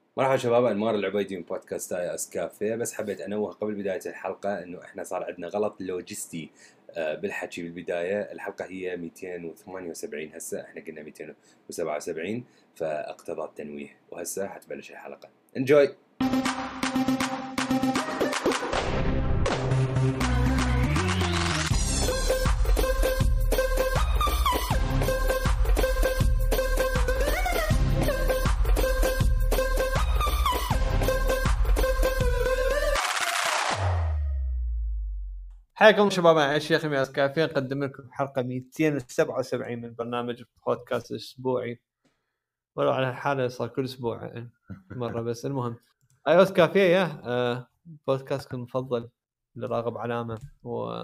مرحبا شباب، أنمار العبيدي من بودكاست آي اس كافيه. بس حبيت أنوه قبل بداية الحلقة إنه إحنا صار عندنا غلط لوجستي بالحكي بالبداية. الحلقة هي 278، هسه إحنا قلنا 277، فاقتضى التنويه. وهسه حتبلش الحلقة. انجوي. حياكم شباب، انا الشيخ مياس كافي نقدم لكم حلقه 277 من برنامج بودكاست اسبوعي، ولو على الحاله صار كل اسبوع يعني مره. بس المهم اي اس كافيه يا بودكاستكم المفضل اللي راغب علامه و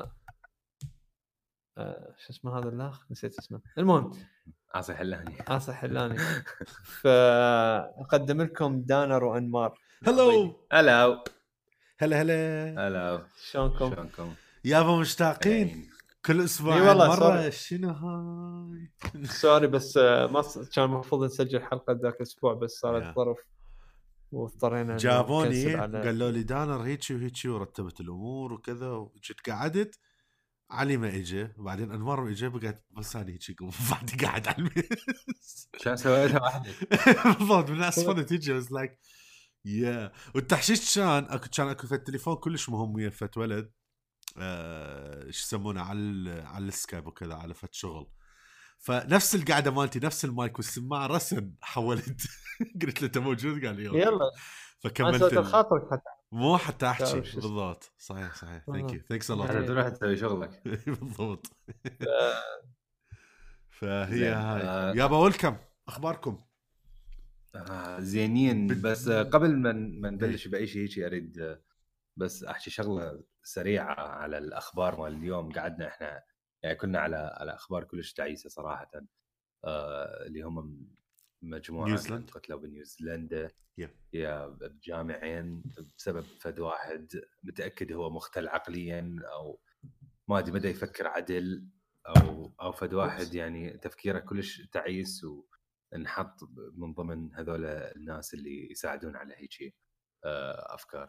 شو اسمه هذا الاخ، نسيت اسمه. المهم عاصي حلاني. عاصي حلاني. فاقدم لكم دانر وانمار. هلو هلا هلا هلا، شلونكم؟ شلونكم؟ يابا مشتاقين الحين كل اي اسبوعين والله مره. شنو هاي؟ سوري بس ما كان المفروض نسجل حلقه ذاك الاسبوع، بس صارت ظرف واضطرينا إنه جابوني نكنسل على قالوا لي دانر هيك وهيك ورتبت الامور وكذا، وجيت قعدت. علي ما اجى، وبعدين انمار ما اجى، بقيت بس انا هيك بعد قاعد على الميز. شو سويتها وحدك؟ بالضبط، من الناس فضت تيجي بس لايك يا. والتحشيش كان اكو في التليفون كلش مهم ويا فت ولد، ايش يسمونه على السكايب وكذا، على فت شغل. فنفس القعده مالتي، نفس المايك والسماعه رسم حولت. قلت له انت موجود؟ قال لي أوكي. يلا فكملت سويت الخاطر حتى مو حتى احكي تعرف شو اسمه. بالضبط. صحيح ثانك يو، ثانكس ا هذا لوت. تروح تسوي شغلك. بالضبط. فهي زين. هاي يابا. ويلكم، اخباركم؟ زينين. بس قبل ما نبلش إيه. بأي شيء هيك أريد بس أحكي شغلة سريعة على الأخبار مال اليوم. قعدنا إحنا يعني كنا على أخبار كلش تعيسة صراحة. اللي هم مجموعة نيوزيلند. قتلوا بنيوزيلندا Yeah. يا بجامعين بسبب فد واحد متأكد هو مختل عقليا، أو ما أدري مدى يفكر عدل، أو فد واحد يعني تفكيره كلش تعيس ونحط من ضمن هذول الناس اللي يساعدون على هيك أفكار.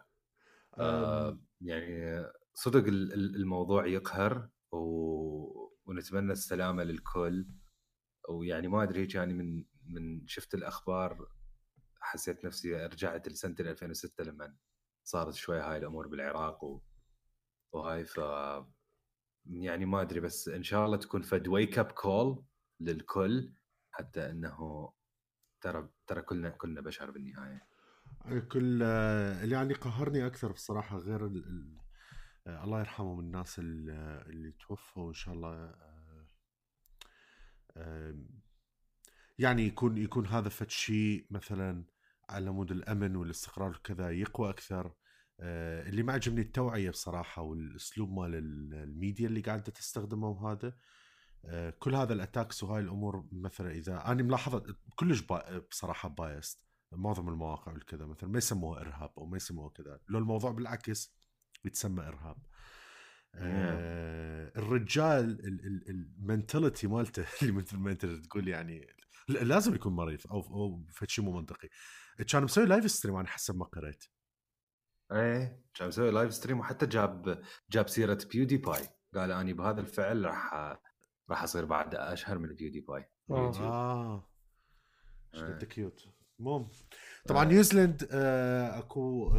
يعني صدق الموضوع يقهر ونتمنى السلامة للكل. ويعني ما أدري هيك يعني من شفت الأخبار حسيت نفسي رجعت لسنة 2006 لما صارت شوي هاي الأمور بالعراق وهاي. ف يعني ما أدري، بس إن شاء الله تكون فد ويك اب كول للكل، حتى إنه ترى كلنا بشر بالنهاية. كل اللي يعني قهرني اكثر بصراحه غير الله يرحمه من الناس اللي توفوا، ان شاء الله يعني يكون هذا فد شيء مثلا على مود الامن والاستقرار وكذا يقوى اكثر. اللي ما عجبني التوعيه بصراحه، والاسلوب مال الميديا اللي قاعده تستخدمه، وهذا كل هذا الاتاكس وهاي الامور. مثلا اذا انا ملاحظه كلش بصراحه بايست معظم المواقع والكذا، مثلا ما يسموها ارهاب او ما يسموها كذا، لو الموضوع بالعكس يتسمى ارهاب. الرجال المنتاليتي مالته اللي مثل ما انت تقول يعني لازم يكون مريض او فشي مو منطقي. كان مسوي لايف ستريم انا حسب ما قريت. ايه كان مسوي لايف ستريم، وحتى جاب سيرة بيودي باي. قال اني بهذا الفعل راح اصير بعد اشهر من بيودي باي باليوتيوب. ايش قد كيوت. المهم طبعا نيوزيلند اكو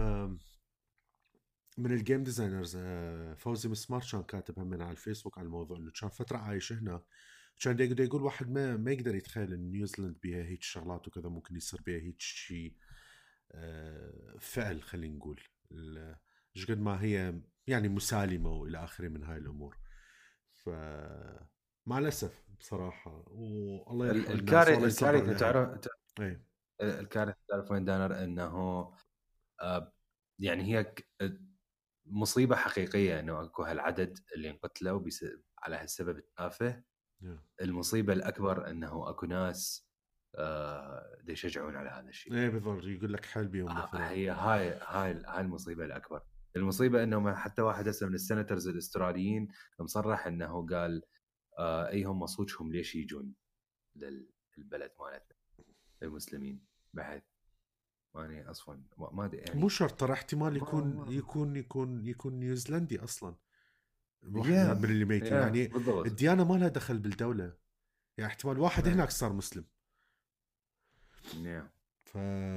من الجيم ديزاينرز فوزي مسمار كان كاتب هم على الفيسبوك على الموضوع، انه كان فتره عايش هنا. كان يقول واحد ما يقدر يتخيل ان نيوزيلند بيها هيك شغلات وكذا، ممكن يصير بيها هيك شيء فعل. خلينا نقول ايش قد ما هي يعني مسالمه والى اخره من هاي الامور. ف مع الاسف بصراحه، والله يرحم الناس والله يصبر الكارثة عليها. تعرف الكارثة تعرف وين دانر؟ انه يعني هي مصيبة حقيقية انه اكو هالعدد اللي انقتلوا على هالسبب التافه. المصيبة الاكبر انه اكو ناس دي يشجعون على هذا الشيء. ايه بالضبط، يقول لك حل بيهم مثلا. هي هاي المصيبة الاكبر. المصيبة انه حتى واحد هسه من السناترز الاستراليين مصرح انه قال اي هم صوتهم ليش يجون للبلد مالتنا المسلمين، بحيث يعني اصلا ما ادري يعني مو شرط ترى، احتمال يكون نيوزيلندي اصلا واحد يا من اللي ميتين. يا يعني بالضبط. الديانه ما لها دخل بالدوله، يعني احتمال واحد إيه. هناك صار مسلم. يا. ف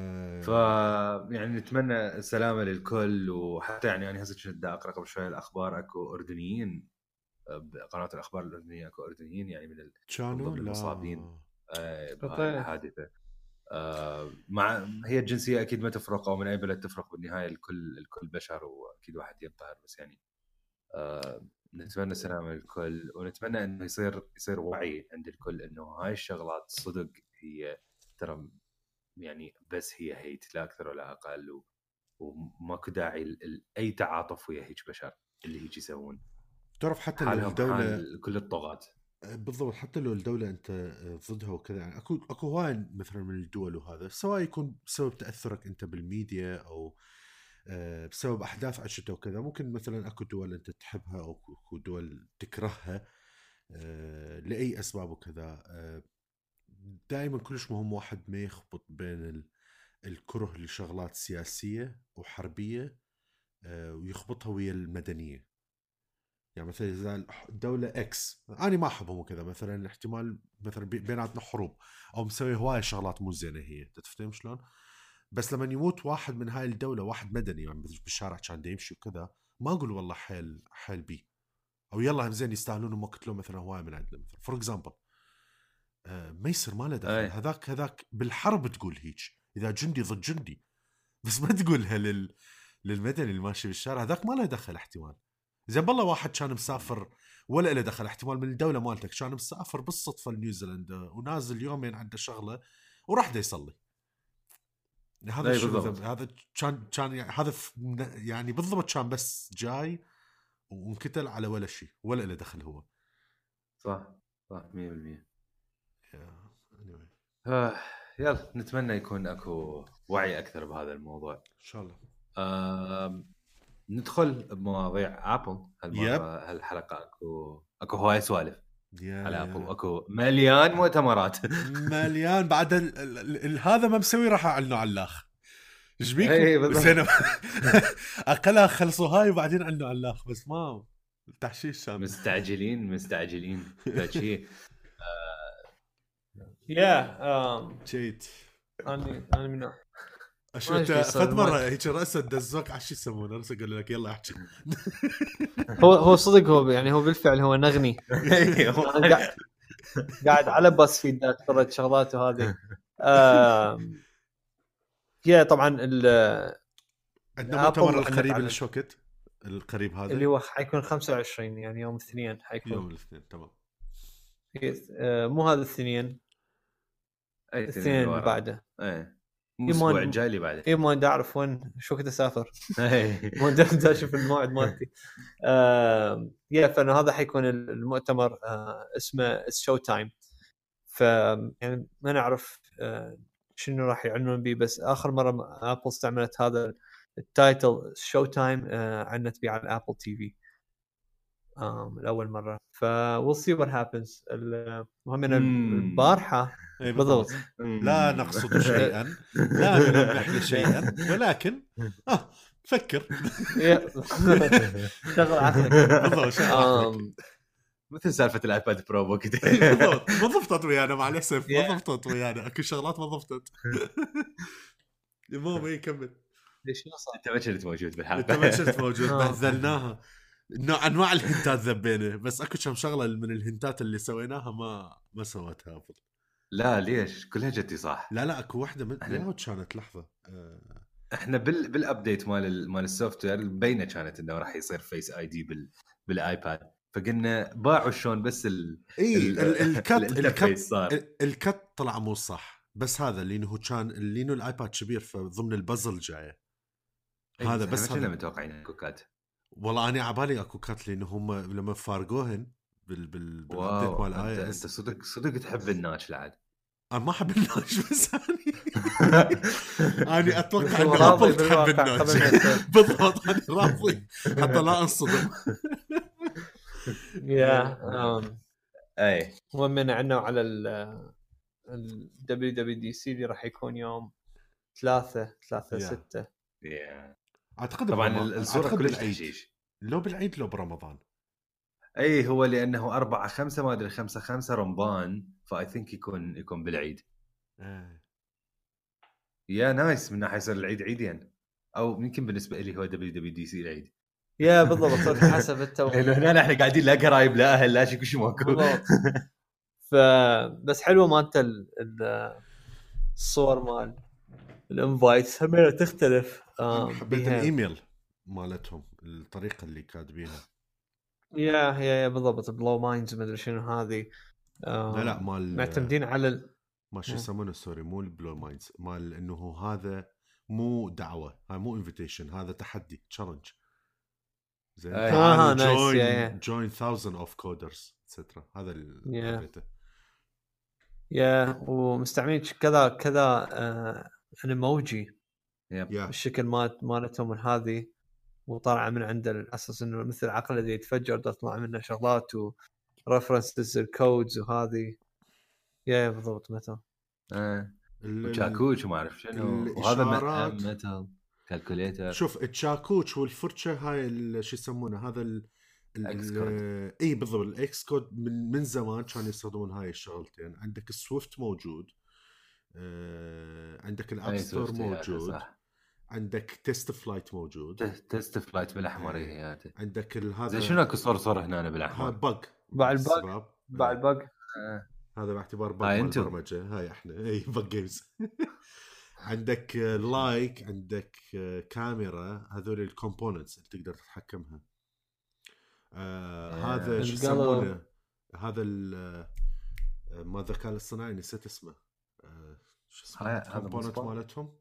يعني نتمنى السلامه للكل. وحتى يعني انا هسه كنت اقرا قبل شويه الاخبار، اكو اردنيين بقناه الاخبار الاردنيه، اكو اردنيين يعني من كانوا ضمن لا المصابين بهاي طيب. الحادثه. مع هي الجنسيه اكيد ما تفرق، او من اي بلد تفرق، بالنهايه الكل بشر، واكيد واحد ينقهر. بس يعني نتمنى السلامه للكل، ونتمنى انه يصير وعي عند الكل انه هاي الشغلات صدق هي ترى يعني بس هي هيت، لا اكثر ولا اقل، وماكو داعي اي تعاطف ويا هيك بشر اللي هيك يسوون. تعرف حتى لو حالهم الدوله حال كل الطغاة. بالضبط، حتى لو الدولة أنت ضدها وكذا، يعني أكو هواي مثلا من الدول، وهذا سواء يكون بسبب تأثرك أنت بالميديا أو بسبب أحداث عشتها وكذا. ممكن مثلا أكو دول أنت تحبها أو أكو دول تكرهها لأي أسباب وكذا. دائما كلش مهم واحد ما يخبط بين الكره لشغلات سياسية وحربية ويخبطها ويا المدنية. يعني مثلا إذا دولة إكس أنا ما أحبهم وكذا، مثلا احتمال مثلا بيناتنا حروب أو مسوي هواي شغلات مو زينة، هي تفهم شلون؟ بس لما يموت واحد من هاي الدولة، واحد مدني يعني بالشارع كان يمشي وكذا، ما أقول والله حيل بي أو يلا هم زين يستاهلون وما قتلوا مثلا هواي من عندنا مثلا فور إكزامبل. ما يصير، ما له دخل. أي. هذاك بالحرب تقول هيك إذا جندي ضد جندي، بس ما تقولها للمدني اللي ماشي بالشارع. هذاك ما له دخل احتمال. زين بالله واحد كان مسافر ولا له دخل احتمال من الدولة مالتك، كان مسافر بالصدفة لنيوزيلندا ونازل يومين عنده شغلة وراح دا يصلي. هذا أي شنو بالضبط. هذا كان يعني هذا يعني بالضبط كان بس جاي وانقتل على ولا شيء ولا له دخل هو. صح 100%. anyway. يلا نتمنى يكون اكو وعي اكثر بهذا الموضوع ان شاء الله. ندخل بمواضيع ابل هالمره. هالحلقه اكو هواي سوالف على ابل، اكو مليان مؤتمرات مليان بعد هذا ما مسوي راح اعلنوا على الاخ. ايش بيكم؟ سنة اقلها خلصوا هاي وبعدين اعلنوا على الاخ، بس ما تحشيش شام. مستعجلين فشي. جيت انا من اشوف فد مره هيك راسه دزوك على شو يسمونه، راسه قال لك يلا احكي. هو صدق، هو يعني هو بالفعل هو نغني. قاعد على باس فيد اتفرج شغلات وهذه. هي طبعا عندنا مؤتمر القريب ليش وقت القريب هذا اللي هو حيكون 25 يعني يوم الاثنين حيكون. يوم الاثنين تمام. مو هذا الاثنين، الاثنين اللي بعده. مو الاسبوع الجاي اللي بعده. اي ما اعرف وين شو كنت اسافر. ما ادري اشوف الموعد مالتي. فانه هذا حيكون المؤتمر اسمه شو تايم. ف يعني ما نعرف شنو راح يعنون به، بس اخر مره ابل استعملت هذا التايتل شو تايم عنت به على الابل تي في الاول مره. ف we'll see what happens. المهم ان البارحه بالضبط لا نقصد شيئا لا نلمح لشيئا ولكن فكر شغل عقلك بالضبط. مثل سالفه الايباد برو وكذا. ما ضبطت ويانا مع الاسف، ما ضبطت ويانا، اكو شغلات ما ضبطت. المهم يكمل. ليش صار؟ انت ما كنت موجود بالحلقه. انت ما كنت موجود، بهذلناها انواع الهنتات ذبينا، بس اكو كم شغله من الهنتات اللي سويناها ما سوتها افضل. لا ليش كلها جتي صح؟ لا اكو واحده من كانت لحظه احنا بالابديت مال السوفت وير بينه كانت انه راح يصير فيس اي دي بالايباد، فقلنا باعوا شلون بس الكت طلع مو صح. بس هذا اللي هو كان اللي انه الايباد كبير فضمن البازل جايه هذا. بس هذا متوقعين اكو كات. والله انا عبالي اكو كات لانه هم لما فارقوهن بالابديت مال اي اس. انت صدق تحب الناتش العاد. انا ما احب الناتش بس أنا اتوقع ان ابل تحب الناتش بالضبط. انا راضي حتى لا انصدم. اي ومن عنا على ال WWDC اللي راح يكون يوم 3 Yeah. 6. اعتقد طبعا برمضان. الصوره أعتقد كلش بالعيد. تحشيش. لو بالعيد لو برمضان. اي هو لانه 4/5 ما ادري 5/5 رمضان، فاي ثينك يكون بالعيد. يا نايس، من ناحيه يصير العيد عيدين، او يمكن بالنسبه لي هو WWDC العيد. يا بالضبط صدق حسب التوقيت. لانه هنا احنا قاعدين لا قرايب لا اهل لا شيء ماكو. بالضبط. فبس حلوه مالته الصور مال الانفايتس همينه تختلف. حبيت الايميل مالتهم، الطريقه اللي كاتبينها. يا بالضبط بلو مايندز ما ادري شنو هذه. لا مال معتمدين على ما شو يسمونه، سوري مو البلو مايندز، مال انه هذا مو دعوه، هاي مو انفيتيشن، هذا تحدي تشالنج. زين جوين 1000 اوف كودرز سترا. هذا اللي حبيته. ومستعملين كذا انيموجي بالشكل مالتهم من هذه، وطالعه من عند الاساس انه مثل عقله اللي يتفجر تطلع منه شغلات ورفرنسز الكودز وهذه. بالضبط متى التشاكوش وما اعرف شنو، وهذا ميتال كالكوليتر. شوف التشاكوش والفرشه هاي شو يسمونه هذا اي بالضبط الاكس كود من زمان كانوا يستخدمون هاي الشغلتين. عندك السويفت موجود، عندك الاب ستور موجود، عندك تيست فلايت موجود. تيست فلايت بالاحمر هي عندك هذا زي شنو اكو صور هنا بالاحمر. هاي بق بعد البق هذا باعتبار بق مال البرمجه. هاي احنا اي بق جيمز. عندك لايك، عندك كاميرا، هذول الكومبوننتس اللي تقدر تتحكمها. هذا شو يسمونه، هذا ما الذكاء الاصطناعي نسيت اسمه، شو اسمه الكومبوننت مالتهم.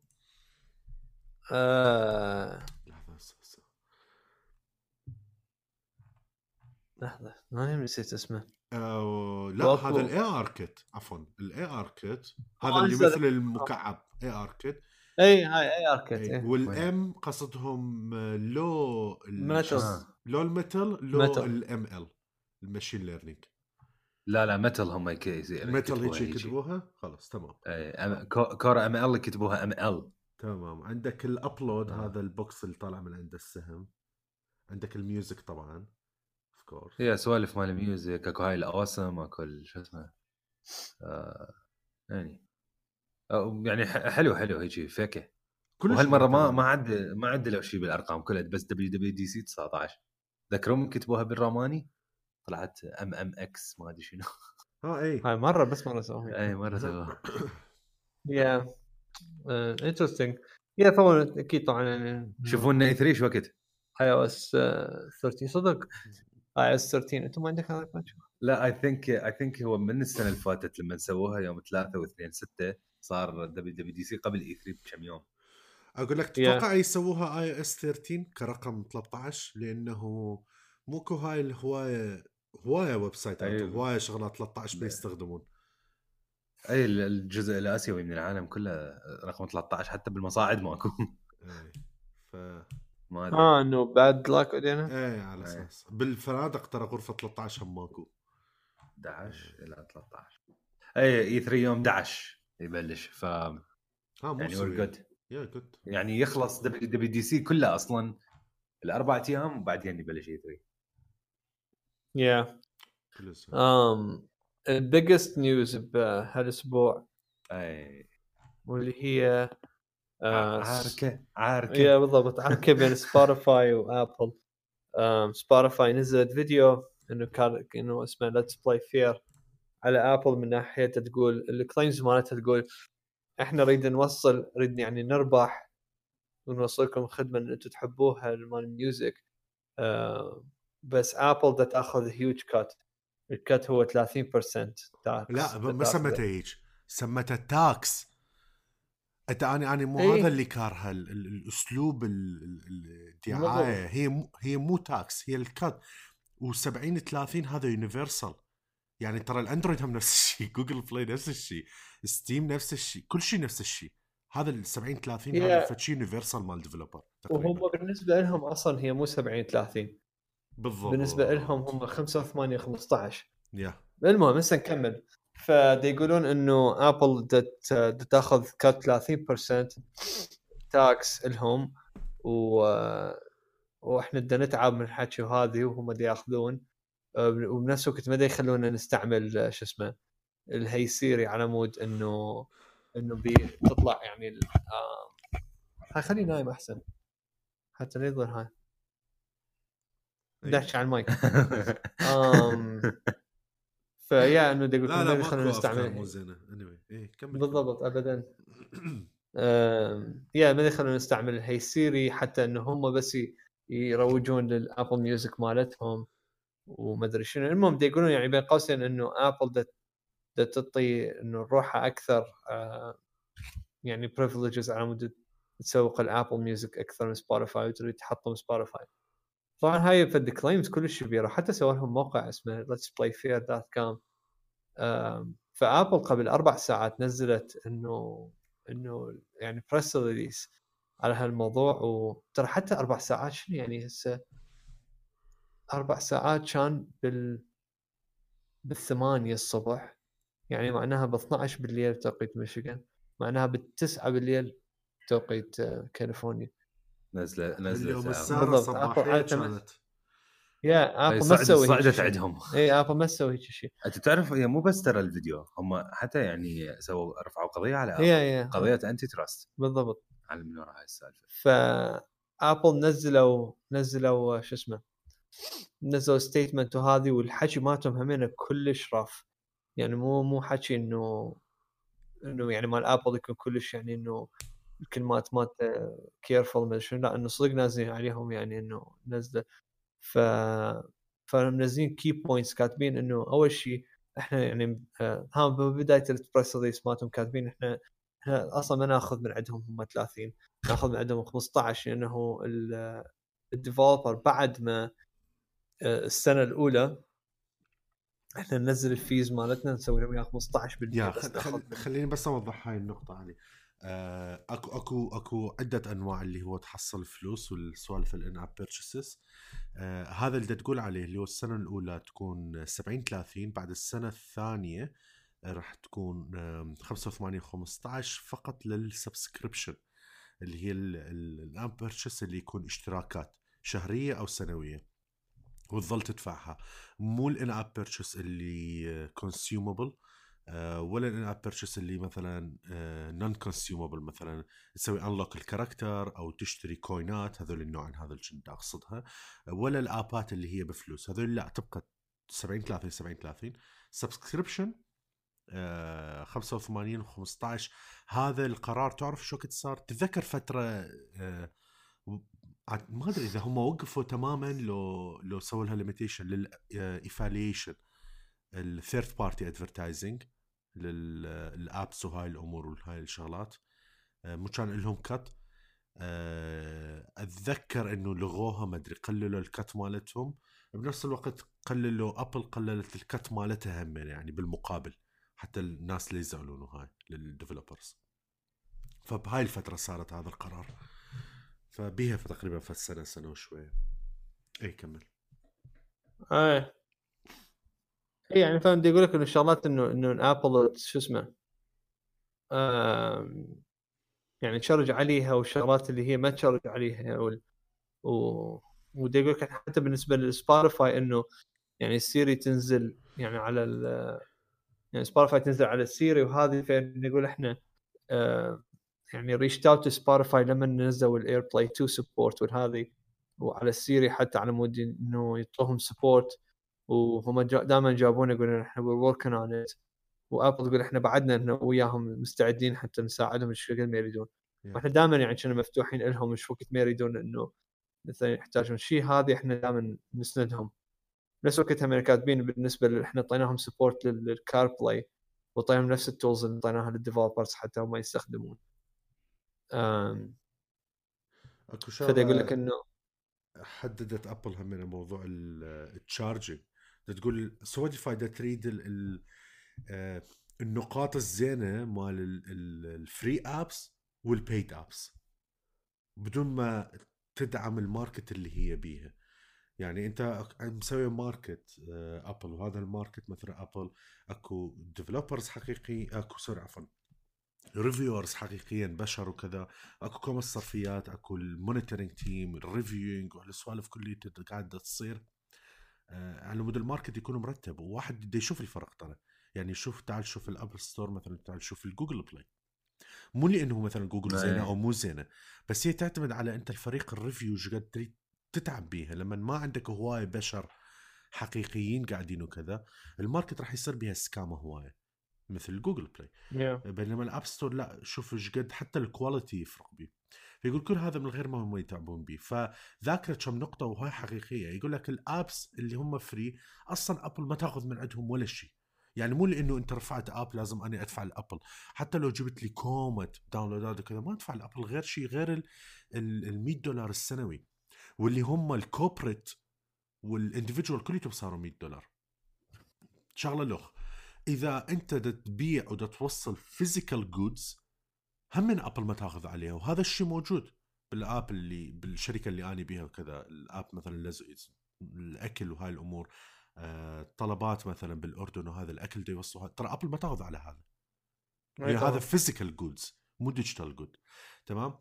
لحظة ما نسيت اسمه. لا هذا الاي ار كيت، عفوا الاي ار كيت، هذا اللي مثل المكعب اي ار كيت. اي هاي اي ار كيت. والام قصدهم لو الميتال لو الام ال الماشين ليرنينج. لا ميتال هم ميتال هيك يكتبوها خلاص تمام. كور ام ال يكتبوها ام ال تمام. عندك الابلود هذا البوكس اللي طالع من عند السهم. عندك الميوزك طبعا اوف كورس. هي سوالف مال الميوزك اكو هاي الاوسم اكو شو اسمه يعني حلو هيجي فكه. وهالمره ما عدلوا شيء بالارقام كلها، بس WWDC 19 ذكرهم كتبوها بالروماني طلعت MMX ما ادري شنو. اي هاي مره بس مره سووها. اي مره سووها. يا انترستينج. يا طبعا اكيد طبعا يعني شوفونا E3 شو وقت iOS 13 صدق iOS 13 انتم ما عندك هذا الباتش؟ لا اي ثينك هو من السنه اللي فاتت لما سووها يوم 3 و2/6 صار WWDC قبل E3 بكم يوم. اقول لك تتوقع يسووها iOS 13 كرقم 13 لانه موكو هاي الهوايه ويب سايتات هوايه شغلات 13 بيستخدمون. اي الجزء الاسيوي من العالم كله رقم 13 حتى بالمصاعد ماكو. اي ف ما انه بعد لاك ودينا اي على اساس بالفنادق ترى غرفه 13 هم ماكو 11 الى 13. اي E3 يوم 11 يبلش ف يعني ورقد يعني يخلص WWDC كله اصلا الاربع ايام وبعدين يبلش E3. البيجست نيوز بهالاسبوع واللي هي عاركه يا بالضبط عاركه بين سبوتيفاي وابل. سبوتيفاي نزلت فيديو انه اسمه ليتس بلاي فير على ابل، من ناحيه تقول الكليمز مالتها تقول احنا نريد يعني نربح ونوصلكم خدمه ان انتم تحبوها مال الميوزك. بس ابل دا تاخذ هيوج كات. الكات هو 30% تاكس. لا ما سمته هيك، سمته تاكس. انا مو هذا اللي كارها الاسلوب الدعايه. هي مو تاكس، هي الكات. و70-30 هذا يونيفرسال. يعني ترى الاندرويد هم نفس الشيء، جوجل بلاي نفس الشيء، ستيم نفس الشيء، كل شيء نفس الشيء. هذا 70-30 هذا فشي يونيفرسال مال ديفلوبر. وهم بالنسبه لهم اصلا هي مو 70-30 بالضبط، بالنسبه لهم هم 85-15. يا المهم هسه نكمل. فدا يقولون انه ابل تاخذ كات 30% تاكس لهم واحنا بدنا نتعب من الحكي وهذه وهم دا ياخذون وبنفس الوقت ما دا يخلونا نستعمل شو اسمه الهي سيري على مود انه تطلع يعني هاي خليه نايم احسن حتى لا يظهر هاي داش على المايك فيا انه يقول لا ما يخلونا نستعمل مو زينه anyway. ايه كمل بالضبط ابدا يا ما يخلونا نستعمل الهي سيري حتى انه هم بس يروجون للابل ميوزك مالتهم وما ادري شنو. المهم يقولون يعني بين قوسين انه ابل تعطي انه روحها اكثر يعني بريفليجز على مود تسوق الابل ميوزك اكثر من سبوتيفاي وتريد تحطم سبوتيفاي. طبعا هاي فد كليمز كلش كبيره حتى سووا لهم موقع اسمه letsplayfair.com. فابل قبل 4 ساعات نزلت انه يعني بريس ريليس على هالموضوع. وترى حتى 4 ساعات شنو يعني هسه 4 ساعات كان بالثمانية الصبح يعني معناها ب12 بالليل توقيت ميشيغان معناها ب9 بالليل توقيت كاليفورنيا نزله الساعه صباحيه كانت يا ابل ما تسوي صعدت عندهم. اي ابل ما تسوي هيك شيء. انت تعرف هي مو بس ترى الفيديو هم حتى يعني رفعوا قضيه على ابل قضيه انتي تراست بالضبط على من وراء هاي السالفه. فابل نزلوا شو اسمه نزلوا ستيتمنت وهذه والحكي مالتهم همينه كلش رف يعني مو حكي انه يعني مال ابل يكون كلش يعني انه الكلمات مالت كيرفول ما شنو لا انه صدق نازلين عليهم يعني انه نزله فمنزلين كي بوينتس كاتبين انه اول شيء احنا يعني ها ببدايه البريس ريليس مالتهم كاتبين احنا اصلا ما ناخذ من عندهم هم 30 ناخذ من عندهم 15 لانه الديفلوبر بعد ما السنه الاولى احنا ننزل الفيز مالتنا نسوي لهم 15% خليني بس اوضح هاي النقطه علي. اكو عده انواع اللي هو تحصل فلوس والسوالف الان اب بيرتشيسز. هذا اللي تقول عليه اللي هو السنه الاولى تكون 70-30 بعد السنه الثانيه راح تكون 85-15 فقط للسبسكريبشن اللي هي الان بيرتشيس اللي يكون اشتراكات شهريه او سنويه وتظل تدفعها. مو الان اب بيرتشيس اللي كونسيومبل ولا الان اب بيرتشيس اللي مثلا نون كونسيومبل مثلا تسوي انلوك الكاركتر او تشتري كوينات هذول النوعين هذا اللي كنت اقصدها. ولا الابات اللي هي بفلوس هذول لا تبقى 70-30 سبسكريبشن 85 و15. هذا القرار تعرف شو كنت صار تذكر فتره ما ادري اذا هم وقفوا تماما لو سووا لها ليميتيشن للافاليشن الثيرد بارتي ادفرتايزنج للابس وهاي الامور وهاي الشغلات مو كان لهم كت. اتذكر انه لغوها ما ادري قللوا الكت مالتهم بنفس الوقت قللوا ابل قللت الكت مالتها هم يعني بالمقابل حتى الناس اللي يزعلون هاي للديفلوبرز. فبهاي الفتره صارت هذا القرار فبيها تقريبا في سنه وشويه. اي كمل. اي يعني فاهم بدي اقول لك انه الشغلات انه ابل شو اسمه يعني تشرج عليها والشغلات اللي هي ما تشرج عليها ودي اقول لك حتى بالنسبه للسبوتيفاي انه يعني السيري تنزل يعني على يعني سبوتيفاي تنزل على السيري وهذه فنقول احنا يعني ريشت اوت سبوتيفاي لما نزلوا الاير بلاي 2 سبورت والهذه وعلى السيري حتى على مود انه يعطوهم سبورت وهم دائما جابونا يقولون احنا وركن اون ات وابل تقول احنا بعدنا انه وياهم مستعدين حتى نساعدهم ايش قد ما يريدون. واحنا دائما يعني كنا مفتوحين لهم ايش وقت ما يريدون انه مثلا يحتاجون شيء هذه احنا دائما نسندهم. نفس وقتها من كاتبين بالنسبه احنا اعطيناهم سبورت للكار بلاي وطيهم نفس التولز اللي اعطيناها للديفلوبرز حتى هم يستخدمون. اكو فدا يقول لك انه حددت ابل هم من موضوع التشارجنج تقول سبوتيفاي دا تريد النقاط الزينه مال الفري ابس والبيد ابس بدون ما تدعم الماركت اللي هي بيها. يعني انت مسوي ماركت ابل، وهذا الماركت مثلا ابل اكو ديفلوبرز حقيقي، اكو سوري عفوا ريفيورز حقيقيا بشر وكذا، اكو كوميرس صرفيات، اكو المونيتورنج تيم، الريفيوينج وهالسوالف كلها قاعده تصير على مود الماركت يكون مرتب، وواحد بده يشوف الفرق ترى. يعني شوف، تعال شوف الابل ستور مثلا، تعال شوف الجوجل بلاي. مو لانه مثلا جوجل زينه او مو زينه، بس هي تعتمد على انت الفريق الريفيو ايش قد تريد تتعب بيها. لما ما عندك هوايه بشر حقيقيين قاعدين وكذا، الماركت راح يصير بها سكامه هوايه مثل جوجل بلاي. بينما الاب ستور لا، شوف ايش قد حتى الكواليتي يفرق بيه. فيقول كل هذا من غير ما هم يتعبون به. فذاكره كم نقطه وهاي حقيقيه. يقول لك الابس اللي هم فري اصلا ابل ما تاخذ من عندهم ولا شيء. يعني مو لانه انت رفعت اب لازم اني ادفع الابل. حتى لو جبت لي كومت داونلودات وكذا ما ادفع الابل غير شيء غير ال $100 السنوي، واللي هم الكوبريت والانديفيدوال كلهم صاروا $100. شغله لغ، اذا انت تبيع وتوصل فيزيكال جودز هم من ابل ما تاخذ عليها. وهذا الشيء موجود بالاب اللي بالشركه اللي اني بيها وكذا. الاب مثلا الاكل وهاي الامور، طلبات مثلا بالاردن وهذا الاكل دي يوصلوا، ترى ابل ما تاخذ على هذا. يعني هذا فيزيكال جودز مو ديجيتال جود. تمام.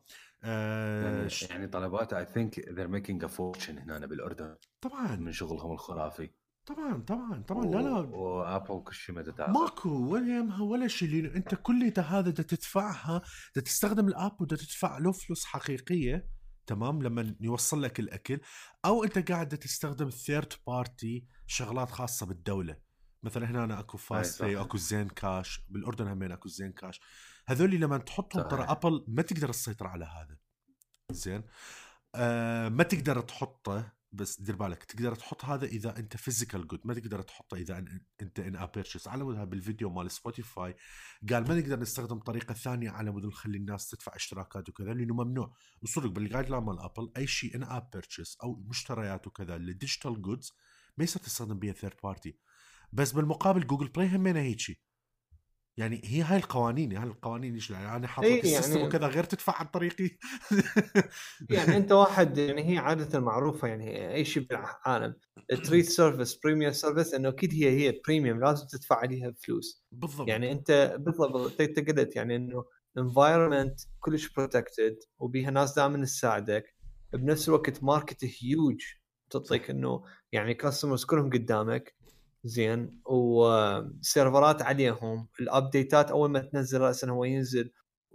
يعني طلبات I think they're making a fortune هنا بالأردن طبعا من شغلهم الخرافي. طبعا لا وابل كل شيء ما تتعب، ماكو ولا يمها ولا شيء. لأنه انت كل هذا دا تدفعها، دا تستخدم الاب ودا تدفع له فلوس حقيقيه. تمام. لما يوصل لك الاكل، او انت قاعد تستخدم ثيرد بارتي شغلات خاصه بالدوله. مثلا هنا أنا اكو فاست باي، اكو زين كاش بالاردن، همين اكو زين كاش. هذول لما تحطهم ترى ابل ما تقدر تسيطر على هذا. زين ما تقدر تحطه، بس دير بالك تقدر تحط هذا اذا انت فيزيكال جود، ما تقدر تحطه اذا انت ان اب بيرشيز. على مود بالفيديو مال سبوتيفاي قال ما نقدر نستخدم طريقه ثانيه على مود نخلي الناس تدفع اشتراكات وكذا، لانه ممنوع. وصدق بالجايد لاين مال ابل اي شيء ان اب بيرشيز او مشتريات وكذا للديجيتال جودز ما يصير تستخدم بها ثيرد بارتي. بس بالمقابل جوجل بلاي همينه هيك شيء. يعني هي هاي القوانين، هاي القوانين ايش يعني انا حاط لك السيستم يعني وكذا غير تدفع عن طريقي. يعني انت واحد، يعني هي عاده معروفه، يعني اي شيء بالعالم تريد سيرفيس بريميوم سيرفيس انه اكيد هي بريميوم لازم تدفع عليها فلوس. بالضبط. يعني انت بالضبط انت قلت يعني انه environment كلش بروتكتد وبيها ناس دائما تساعدك، بنفس الوقت ماركت هيوج تعطيك انه يعني كاستمرز كلهم قدامك. زين، وسيرفرات عليهم، الابديتات اول ما تنزل راسا هو ينزل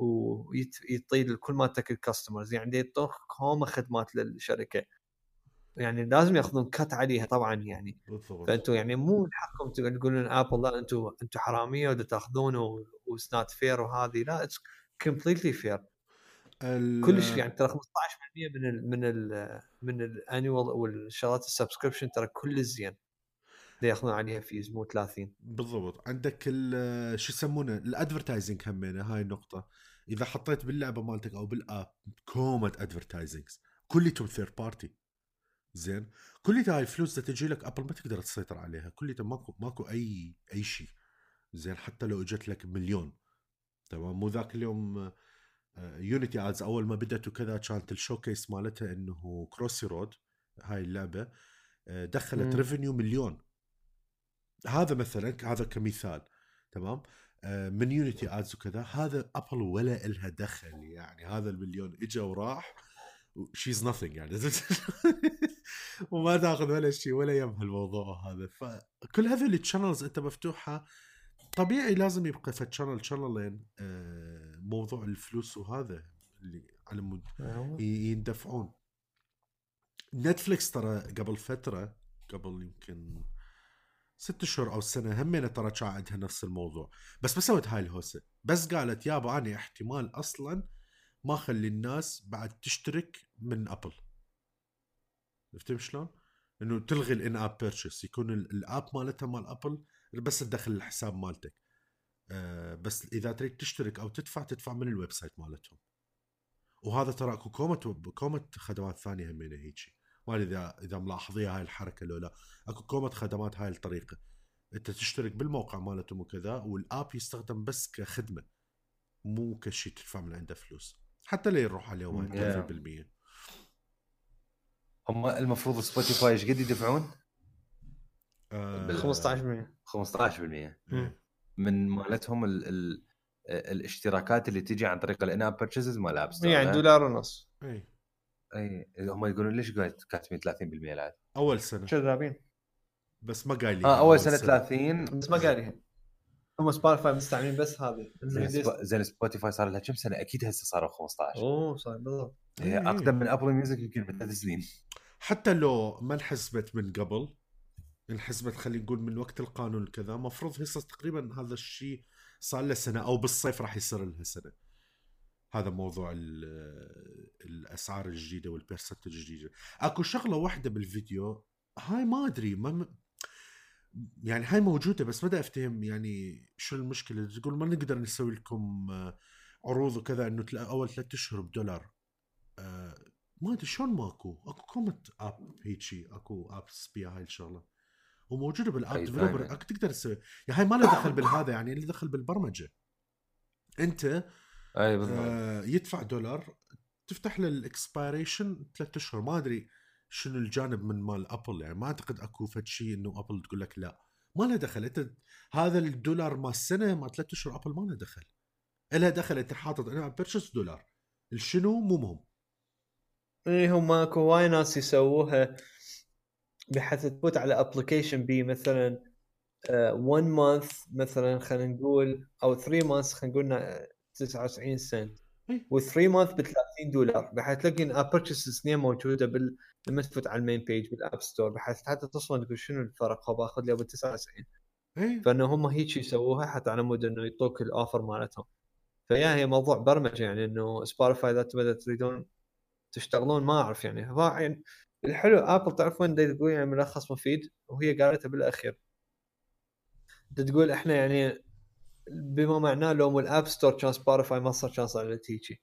ويطيل الكل مالتك الكاستمرز، يعني يعطوك هم خدمات للشركه، يعني لازم ياخذون كات عليها طبعا. يعني فانتوا يعني مو من حقكم تقولون ابل لا انتوا حراميه ودا تاخذون وسنات فير، وهذه لا، اتس كومبليتلي فير كلش. يعني ترى 15% من الانيوال والشغلات السبسكريبشن ترى كل زين ياخذون عليها فيز مو 30. بالضبط. عندك شو يسمونه الادفرتايزنج همينه، هاي النقطه. اذا حطيت باللعبه مالتك او بالاب كومت ادفرتايزنجز كلهم ثيرد بارتي. زين، كل هاي الفلوس اللي تجي لك ابل ما تقدر تسيطر عليها، كل ماكو اي شيء. زين، حتى لو اجت لك مليون. تمام. مو ذاك اليوم يونيتي ادز اول ما بدت وكذا كانت الشوكيس مالتها انه كروسي رود هاي اللعبه دخلت ريفينيو مليون. هذا مثلا، هذا كمثال. تمام. من يونيتي ادز وكذا، هذا ابل ولا إلها دخل. يعني هذا المليون اجى وراح، شيز نثينج يعني. وما تاخذ ولا شيء ولا يم هالموضوع هذا. فكل هذول الشانلز انت مفتوحه، طبيعي لازم يبقى في شانلين موضوع الفلوس وهذا اللي على مود يندفعون. نتفليكس ترى قبل فتره، قبل يمكن 6 شهور او سنه، همينه ترى كان عندها نفس الموضوع، بس ما سوت هاي الهوسه. بس قالت يابا انا احتمال اصلا ما خلي الناس بعد تشترك من ابل. فهمت شلون؟ انه تلغي الان اب بيرتشيس، يكون الاب مالتها مال ابل بس تدخل الحساب مالتك. بس اذا تريد تشترك او تدفع من الويب سايت مالتهم. وهذا ترى اكو كومت خدمات ثانيه همينه هيجي. ما ادري اذا ملاحظيها هاي الحركه لو لا. اكو كومت خدمات هاي الطريقه، انت تشترك بالموقع مالتهم وكذا، والاب يستخدم بس كخدمه مو كشيء تدفع من عنده فلوس، حتى لا يروح عليه 30%. هم المفروض سبوتيفاي ايش قد يدفعون؟ 15%. 15% إيه. من مالتهم الاشتراكات اللي تيجي عن طريق الان اب بيرتشيزز مال اب ستور. يعني $1.50. إيه. اي هم يقولون ليش كاتبين 30% العاد؟ اول سنه كذابين. بس ما قايل لي اول سنه 30. بس ما قال لي هم سبوتيفاي مستعملين بس هذه زين سبوتيفاي صار لها كم سنه؟ اكيد هسه صاروا 15. اوه صار بالضبط. هي اقدم من ابل ميوزك يمكن ب3 سنين. حتى لو ما انحسبت من قبل، انحسبت خلينا نقول من وقت القانون كذا، مفروض هسه تقريبا هذا الشيء صار له سنه او بالصيف راح يصير لها سنه. هذا موضوع الاسعار الجديده والبرسنتج الجديده. اكو شغله واحده بالفيديو هاي ما ادري يعني هاي موجوده بس ما دا افتهم يعني شو المشكله. تقول ما نقدر نسوي لكم عروض وكذا انه اول 3 اشهر $1. ما ادري شلون ماكو كومنت اب هيجي اكو ابس بيها هاي الشغله وموجوده بالاب ديفلوبر تقدر تسوي. يعني هاي ما له دخل بالهذا، يعني اللي دخل بالبرمجه. انت اي بالضبط. يدفع $1 تفتح له الاكسبيريشن 3 اشهر. ما ادري شنو الجانب من مال ابل، يعني ما اعتقد اكو فد شيء انه ابل تقول لك لا ما له دخل. انت هذا $1 مال السنه مال 3 اشهر ابل ما له دخل. لها دخل انت حاطط انا بيرشس $1 الشنو مو مهم. ايه هم اكو وايد ناس يسووها بحيث تفوت على ابلكيشن بي مثلا 1 مانث مثلا خلينا نقول او 3 مانث خلينا نقول 99 سنت و3 مانث ب $30 بحيث تلاقي ان ابرتشز اثنين موجوده لما تفوت على المين بيج بالاب ستور بحيث حتى تصل تقول شنو الفرق هو باخذ لي ابو 99. فانه هم هيك يسووها حتى على مود انه يعطوك الاوفر مالتهم. فيا هي موضوع برمجه يعني انه سبوتيفاي اذا تريدون تشتغلون ما اعرف يعني الحلو ابل تعرف وين تقول يعني ملخص مفيد وهي قالتها بالاخير تقول احنا يعني بما معناه لو مو الاب ستور كان سبوتيفاي ما صار كان صار تيجي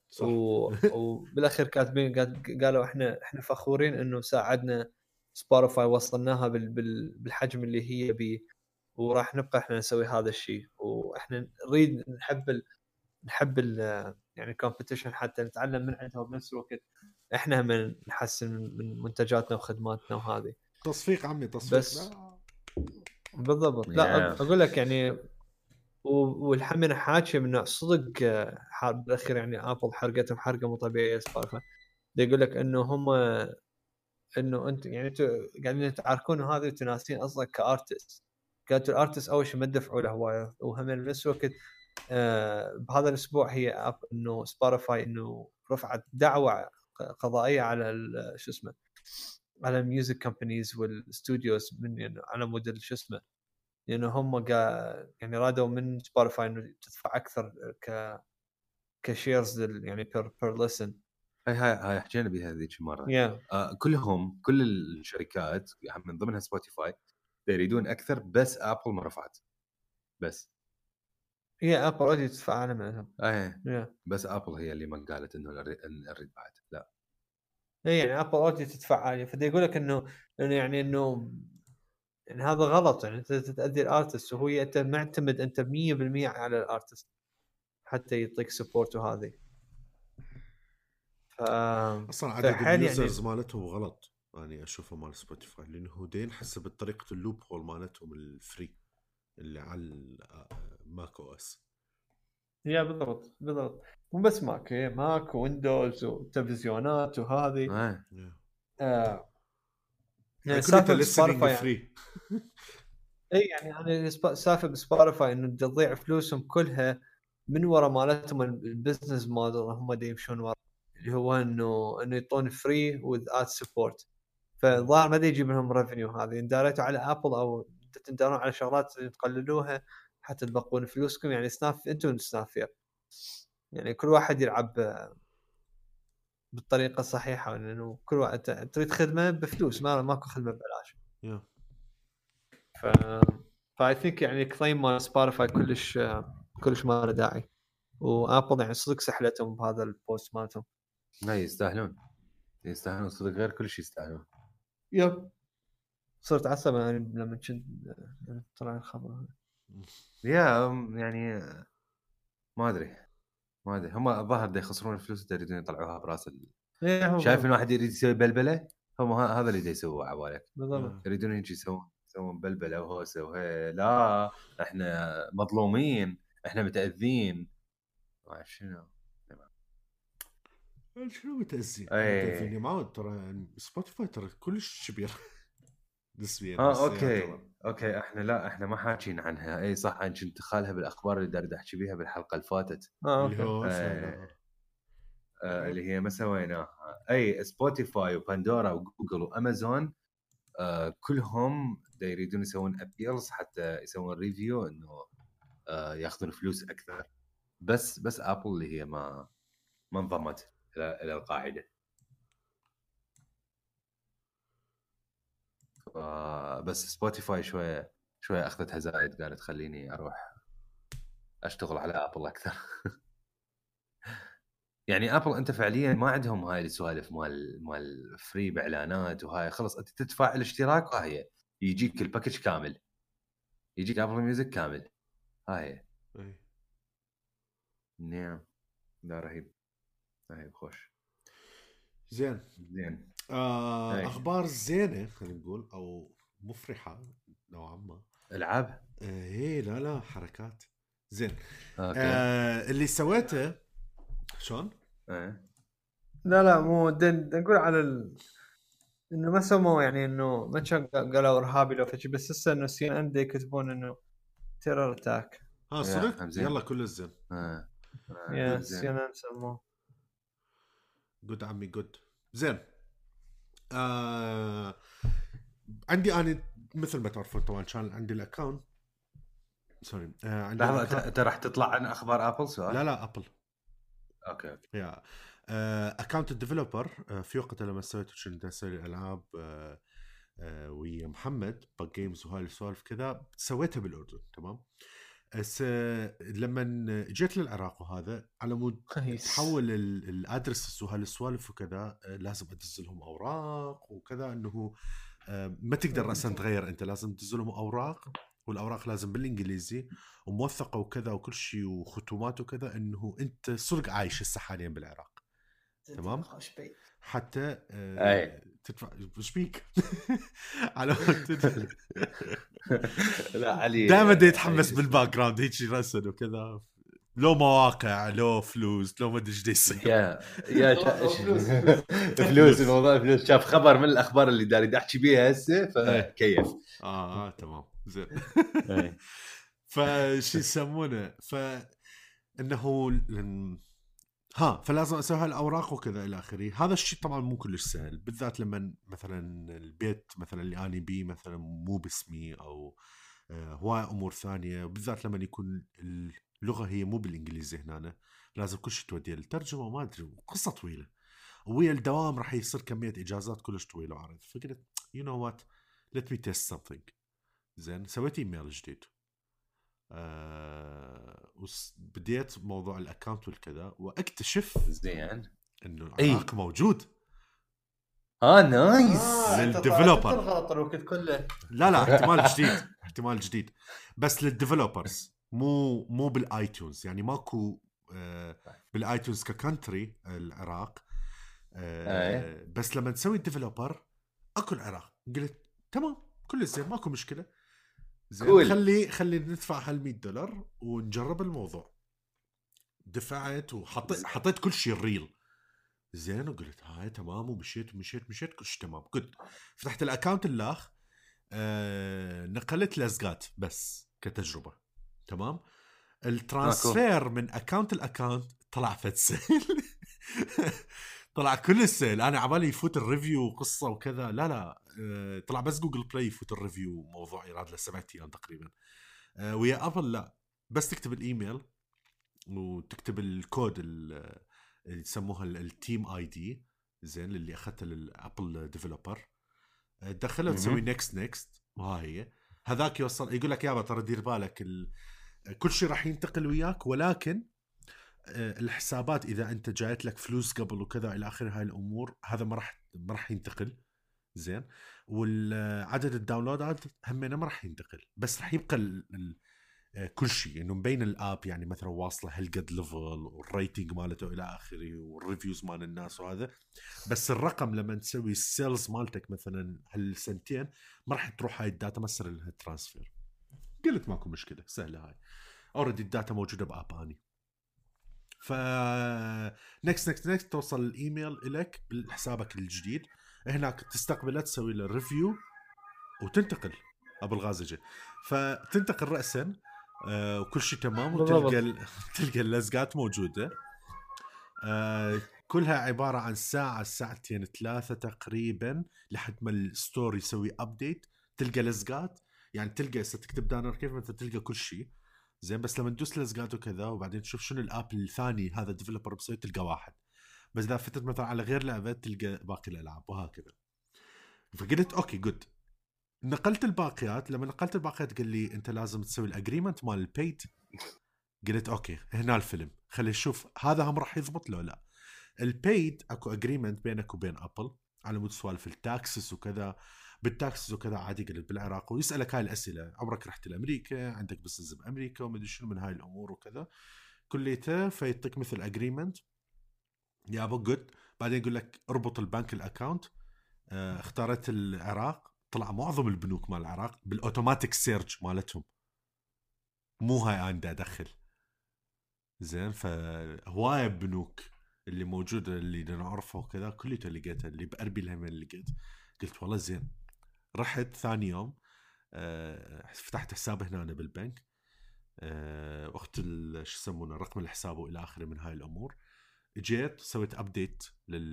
وبالاخير كاتبين قالوا احنا فخورين انه ساعدنا سبوتيفاي وصلناها بالحجم اللي هي بيه وراح نبقى احنا نسوي هذا الشيء واحنا نريد نحب يعني كومبيتيشن حتى نتعلم من عندها وبنفس الوقت احنا من نحسن من منتجاتنا وخدماتنا وهذه تصفيق عمي تصفيق بس بالضبط. لا اقول لك يعني والحمد حاكي من صدق بالاخير يعني ابل حرقتهم حرقه مو طبيعيه سبارفا يقول لك انه هم انه انت يعني انتوا قاعدين تعاركون هذه وتناسين اصلا كارتست. قالت الارتست اول شيء ما دفعوا له هوايه وهم بنفس الوقت بهذا الاسبوع هي انه سبوتيفاي انه رفعت دعوه قضائيه على شو اسمه على الميوزك كومبانيز والاستوديوز من يعني على موديل شو اسمه لانه هم يعني رادوا من سبوتيفاي انه تدفع اكثر كشيرز يعني بير ليسن. هاي حكينا بها ذيك المره. كل الشركات من ضمنها سبوتيفاي يريدون اكثر بس ابل ما رفعت. بس هي ابل اوريدي تدفع اعلى منها. بس ابل هي اللي ما قالت انه نريد بعد. لا يعني ابل اوريدي تدفع عاليه فدي يقول لك انه يعني يعني هذا غلط. يعني انت تأدي الارتست وهو انت معتمد انت 100% على الارتست حتى يعطيك سبورت وهذه. اصلا عدد اليوزرز يعني مالتهم غلط يعني اشوفه مال سبوتيفاي لانه دين حسب طريقه اللوب هول مالتهم الفري اللي على ماك او اس. يا بالضبط مو بس ماك ويندوز وتلفزيونات وهذه يعني سالفه سبوتيفاي فري. اي يعني سالفه بسبوتيفاي انه تضيع فلوسهم كلها من وراء مالتهم البزنس موديل هم يمشون ورا اللي هو انه يعطون فري وذ اد سبورت. فالظاهر ما يجيب لهم ريفينيو. هذه ان داريتوا على ابل او تدارون على شغلات تقللوها حتى تبقون فلوسكم. يعني سناف انتم سنافير يعني كل واحد يلعب بالطريقه الصحيحه لانه كل واحد تريد خدمه بفلوس ماكو خدمه ببلاش. فاي ثينك يعني كليم مال سبوتيفاي كلش ما له داعي وابل يعني صدق سحلتهم بهذا البوست مالتهم. لا يستاهلون صدق غير كل شيء يستاهلون. يب صرت عصبي يعني لما كنت طلع الخبر يعني ما ادري هم الظاهر دا يخسرون الفلوس يريدون يطلعوها براس شايف ان واحد يريد يسوي بلبله هم هذا اللي يسووا عبالك، بالضبط. يريدون يجي يسوون بلبله وهوسه وهي لا احنا مظلومين، احنا متاذين، شنو شنو متأذين؟ اي متأذين ما ترى سبوتيفاي ترى كلش كبير نسبيا. اوكي احنا ما حاكين عنها. اي صح، انا كنت خالها بالاخبار اللي دار احكي بيها بالحلقه اللي فاتت، اللي اوكي. هو اللي هي ما سويناها. اي سبوتيفاي وباندورا وجوجل وامازون كلهم دا يريدون يسوون ابيلز حتى يسوون ريفيو انه ياخذون فلوس اكثر، بس ابل اللي هي ما انضمت الى القاعده. بس سبوتيفاي شويه اخذتها زايد، قالت خليني اروح اشتغل على ابل اكثر. يعني ابل انت فعليا ما عندهم هاي السوالف مال فري باعلانات وهاي، خلص انت تدفع الاشتراك وهي يجيك الباكج كامل، يجيك ابل ميوزك كامل. هاي نعم، لا رهيب خوش. زين اخبار زينه خلينا نقول او مفرحه نوعا ما. العاب لا حركات زين. اللي سويته شلون؟ لا مو نقول على انه ما سموا، يعني انه ما كان قالوا ارهابي لو فشي، بس هسه انه سي ان دي يكتبون انه تيرر اتاك. صدق يلا كل الزين. يا سي ان سموه جود عمي جود. زين عندي انا مثل ما تعرفون طبعا كان عندي الاكونت سوري عندي انت راح تطلع عن اخبار ابل سؤال؟ لا ابل اوكي يا اكونت الديفلوبر في وقت لما سويت كنت اسوي العاب ويا محمد باك جيمز وهاي السوالف كذا، سويتها بالاردن تمام. بس لما جيت للعراق وهذا على مود تحول الادرس وهالسوالف وكذا لازم ادز لهم اوراق وكذا، انه ما تقدر راسا تغير، انت لازم تدز لهم اوراق، والاوراق لازم بالانجليزي وموثقه وكذا وكل شيء وختومات وكذا، انه انت صدق عايش هسه حاليا بالعراق تمام. حتى تدفع شبيك على لا علي دائما يتحمس بالباك جراوند هيك راسل وكذا، لو مواقع لو فلوس لو ما ادري ايش يصير. يا فلوس الموضوع فلوس. شاف خبر من الاخبار اللي داري احكي بيها هسه فكيف تمام زين. فشي يسمونه انه فلازم اسوي هالاوراق وكذا الى اخره. هذا الشيء طبعا مو كلش سهل، بالذات لما مثلا البيت مثلا اللي اني بيه مثلا مو باسمي او هواي امور ثانيه، بالذات لما يكون اللغه هي مو بالانجليزي هنا، لازم كل شيء توديه للترجمه وما ادري قصه طويله، ويا الدوام راح يصير كميه اجازات كلش طويله وعرض. فقلت you know what let me test something. زين سويت ايميل جديد وبديت موضوع الاكونت والكذا، واكتشف زين انه العراق موجود. نايس للديفلوبر. غلط الوقت كله. لا احتمال جديد بس للديفلوبرز، مو بالايتونز، يعني ماكو بالايتونز ككانتري العراق بس لما تسوي الديفلوبر اكو العراق. قلت تمام كل زين ماكو مشكله. زين خلي ندفع $100 ونجرب الموضوع. دفعت وحطيت كل شيء الريل زين، وقلت هاي تمام، ومشيت كل شيء تمام. قلت فتحت الاكاونت الاخ نقلت لزقات بس كتجربه تمام. الترانسفير من اكاونت الاكاونت طلع فتسهل. طلع كل السهل. انا عبالي يفوت الريفيو وقصه وكذا، لا طلع بس جوجل بلاي يفوت الريفيو. موضوع يراد له 7 ايام تقريبا. ويا ابل لا، بس تكتب الايميل وتكتب الكود اللي يسموها التيم اي دي زين، اللي اخذته للابل ديفلوبر، تدخله تسوي نيكست وها هي هذاك يوصل يقول لك يابا ترى دير بالك كل شيء راح ينتقل وياك، ولكن الحسابات اذا انت جايت لك فلوس قبل وكذا الى اخره هاي الامور، هذا ما راح ينتقل زين. والعدد الداونلودات همينه ما راح ينتقل، بس راح يبقى كل شيء انه مبين الاب يعني مثلا واصله هالقد ليفل والريتنج مالته الى اخره والريفيوز مال الناس وهذا. بس الرقم لما تسوي السيلز مالتك مثلا هالسنتين ما راح تروح هاي الداتا، ما تصير لها ترانسفير. قلت ماكو مشكله سهله هاي، اوريدي الداتا موجوده باباني. ف نكست توصل الايميل لك بحسابك الجديد، هناك تستقبله تسوي له ريفيو وتنتقل ابو الغازجه. فتنتقل راسا وكل شيء تمام، وتلقى تلقى اللزقات موجوده. كلها عباره عن ساعه ساعتين 3 تقريبا لحد ما الستوري يسوي ابديت. تلقى لزقات، يعني تلقى تكتب دانر كيف مثلا تلقى كل شيء زين، بس لما تدوس لزقات وكذا وبعدين تشوف شنو الاب الثاني هذا الديفلوبر بسوي تلقى واحد، بس اذا فتت مثلا على غير لعبه تلقى باقي الالعاب وهكذا. فقلت اوكي جود، نقلت الباقيات. لما نقلت الباقيات قال لي انت لازم تسوي الاجريمنت مال البيت. قلت اوكي هنا الفيلم، خلي نشوف هذا هم راح يضبط لو لا. البيد اكو اجريمنت بينك وبين ابل على مود سوالف التاكسس وكذا. بالتاكسس وكذا عادي قلت بالعراق، ويسالك هاي الاسئله: عمرك رحت لامريكا؟ عندك بزنس بامريكا؟ وما ادري شنو من هاي الامور وكذا كليته. فيعطيك مثل اجريمنت يا ابو جود. بعدين يقول لك اربط البنك الاكاونت. اختارت العراق، طلع معظم البنوك مال العراق بالاوتوماتيك سيرج مالتهم، مو هاي انا دا ادخل زين. فهوايه بنوك اللي موجوده اللي نعرفها وكذا كليته لقيتها، اللي باربيل هم لقيت. قلت والله زين. رحت ثاني يوم فتحت حساب هنا بالبنك، اخت شو يسمونه رقم الحساب والى اخره من هاي الامور. جيت سويت ابديت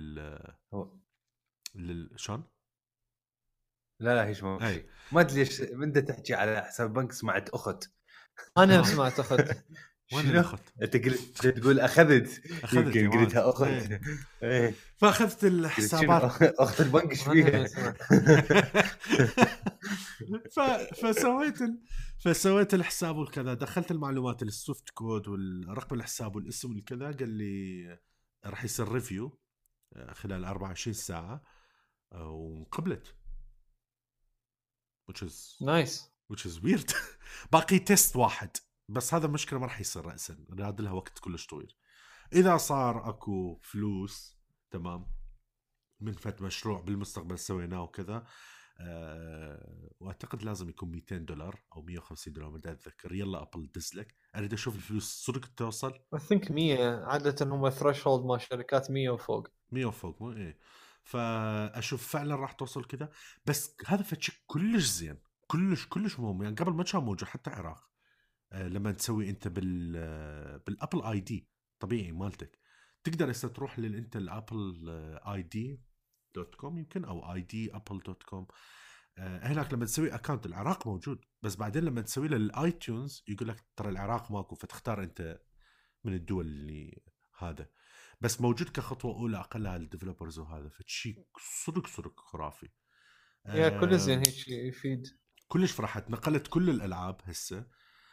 شلون؟ لا هيش ما ادري ليش انت تحكي على حساب بنك سمعت اخت. انا سمعت اخت. وين الاخت؟ انت قلت تقول اخذت يمكن قلتها اخت. فاخذت الحسابات. اخت البنك ايش فيها؟ فسويت الحساب والكذا، دخلت المعلومات السوفت كود والرقم الحساب والاسم والكذا. قال لي راح يصير ريفيو خلال 24 ساعة وقبلت. which is weird. باقي تيست واحد بس، هذا المشكلة ما راح يصير رأسا، هذا لها وقت كلش طويل. إذا صار أكو فلوس تمام من فت مشروع بالمستقبل سويناه وكذا، واعتقد لازم يكون $200 او $150 ما اتذكر. يلا ابل دزلك، اريد اشوف الفلوس صدق توصل. I think 100 عاده هم ثريشولد مال شركات 100 وفوق. 100 وفوق مو ايه. فاشوف فعلا راح توصل كذا. بس هذا فتش كلش زين، كلش مهم. يعني قبل ما كان موجود حتى العراق. لما تسوي انت بالابل اي دي طبيعي مالتك، تقدر هسه تروح انت الابل اي دي .com يمكن او idapple.com. هناك لما تسوي اكاونت العراق موجود، بس بعدين لما تسوي له الايتونز يقول لك ترى العراق ماكو، فتختار انت من الدول اللي هذا. بس موجود كخطوه اولى اقلها للديفلوبرز، وهذا فشيء صدق خرافي. يا كل زين هيك يفيد كلش فرحت. نقلت كل الالعاب هسه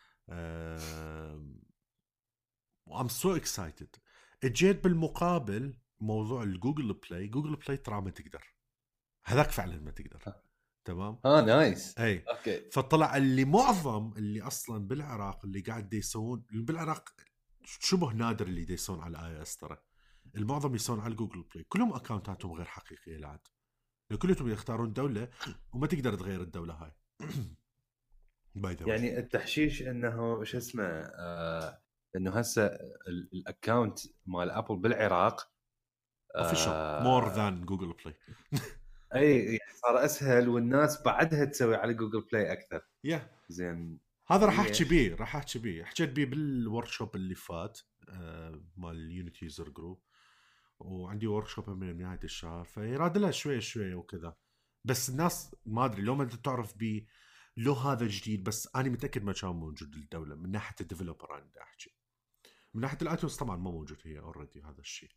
وام سو اكسايتد. اجيت بالمقابل موضوع الجوجل بلاي ترى ما تقدر، هذاك فعلا ما تقدر. تمام نايس. اي اوكي. فطلع اللي معظم اللي اصلا بالعراق اللي قاعد يسوون بالعراق شبه نادر اللي يسوون على اي اس، ترى المعظم يسوون على جوجل بلاي، كلهم اكاونتاتهم غير حقيقيه العاد، كلهم يختارون دوله وما تقدر تغير الدوله هاي. يعني التحشيش انه شو اسمه انه هسه الاكاونت مال ابل بالعراق اوفيشال مور ذان جوجل بلاي. اي صار اسهل والناس بعدها تسوي على جوجل بلاي اكثر. زين هذا راح احكي بيه حكيت بيه بالوركشوب اللي فات مال يونيتي يوزر جروب، وعندي وركشوب من نهايه الشهر، فيراد لها شوي وكذا. بس الناس ما ادري لو ما انت تعرف بيه لو هذا جديد، بس انا متاكد ما كان موجود الدوله من ناحيه الديفلوبر. انا احكي من ناحيه الايتونز طبعا ما موجود، هي اوريدي هذا الشيء.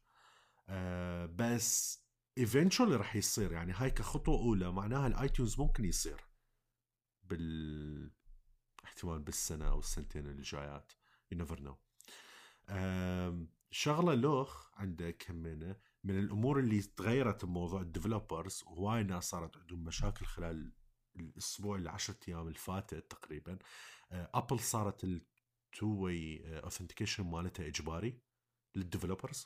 بس ايفينشولي راح يصير، يعني هاي كخطوه اولى معناها الايتونز ممكن يصير احتمال بالسنه او السنتين اللي جايات، you never know. شغله لوخ عندك همينه من الامور اللي تغيرت بموضوع الديفلوبرز، وهواي ناس صارت عندهم مشاكل خلال الاسبوع ال10 ايام الفاتت تقريبا ابل صارت التو واي اوثنتيكيشن مالتها اجباري للديفلوبرز.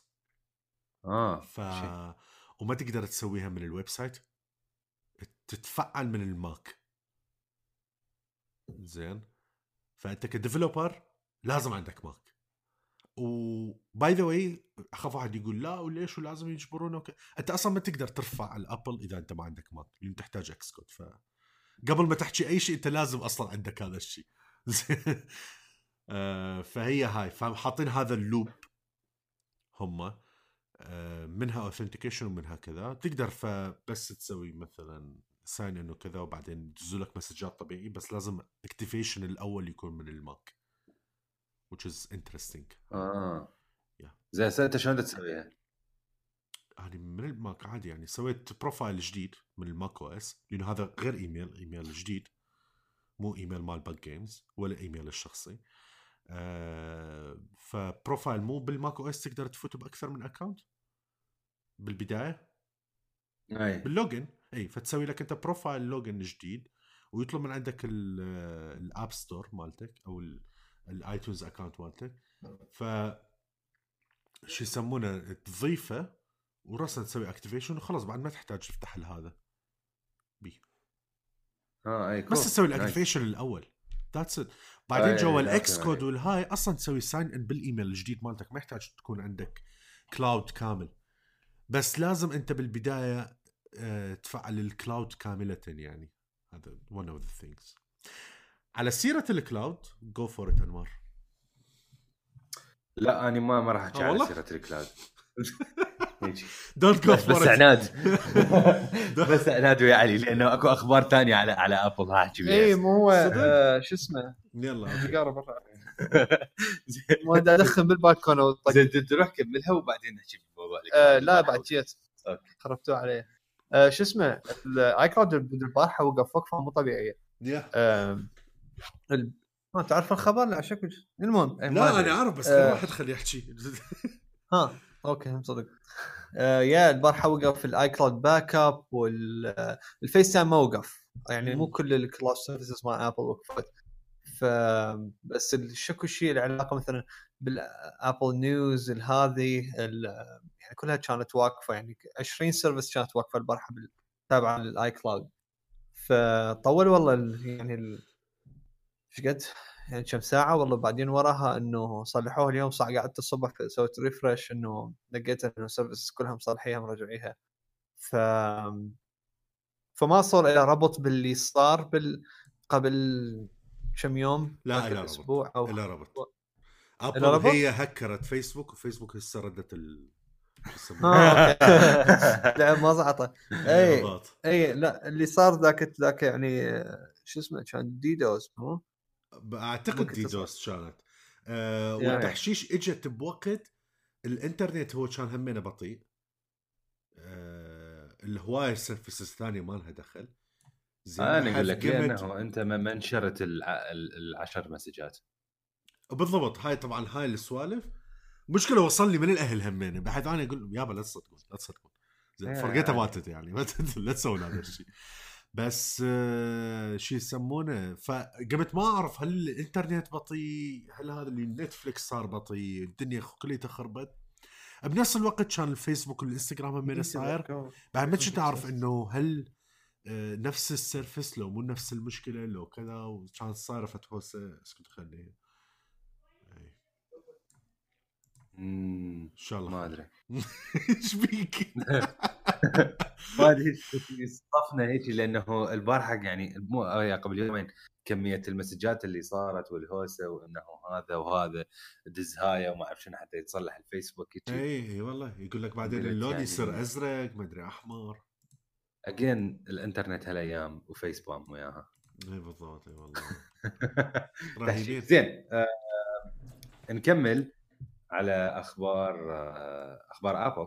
وما تقدر تسويها من الويب سايت، تتفعل من الماك. زين، فانت كديفلوبر لازم عندك ماك. وباي ذا واي اخاف واحد يقول لا وليش ولازم يجبرونك. انت اصلا ما تقدر ترفع الابل اذا انت ما عندك ماك، لان تحتاج اكس كود. فقبل ما تحكي اي شيء انت لازم اصلا عندك هذا الشيء. فهي هاي، فحاطين هذا اللوب هم منها اوثنتيكيشن ومنها كذا. تقدر فبس تسوي مثلا ساين انه كذا وبعدين يدزوا لك مسجات طبيعي، بس لازم اكتيفيشن الاول يكون من الماك، which is interesting. زين انت شلون تسويها؟ يعني من الماك عادي، يعني سويت بروفايل جديد من الماك او اس، لانه هذا غير ايميل جديد، مو ايميل مال باك جيمز ولا ايميل الشخصي. فبروفايل مو بالماك او اس تقدر تفوت باكثر من اكاونت بالبدايه باللوجن. اي فتسوي لك انت بروفايل لوجن جديد، ويطلب من عندك الاب ستور مالتك او الايتونز اكاونت مالتك. ف شو يسمونه، تضيفه وراسا تسوي اكتيفيشن وخلاص، بعد ما تحتاج تفتح هذا بي. اي بس تسوي الاكتيفيشن الاول، ذاتس ات. بعدين جوا الاكس كود والهاي اصلا تسوي ساين ان بالايميل الجديد مالتك، ما يحتاج تكون عندك كلاود كامل. بس لازم انت بالبدايه تفعل الكلاود كامله، يعني هذا one of the things. على سيره الكلاود جو فور ات انوار. لا انا ما راح احكي على سيره الكلاود. دونت جو فور بس عناد. بس عناد ويا علي، لانه اكو اخبار تانية على ابل راح احكي بيها. اي مو هو شو اسمه، يلا سيجاره برا ما دا ادخل بالبالكون وطق. زين تروح كملها وبعدين نحكي بالموضوع. لا بعد جيت خربتوه عليه. شو اسمه الاي كلاود البارحه وقف مو طبيعيه. ما تعرف الخبر؟ لا شكل. المهم لا انا عارف، بس كل واحد خليه يحكي. اوكي صدق. يا البارحه وقف الاي كلاود باك اب والفيس تايم ما وقف، يعني مو كل الكلاود سيرفيسز مع ابل وقفت. فبس الشكو شيء العلاقه مثلا بالابل نيوز هذه يعني كلها كانت واقفه، يعني 20 سيرفيس كانت واقفه البارحه تابعه للاي كلاود. فطول والله يعني ايش قد يعني كم ساعه والله. بعدين وراها انه صلحوه اليوم قعدت الصبح سويت ريفرش انه لقيت انه السيرفيسز كلها مصلحيها مرجعيها. فما صار الى ربط باللي صار قبل كم يوم. لا الى اسبوع او الى ربط. ابل هي هكرت فيسبوك وفيسبوك هسه ردت لا ما زعطه. اي لا اللي صار ذاك يعني شو اسمه كان ديدوس، مو اعتقد ديدوس كانت والتحشيش اجت بوقت الانترنت هو كان همينه بطيء. الهواية سيرفيسز ثانية ما لها دخل. انا اقول لك لانه انت ما منشرت ال10 مسجات بالضبط. هاي طبعا هاي السوالف مشكله وصل لي من الاهل همين، بحيث انا اقول يابا لا تصدقون زين فرقيتها ماتت يعني لا تسوون هذا الشيء. بس شيء يسمونه، فقمت ما اعرف هل الانترنت بطيء، هل هذا اللي نتفليكس صار بطيء، الدنيا كلها تخربت. بنفس الوقت كان الفيسبوك والانستغرام همين صاير. بعد ما كنت اعرف انه هل نفس السيرفس لو مو نفس المشكله لو كذا، وكانت صايره فتوسه اسكت خليها ان شاء الله. ما ادري ايش بيك. ما ادري صفنا هيك، لانه البارحه يعني مو قبل يومين كميه المسجات اللي صارت والهوسه، وانه هذا وهذا دز هاي وما اعرف شنو حتى يتصلح الفيسبوك. اي والله يقول لك بعدين اللون يعني يصير ازرق ما ادري احمر. اجين الانترنت هالايام وفيسبوك وياها. اي بالضبط. اي والله رهيبين. زين نكمل على اخبار ابل.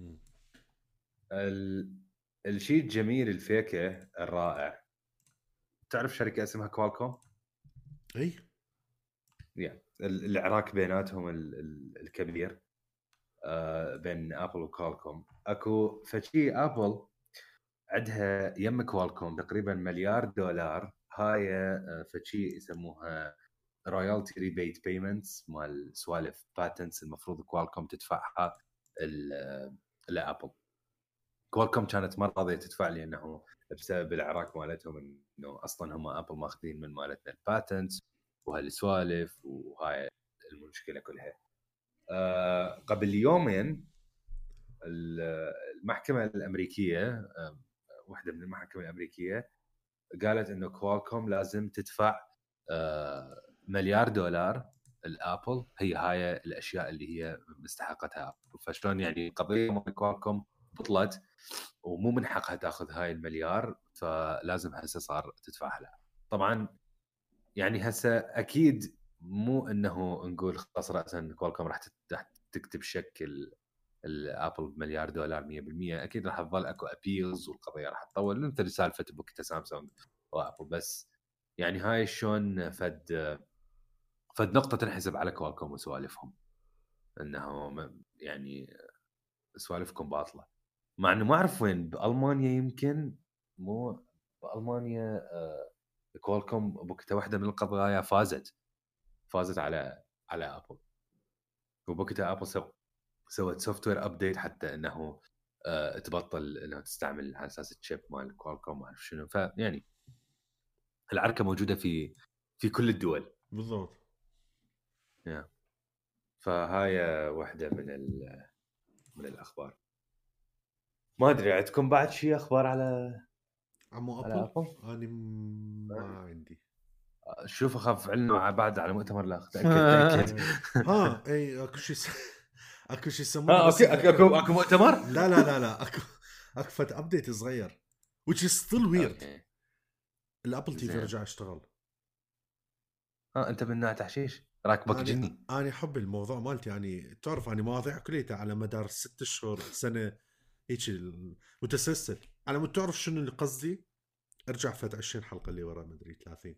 الشيء الجميل الفيكه الرائع، تعرف شركه اسمها كوالكوم؟ اي يعني العراك بيناتهم الكبير بين ابل وكوالكوم. اكو فشي ابل عندها يم كوالكوم تقريبا $1 مليار. هاي فشي يسموها رويالتي ريبيت بيمنتس مال سوالف باتنتس المفروض كوالكوم تدفعها لابل. كوالكوم كانت ما راضيه تدفع لانه بسبب العراك مالتهم انه اصلا هم ابل ماخذين من مالتنا الباتنتس وهالسوالف وهاي المشكله كلها. قبل يومين المحكمه الامريكيه واحده من المحاكم الامريكيه قالت انه كوالكوم لازم تدفع $1 مليار الابل. هي هاي الاشياء اللي هي مستحقتها ابل. فشلون يعني قضيه مال كوالكوم بطلت ومو من حقها تاخذ هاي $1 مليار، فلازم هسه صار تدفعها لها. طبعا يعني هسه اكيد مو انه نقول خلاص راسا كوالكوم راح تكتب شكل الابل $1 مليار 100%. اكيد راح تظل اكو ابيلز والقضيه راح تطول مثل سالفه بوكيتا سامسونج وابل. بس يعني هاي شلون فد نقطه تنحسب على كوالكوم وسوالفهم انه يعني سوالفكم باطله. مع انه ما اعرف وين بالمانيا، يمكن مو بالمانيا كوالكوم بوكيتا واحده من القضايا فازت على ابل. وبوكيتا ابل سوت سوفت وير ابديت حتى انه تبطل انها تستعمل على اساس الشيب مال كوالكوم ما اعرف شنو. فيعني العركه موجوده في كل الدول بالضبط. فهاي واحده من الاخبار. ما ادري عندكم بعد شيء اخبار على عمو على ابل؟ ابل؟ انا ما عندي. شوف اخاف علنا بعد على مؤتمر لا تاكد. ها اي اكو شيء اكو شيء يسمونه اوكي اكو مؤتمر. لا اكو فت ابديت صغير which is still weird. الابل تي في رجع يشتغل. انت من نوع تحشيش راكبك جني. انا احب الموضوع مالتي، يعني تعرف اني مواضيع كليتها على مدار 6 شهور سنه هيك متسلسل. على مود تعرف شنو اللي قصدي، ارجع فت 20 حلقه اللي ورا مدري 30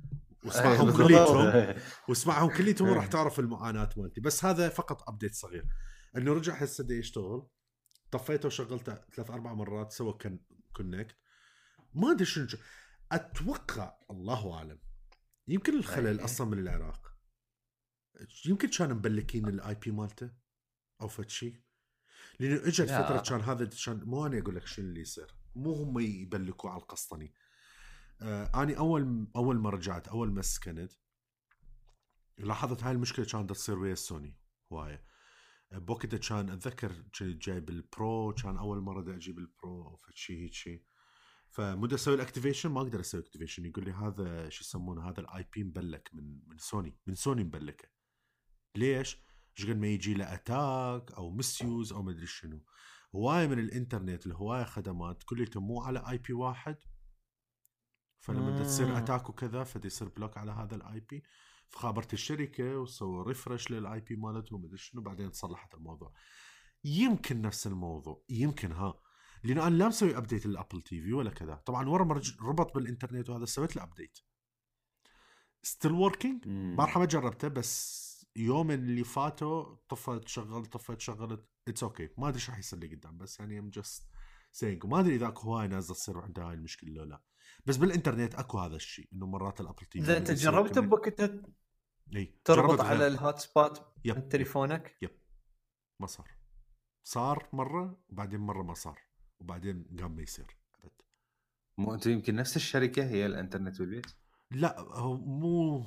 واسمعهم كليتهم راح تعرف المعاناه مالتي. بس هذا فقط ابديت صغير انه رجع هسه دا يشتغل. طفيته وشغلته 3-4 مرات سوى كونكت. ما ادري شنو اتوقع، الله اعلم، يمكن الخلل اصلا من العراق. يمكن كانوا مبلكين الاي بي مالته او فد شيء، لانه اجت فتره كان هذا كان مو انا اقول لك شنو اللي يصير، مو هم يبلكوا على القسطني. اني اول ما رجعت اول ما سكنت لاحظت هاي المشكله كانت تصير ويا سوني هوايه. بوكيتا كان اتذكر جايب البرو، كان اول مره دا اجيب البرو او فد شيء هيك شيء. فمدة اسوي الاكتيفيشن ما اقدر اسوي اكتيفيشن، يقول لي هذا شو يسمونه هذا الاي بي مبلك من سوني مبلكه. ليش؟ شقد ما يجي له اتاك او مسيوز او مدري شنو. هوايه من الانترنت الهوايه خدمات كليتهم مو على اي بي واحد، فلما تصير اتاك وكذا فدي يصير بلوك على هذا الاي بي. فخابرت الشركه وسووا ريفرش للاي بي مالتهم مدري شنو، بعدين تصلحت الموضوع. يمكن نفس الموضوع، يمكن لانه انا لا مسوي ابديت للابل تي في ولا كذا. طبعا ورا ما ربط بالانترنت وهذا سويت له ابديت ستيل وركينج. بارحه ما جربته، بس يوم اللي فاتوا طفت شغلت اتس اوكي. ما ادري شو راح يصير لي قدام، بس يعني ام جاست سينج. وما ادري اذا اكو هواي ناس تصير عندها هاي المشكله ولا لا، بس بالانترنت اكو هذا الشيء انه مرات الابل تي في اذا انت جربت بوقتها تربط على الهوت سبوت من تليفونك. ما صار مره وبعدين مره ما صار وبعدين قام ما يصير ابد. مو انت يمكن نفس الشركه هي الانترنت بالبيت؟ لا هو مو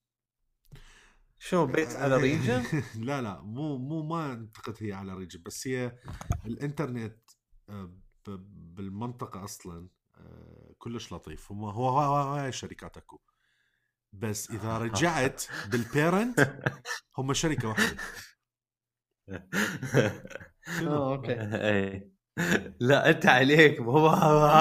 شو بيت على ريجن. لا مو ما اعتقد هي على ريجن، بس هي الانترنت بالمنطقه اصلا كلش لطيف. هو هاي الشركات اكو، بس اذا رجعت بالبيرنت هم شركه واحده. اوكي. لا انت عليك ما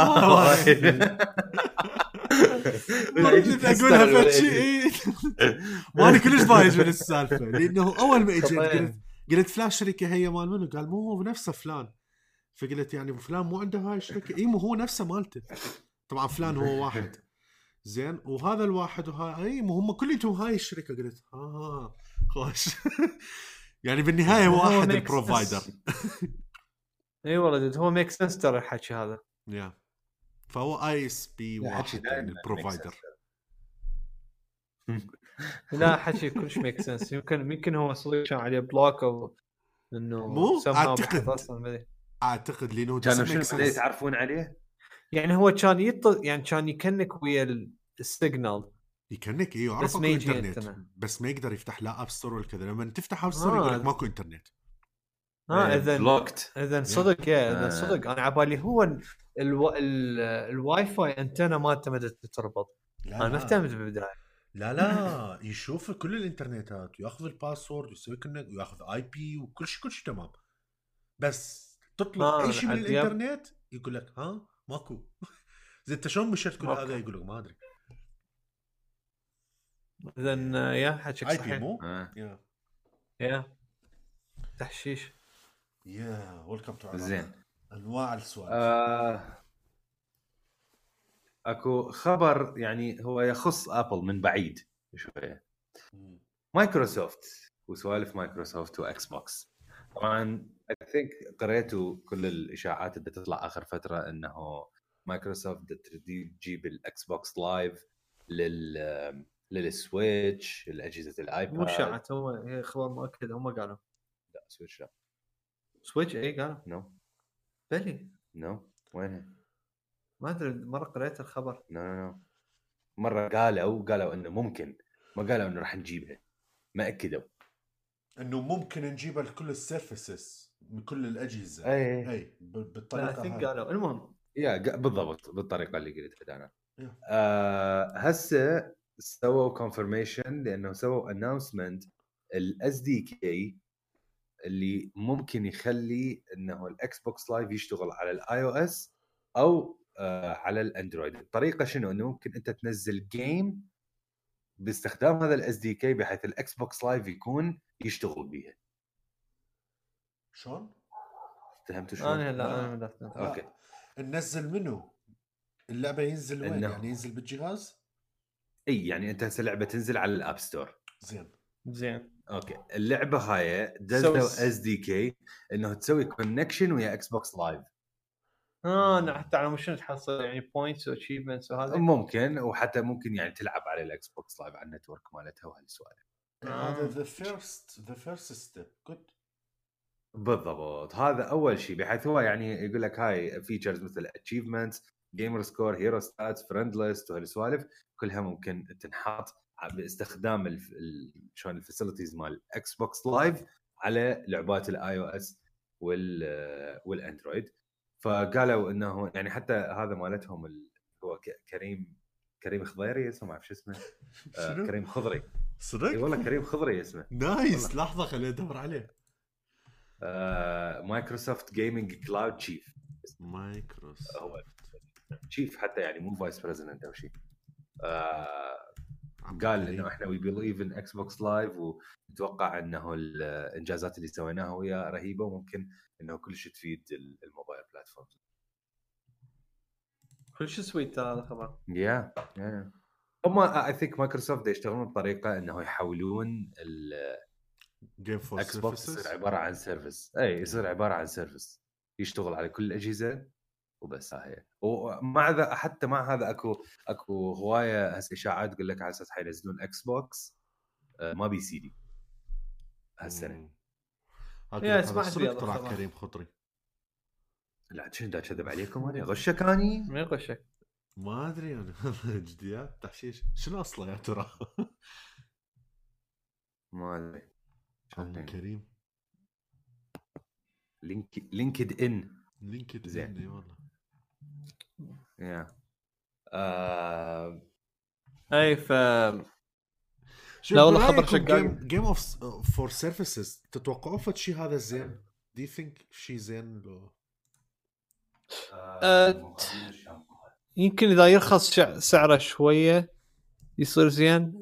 اقولها فشي ما انا كلش ضايج من السالفه، لانه اول ما اجيت قلت فلان شركه هي مال منو؟ قال مو هو نفسه فلان. فقلت يعني فلان مو عنده هاي الشركه؟ اي مو هو نفسه مالته. طبعا فلان هو واحد زين وهذا الواحد وهاي اي مو هم كلهم هاي الشركه. قلت خوش يعني بالنهايه واحد البروفايدر. اي والله هو ميك سنس ترى الحكي هذا. فهو اي اس بي واحد يعني بروفايدر. لا حكي كلش ميك سنس. يمكن هو صدق كان عليه بلوك او انه مو اعتقد لانه كانوا شنو بدأوا يتعرفون عليه. يعني هو كان يعني كان يكنك ويا السيجنال يكنك ايوه عرف اكو انترنت بس ما يقدر يفتح لا اب ستور ولا كذا. لما تفتح اب ستور يقول لك ماكو انترنت. اذا بلوكت. اذا صدق اذا صدق انا عبالي هو الواي فاي انتنا ما تمدت تربط. انا ما افتهمت بالبدايه. لا يشوف كل الانترنتات وياخذ الباسورد ويسوي كونكت وياخذ اي بي وكل شيء تمام. بس تطلب اي شيء من الانترنت يقول لك ها ماكو. زي انت شلون مشيت كل هذا يقول لك ما ادري. اذن يا حكيك صحيح. اي بي مو يا تحشيش. يا ويلكم تو زين انواع السؤال. اكو خبر يعني هو يخص ابل من بعيد شويه. مايكروسوفت وسوالف مايكروسوفت واكس بوكس. طبعا I think قريتوا كل الاشاعات اللي تطلع اخر فتره انه مايكروسوفت تجيب الاكس بوكس لايف للسويتش الاجهزه الايباد. مو اشاعات هي خبر مؤكد. هم قالوا لا سويتش لا. سويتش اي قالوا نو بلي نو وينها ما ادري. مره قريت الخبر. نو مره قالوا انه ممكن. ما قالوا انه راح نجيبها. ما اكدوا انه ممكن نجيبها لكل السيرفيسز من كل الاجهزه. اي بالطريقه هاي قالوا. المهم بالضبط بالطريقه اللي قلتها انا. هسه سووا كونفرميشن لانه سووا اناونسمنت الاس دي كي اللي ممكن يخلي انه الاكس بوكس لايف يشتغل على الاي او اس او على الاندرويد. الطريقه شنو؟ انه ممكن انت تنزل جيم باستخدام هذا الاس دي كي بحيث الاكس بوكس لايف يكون يشتغل بيها. شلون فهمتوا شلون؟ انا اوكي. ننزل منه اللعبه ينزل وين؟ يعني ينزل بالجهاز. اي يعني انت هسه لعبه تنزل على الاب ستور. زين اوكي. اللعبه هاي دزوا اس دي كي انه تسوي كونكشن ويا اكس بوكس لايف. حتى على مشان تحصل يعني بوينتس واتشيفمنتس وهذا ممكن. وحتى ممكن يعني تلعب على الاكس بوكس لايف على النتورك مالتها وهالسوالف. هذا ذا فيرست ستيب. جود بالضبط. هذا اول شيء بحيث هو يعني يقول لك هاي فيتشرز مثل اتشيفمنتس جيمر سكور هيرو ستاتس فريند ليست وهالسوالف كلها ممكن تنحط باستخدام شلون الفاسيلتيز مال اكس بوكس لايف على لعبات الاي او اس والاندرويد. فقالوا انه يعني حتى هذا مالتهم هو كريم خضيري اسمه ما اعرف شو اسمه. كريم خضري صدق. اي والله كريم خضري اسمه. نايس. لحظه خليني ادور عليه. مايكروسوفت جيمنج كلاود تشيف. مايكروسوفت هو تشيف حتى يعني مو فايس بريزيدنت او شيء. قال انه احنا وي بيليف ان اكس بوكس لايف ونتوقع انه الانجازات اللي سويناها ويا رهيبه وممكن انه كل شيء تفيد الموبايل بلاتفورم. كل شيء سويت ترى هذا خبر. يا هم اي ثينك مايكروسوفت يشتغلون بطريقه انه يحولون جيم فور اكس بوكس يصير عباره عن سيرفيس. يصير عباره عن سيرفيس يشتغل على كل الاجهزه وبس. هاي ومع ذا حتى مع هذا اكو هوايه اشاعات تقول لك على اساس حينزلون اكس بوكس ما بي سي دي هالسنه. يا سمعت بيه طلع كريم خضري. لا شنو دا كذب عليكم انا غشك اني ما يغشك ما ادري انا. جديات تحشيش شنو اصله يا ترى؟ ما ادري. كريم لينكد ان زين. اي والله. يا اي ف لا والله خبر شقاق. جيم اوف فور سيرفيسز تتوقعوا فد شيء هذا زين؟ دي ثينك شيء زين لو يمكن اذا يرخص سعره شويه يصير زين.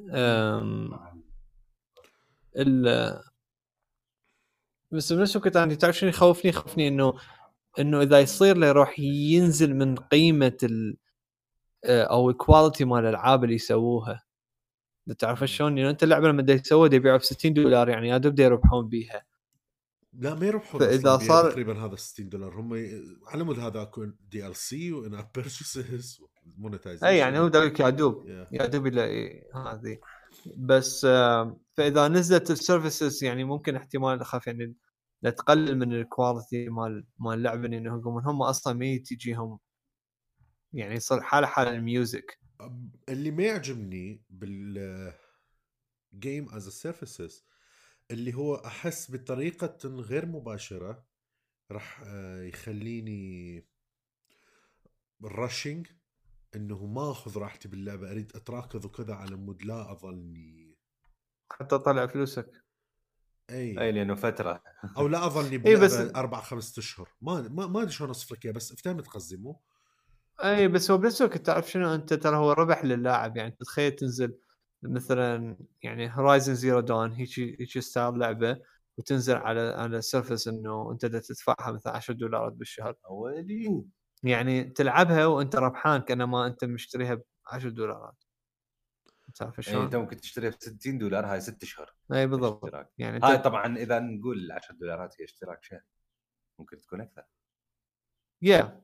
بس بنفس الوقت عندي تعرف شنو يخوفني انه اذا يصير له يروح ينزل من قيمه او الكواليتي مال الالعاب اللي يسووها. تعرف شلون؟ يعني انت اللعبه لما يسووها يبيعوا ب $60 يعني يا دوب يربحون بيها. لا ما يربحون فإذا أصلاً صار تقريبا هذا $60 هم على مود هذا اكون DLC وان اب بيرشيسز مونتايزيشن. اي يعني هو داك يعدوب Yeah. يعدوب الى هذه بس فاذا نزلت السيرفيسز يعني ممكن احتمال اخاف يعني لا تقلل من الكواليتي مال اللعبه لانه هم اصلا ما تجيهم يعني يصير حاله الميوزك. اللي ما يعجبني بال جيم از سيرفيسز اللي هو احس بطريقه غير مباشره راح يخليني راشينج انه ما اخذ راحتي باللعبه، اريد اتراكض وكذا على مود لا اظلني حتى طلع فلوسك. اي لانه فتره او لا اظلني اي بس بلعبه 4-5 اشهر ما ادري شلون اوصف لك اياه، بس فهمت قصدي مو؟ اي بس هو بنفس الوقت تعرف شنو انت ترى هو ربح للاعب يعني تتخيل تنزل مثلا يعني هورايزن زيرو دون هيك ستايل لعبه وتنزل على سيرفس انه انت تدفعها مثلا $10 بالشهر اولي يعني تلعبها وانت ربحان كانما انت مشتريها $10. تعرف اي شلون؟ انت ممكن تشتريها $60 هاي 6 اشهر اي بالضبط اشتراك. يعني هاي طبعا اذا نقول $10 هي اشتراك شهري، ممكن تكون اكثر. يا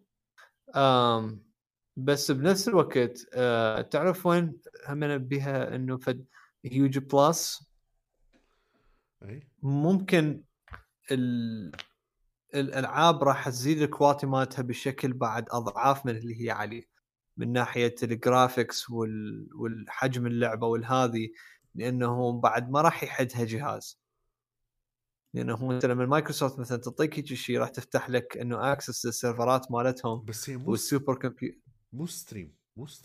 بس بنفس الوقت تعرف وين هم بها انه فد هيوج بلس اي ممكن الالعاب راح تزيد الكواليتي مالتها بشكل بعد اضعاف من اللي هي عليه من ناحيه الجرافيكس والحجم اللعبه والهذه لانه بعد ما راح يحدها جهاز لانه انت لما مايكروسوفت مثلا تعطيك هيك شيء راح تفتح لك انه اكسس للسيرفرات مالتهم بس هي والسوبر كمبيوتر مو ستريم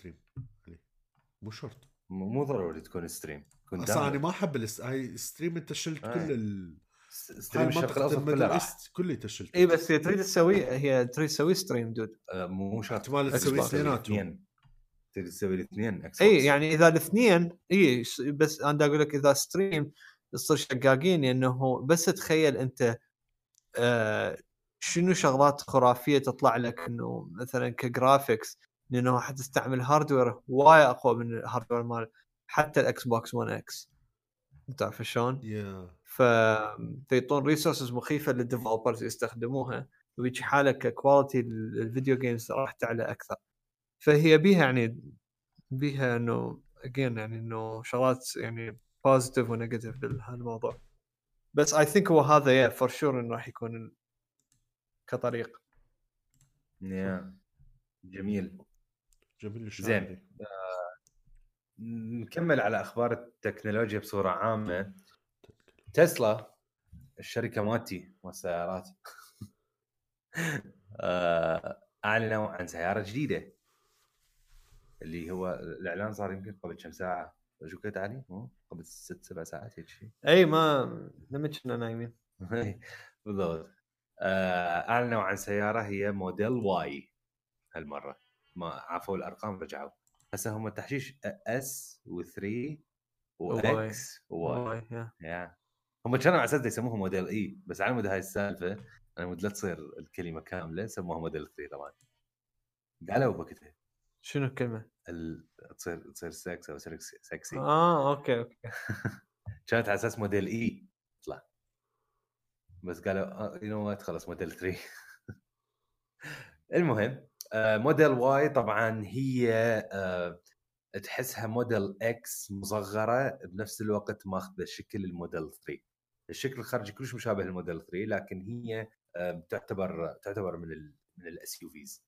مو شرط مو ضروري تكون ستريم، تكون اصلا انا داونلود. ما احب هاي ستريم انت شلت كل ستريم الشرق الاوسط كله راح. كله تشلت. اي بس هي تريد تسوي ستريم دود مو شرط احتمال تسوي اثنيناتهم. اثنين، تقدر تسوي الاثنين اكس اي يعني اذا الاثنين اي بس انا اقول لك اذا ستريم تصير شقاقين لانه بس تخيل انت شنو شغلات خرافيه تطلع لك انه مثلا كجرافيكس لانه حتستعمل هاردوير وايد اقوى من الهاردوير مال حتى الاكس بوكس 1 اكس تعرف شلون؟ فيعطون ريسورسز مخيفه للديفلوبرز يستخدموها وبيجي حاله ككواليتي الفيديو جيمز راح تعلى اكثر. فهي بيها يعني بيها انه اجين يعني انه شغلات يعني بوزيتيف ونيجاتيف بهالموضوع بس اي ثينك هو هذا يا فور شور انه راح يكون كطريق. جميل جميل. زين نكمل على اخبار التكنولوجيا بصوره عامه. تسلا الشركه مالتي والسيارات اعلنوا عن سياره جديده اللي هو الاعلان صار يمكن قبل كم ساعه، شو كنت علي قبل 6-7 ساعات هيك شيء. اي ما لما كنا نايمين بالضبط. اعلنوا عن سياره هي موديل واي هالمره، ما عفوا الارقام رجعوا هسه هم تحشيش اس و3 واكس وواي. هم كانوا على اساس يسموها موديل اي بس على مود هاي السالفه انا مود لا تصير الكلمه كامله سموها موديل 3 طبعا قالوا بوقتها شنو الكلمه تصير سكس او سكسي. اوكي كانت على اساس موديل اي طلع بس قالوا يو خلص موديل 3. المهم موديل واي طبعا هي تحسها موديل اكس مصغره بنفس الوقت ماخذه شكل الموديل 3. الشكل الخارجي كلش مشابه للموديل 3 لكن هي تعتبر من الاس يو فيز.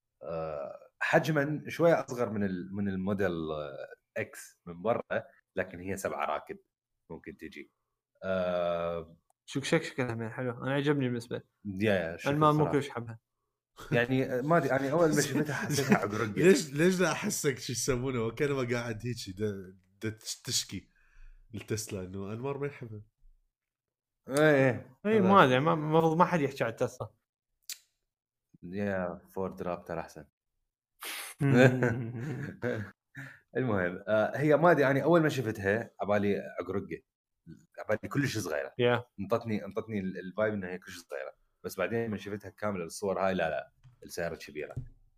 حجما شويه اصغر من الموديل اكس من برا لكن هي 7 راكب ممكن تجي. شو شكلها حلو انا عجبني بالنسبه انا ما مو كلش حبها يعني ما ادري يعني اول ما شفتها حسيتها عقرقه. ليش لا احسك شو يسمونه وكانما قاعد هيك تشكي التسلا انه انمار ما يحبها. اي ما ادري المفروض ما حد يحكي عن تسلا. يا فورد رابتر احسن. المهم هي ما ادري يعني اول ما شفتها عبالي عقرقه عبالي كلش صغيره انطتني الفايب انها هي كلش صغيره بس بعدين لما شفتها كامله الصور هاي لا السياره كبيره.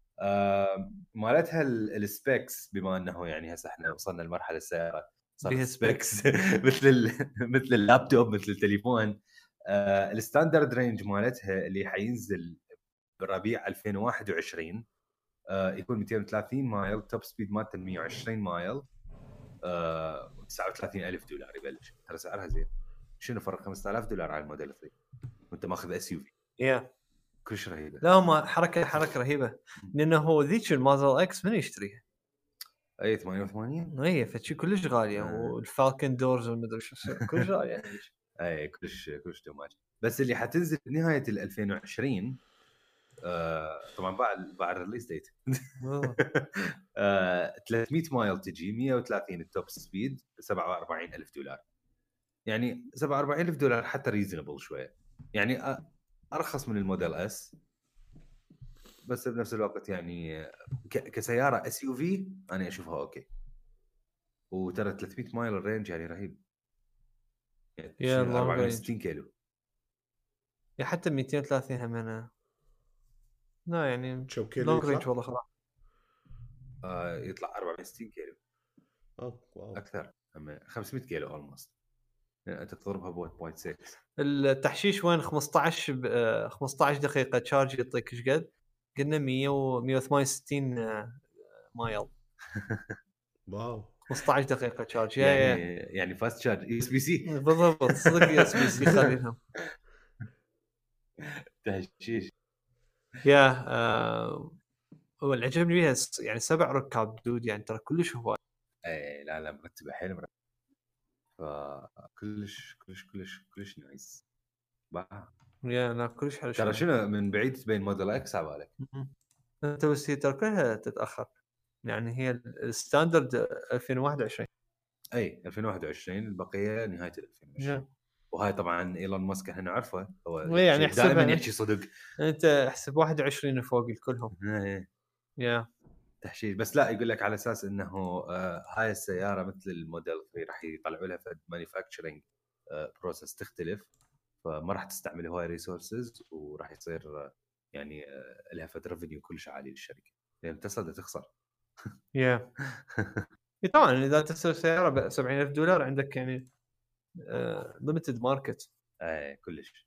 مالتها السبيكس بما انه يعني هسه احنا وصلنا لمرحله السياره صار سبيكس مثل اللابتوب مثل التليفون. الستاندرد رينج مالتها اللي حينزل بربيع 2021 يكون 230 مايل، توب سبيد مالته 120 مايل، $39,000 يبلش. ترى سعرها زين. شنو فرق $5,000 على الموديل 3 وانت ماخذ اس يو في؟ يا كلش رهيبه. لا ما حركه رهيبه، لانه هو ذيك المازل اكس من يشتريها؟ اي 88 اي فشي كلش غاليه، والفالكن دورز والمدري شو كلش غاليه. اي كلش توماش. بس اللي حتنزل بنهايه 2020 طبعا بعد الريليز ديت 300 مايل تجي 130 التوب سبيد $47,000. يعني $47,000 حتى ريزونبل شويه، يعني ارخص من الموديل اس، بس بنفس الوقت يعني كسياره اس يو في انا اشوفها اوكي. وترى 300 مايل الرينج يعني رهيب، يعني يا 64 كيلو. يا حتى 230 هم انا لا يعني شو كيلو لونج رينج يطلع؟ والله خلاص. يطلع 64 كيلو واو. اكثر، 500 كيلو اولموست. يعني انت تضربها ب 1.6. التحشيش وين 15 دقيقه تشارج يعطيك ايش قد؟ قلنا 168 مايل. واو 15 دقيقه تشارج يعني فاست تشارج اس بي سي بالضبط. صدق اس بي سي خلينهم تهشيش. يا واللي عجبني بيها يعني 7 ركاب دود، يعني ترى كلش هواي. اي لا مرتبه حيل مرتبه، كلش نايس. يا لا كلش حلو. ترى شنو من بعيد تبين موديل اكس على بالك انت بس هي ترى كلها تتاخر، يعني هي الستاندرد 2021. اي 2021 البقيه نهايه 2020. وهاي طبعا ايلون ماسك احنا نعرفه هو يعني دائما يحكي صدق. انت احسب 21 فوق الكلهم. يا تحشيش. بس لا يقول لك على اساس انه هاي السياره مثل الموديل 3 راح يطلعوا لها فد مانيفاكتشرنج بروسس تختلف، فما راح تستعمل هواي ريسورسز، وراح يصير يعني لها فد ريفينيو كلش عالي للشركه، لان تسلا تخسر. يا طبعا اذا تسوي سياره ب $70,000 عندك يعني ليمتد ماركت. اي كلش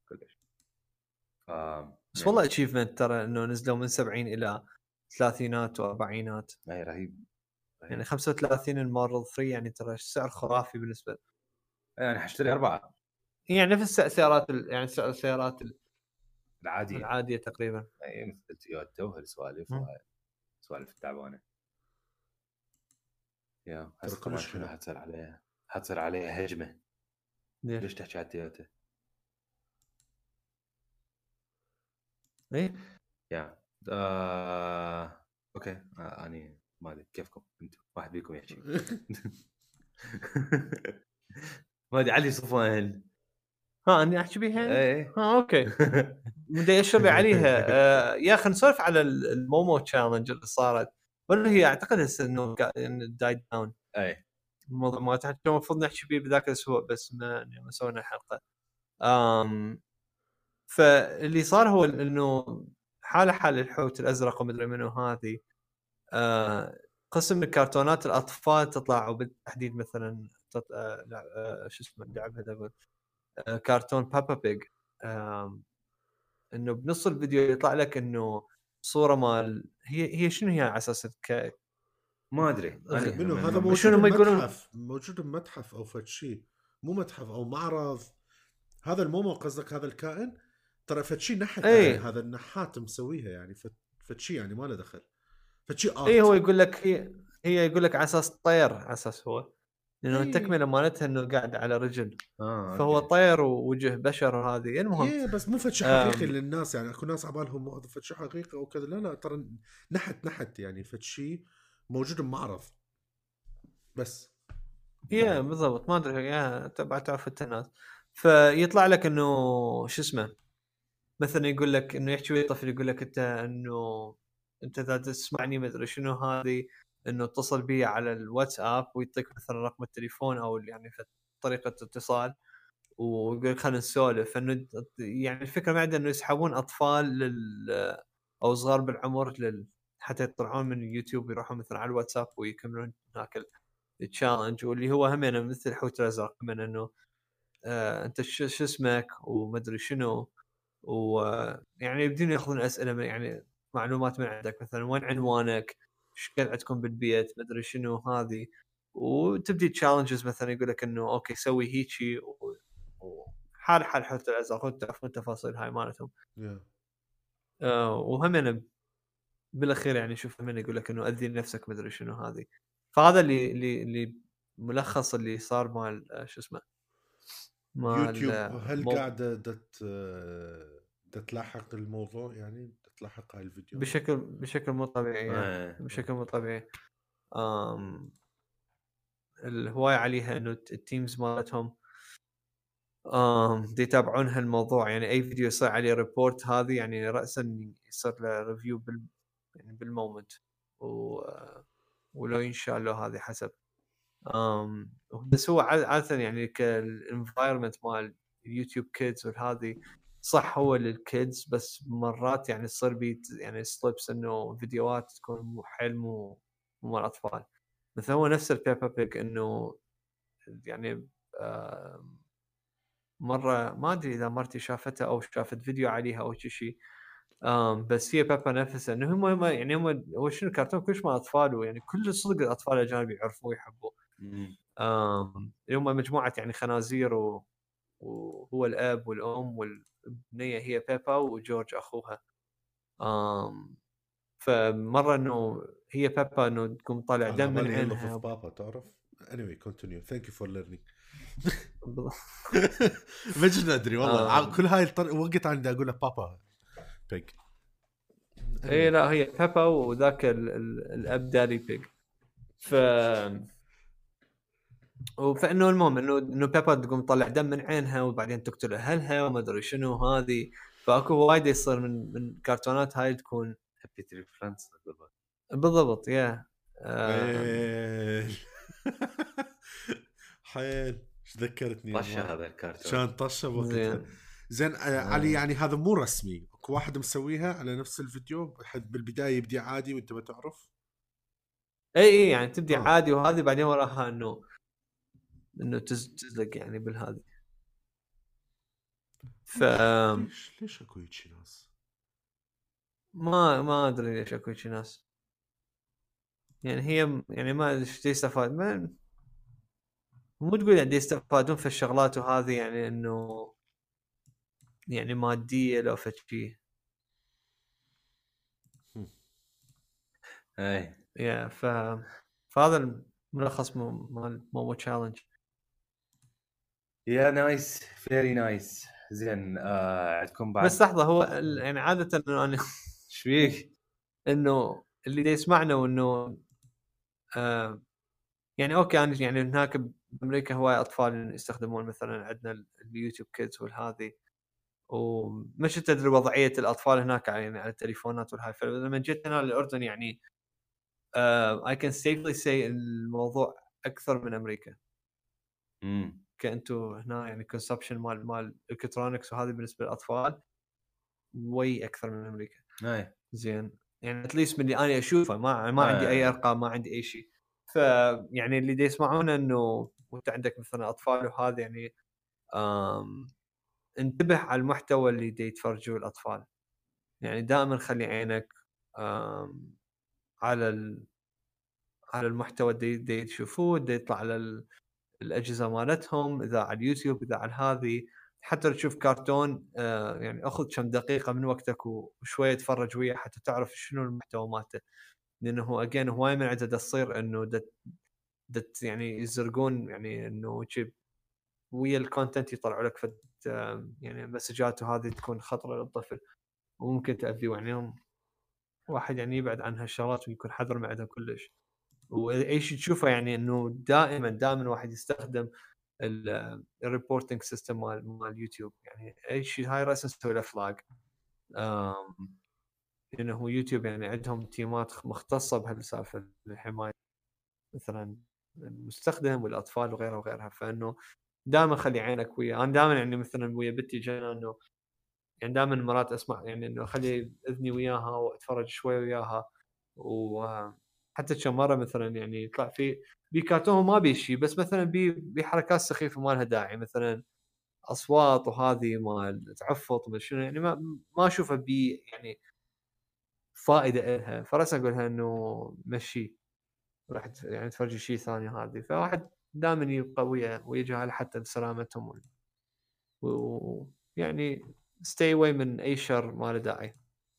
بس والله اتشيفمنت ترى انه نزلوا من 70 الى 30 و40. اي رهيب. يعني 35 المارل 3 يعني ترى سعر خرافي بالنسبه لي. يعني حاشتري 4 يعني نفس السيارات يعني سعر السيارات العاديه تقريبا. اي مثل تويوتا وهالسوالف سوالف التعبانه. يا هسه طبعا شنو حتصير عليها هجمه. ليش تحكي على تويوتا؟ ايه يا اوكي اني ما ادري كيفكم انتم، واحد فيكم يحكي. ما ادري علي صفوان. اني احكي بيها. ايه اوكي بدي اشرب عليها. يا اخي نسولف على المومو تشالنج اللي صارت، ولا هي اعتقد هسه انه دايد داون. اي الموضوع ما تحكي المفروض نحكي بيه بذاك الاسبوع، بس ما سوينا حلقه. فاللي صار هو انه حال الحوت الازرق ومدري منو هذه. قسم الكرتونات الاطفال تطلع، وبالتحديد مثلا شو اسمه اللعبه هذا كرتون بابا بيج. انه بنص الفيديو يطلع لك انه صوره مال هي شنو هي على اساس ما ادري منو هذا موجود بمتحف او فد شيء، مو متحف او معرض. هذا المومو قصدك هذا الكائن ترى فد شيء نحت يعني هذا النحات مسويها يعني فد شيء يعني ما له دخل فد شيء ارت. هو يقول لك هي يقول لك على اساس طير، على اساس هو لانه التكمله مالتها انه قاعد على رجل فهو طير ووجه بشر وهذه. المهم بس مو فد شيء حقيقي للناس، يعني اكو ناس عبالهم هذا فد شيء حقيقي او كذا. لا ترى نحت يعني فد شيء موجود بمعرض بس. بالضبط ما ادري تعرف الناس. فيطلع لك انه شو اسمه مثلا يقول لك انه يحكي ويا طفل يقول لك انت اذا تسمعني ما ادري شنو هذه، انه اتصل بي على الواتساب ويعطيك مثلا رقم التليفون او يعني طريقه اتصال، ويقول لك خلينا نسولف. انه يعني الفكره ما عندنا انه يسحبون اطفال او صغار بالعمر حتى يطلعون من اليوتيوب يروحون مثلا على الواتساب ويكملون هناك التشالنج، واللي هو هم مثل الحوت الازرق من انه انت شو اسمك ومدري شنو، ويعني يبدون ياخذون اسئله من يعني معلومات من عندك، مثلا وين عنوانك، ايش قاعد عندكم بالبيت، مدري شنو هذه. وتبدي تشالنجز مثلا يقول لك انه اوكي سوي هيجي وحال حتى الازرق خذ تعرفون التفاصيل هاي مالتهم. وهم أنا بالاخير يعني شوف من يقول لك انه اذي نفسك مدري شنو هذه. فهذا اللي ملخص اللي صار مال شو اسمه مال يوتيوب هل قاعده تلاحق الموضوع، يعني تلاحق هاي الفيديو بشكل مو طبيعي يعني. إيه. بشكل مو طبيعي. الهواية عليها انه التيمز مالتهم دي يتابعون هالموضوع، يعني اي فيديو يصير عليه ريبورت هذه يعني رأسا يصير له ريفيو يعني بالمومنت ولو ينشاء له هذه حسب. بس هو عادة يعني كالانفايرمنت مال اليوتيوب كيدز والهذه صح هو للكيدز، بس مرات يعني تصير بيت يعني سليبس انه فيديوهات تكون حيل مو مال اطفال. مثلا هو نفس البيبا بيج انه يعني مرة ما ادري اذا مرتي شافتها او شافت فيديو عليها او شيء. بس هي بيبا نفسها انه هم يعني هو شنو كرتون كلش مال اطفال، ويعني كل صدق الاطفال الاجانب يعرفوه ويحبوه. هم مجموعة يعني خنازير وهو الاب والام والبنية هي بيبا وجورج اخوها. فمرة انه هي بيبا انه تقوم طالع على دم من بالي هيلو في عينها. بابا تعرف. anyway continue thank you for learning. مجد ادري والله كل هاي وقت عندي اقول له بابا بيج. اي لا هي بيبا وذاك الاب داري بيج. فانه المهم انه بيبا تقوم تطلع دم من عينها وبعدين تقتل اهلها وما ادري شنو هذه. فاكو وايد يصير من كرتونات هاي تكون هابي تري فرانس بالضبط يا حيل ايش ذكرتني طشه هذا الكرتون شان طشه وقتها. زين علي يعني هذا مو رسمي، اكو واحد مسويها على نفس الفيديو حد بالبدايه يبدي عادي وانت ما تعرف. اي يعني تبدي عادي وهذه بعدين وراها انه تزلق يعني بالهذه. ليش اكو هيك ناس؟ ما ادري ليش اكو هيك ناس. يعني هي يعني ما ادري ايش يستفاد مو تقول يعني يستفادون في الشغلات وهذه يعني انه يعني ماديه لو فشي. اي يا فهذا الملخص مال مومو تشالنج. يا نايس فيري نايس. زين عندكم بعد بس لحظه هو يعني عاده انه انا ايش فيك انه اللي يسمعنا وانه يعني اوكي انا يعني هناك بامريكا هواي اطفال يستخدمون مثلا عندنا اليوتيوب كيدز والهذه، ومش تدري وضعيه الاطفال هناك يعني على التليفونات والهاي. فلما جيت هنا للاردن يعني I can safely say الموضوع اكثر من امريكا. كأنتو هنا يعني consumption مال الكترونكس وهذه بالنسبه للاطفال وي اكثر من امريكا. زين يعني اتليست من اللي انا اشوفه ما عندي اي ارقام ما عندي اي شيء. فيعني اللي يسمعونه انه وانت عندك مثلا اطفال وهذا يعني انتبه على المحتوى اللي يتفرجوه الاطفال. يعني دائما خلي عينك على على المحتوى اللي يشوفوه اللي يطلع على الاجهزه مالتهم، اذا على اليوتيوب اذا على هذه. حتى تشوف كرتون يعني اخذ كم دقيقه من وقتك وشويه تفرج وياه حتى تعرف شنو المحتوى مالته. لانه اجين هواي من عدد تصير انه دت يعني يزرقون يعني انه ويا الكونتنت يطلعوا لك فد يعني مسجات وهذه تكون خطره للطفل وممكن تاذيه. يعني واحد يعني يبعد عن هالشغلات ويكون حذر من عندها كلش. واي شيء تشوفه يعني انه دائما واحد يستخدم الريبورتنج سيستم مال يوتيوب. يعني اي شيء هاي راسا نسوي له فلاج. لانه هو يوتيوب يعني عندهم تيمات مختصه بهالسالفه لحمايه مثلا المستخدم والاطفال وغيرها. فانه دائما خلي عينك وياه. انا دائما يعني مثلا ويا بنتي جينا انه يعني دائما مرات اسمع يعني انه اخلي اذني وياها واتفرج شوي وياها. وحتى كم مره مثلا يعني يطلع في كرتون ما بي شيء بس مثلا بحركات سخيفه ما لها داعي. مثلا اصوات وهذه مال تعفط من شنو يعني ما اشوفها يعني فائده لها. فراسا اقولها انه مشي راح يعني تفرجي شيء ثاني هذه. فواحد دائما يبقى ويا جهال حتى لسلامتهم ويعني stay away من اي شر ما له داعي.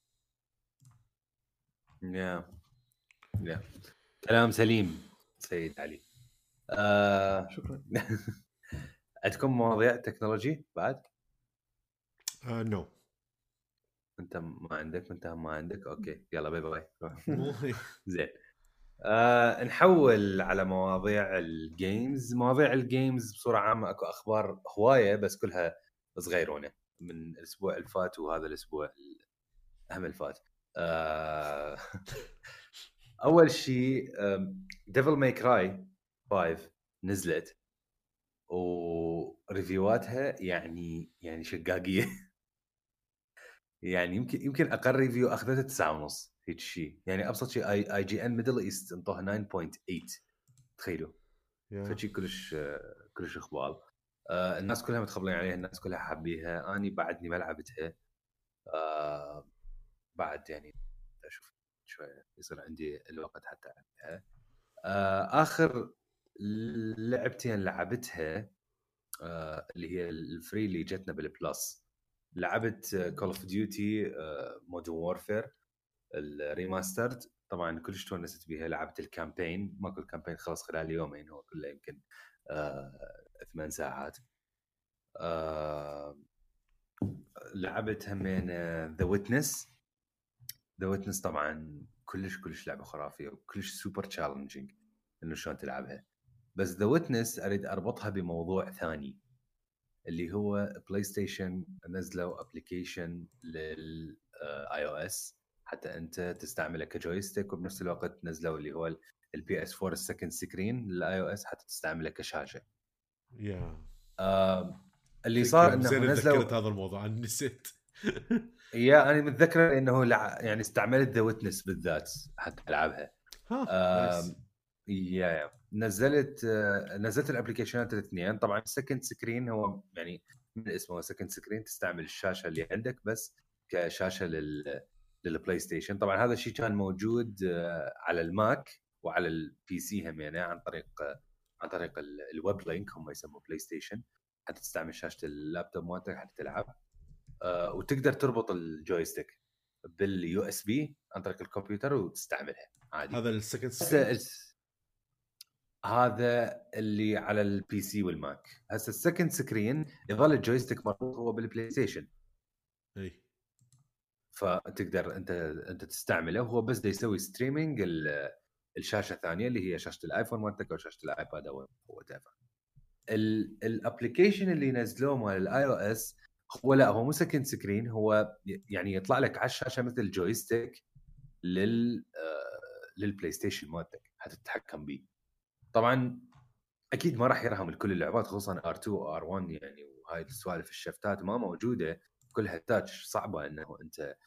يا كلام سليم سيد علي. شكرا. عندكم مواضيع تكنولوجي بعد؟ نو انت ما عندك اوكي يلا باي باي. مو زين. نحول على مواضيع الجيمز. مواضيع الجيمز بصورة عامة اكو اخبار هواية بس كلها صغيرونة من الاسبوع الفات وهذا الاسبوع اهم الفات. اول شيء ديفل ماي كراي 5 نزلت وريفيواتها يعني شقاقيه. يعني يمكن اقل ريفيو اخذته 9.5 هيك شيء. يعني ابسط شيء اي جي ان ميدل ايست انطوها 9.8 تخيلوا. فشي كلش اخبال. الناس كلها متخبلين عليها، الناس كلها حابيها، اني بعدني ما لعبتها. بعد يعني اشوف شويه يصير عندي الوقت حتى العبها. اخر لعبتين لعبتها اللي هي الفري اللي جتنا بالبلس. لعبت كول اوف ديوتي مودرن وورفير الريماسترد. طبعا كلش تونست بيها. لعبت الكامبين، ماكو الكامبين خلص خلال يومين، هو كله يمكن 8 ساعات. لعبت همين ذا ويتنس. طبعا كلش لعبه خرافيه وكلش سوبر تشالنجينج انه شلون تلعبها. بس ذا ويتنس اريد اربطها بموضوع ثاني اللي هو بلاي ستيشن نزلوا ابلكيشن للاي او اس حتى انت تستعمله كجويستيك، وبنفس الوقت نزلوا اللي هو البي اس 4 السكند سكرين للاي او اس حتى تستعمله كشاشه. اللي صار انه نزلوا هذا الموضوع انا نسيت. انا متذكر انه يعني استعملت ذا ويتنس بالذات حتى العبها. نزلت الابلكيشنات الاثنين. طبعا السكند سكرين هو يعني من اسمه سكند سكرين، تستعمل الشاشه اللي عندك بس كشاشه للبلاي ستيشن. طبعا هذا الشيء كان موجود على الماك وعلى البي سي هم، يعني عن طريق الويب لينك هم يسموه بلاي ستيشن، حتى تستعمل شاشه اللابتوب مالتك حتى تلعب. وتقدر تربط الجويستيك باليو اس بي عن طريق الكمبيوتر وتستعملها عادي. هذا السكند سكرين هذا اللي على البي سي والماك. هسه السكند سكرين يظل الجويستيك مربوط هو بالبلاي ستيشن، اي فتقدر انت تستعمله، وهو بس دا يسوي ستريمينج الشاشه الثانيه اللي هي شاشه الايفون مالتك او شاشه الايباد او وات ايفر. الابلكيشن اللي نزلوه مال الاي او اس هو مو سكند سكرين، هو يعني يطلع لك على الشاشه مثل الجويستيك للبلاي ستيشن مالتك حتى تتحكم به. طبعا اكيد ما راح يرهم لكل اللعبات، خصوصا R2 و R1 يعني، وهاي السوالف الشفتات ما موجوده كلها. التاتش صعبه انه انت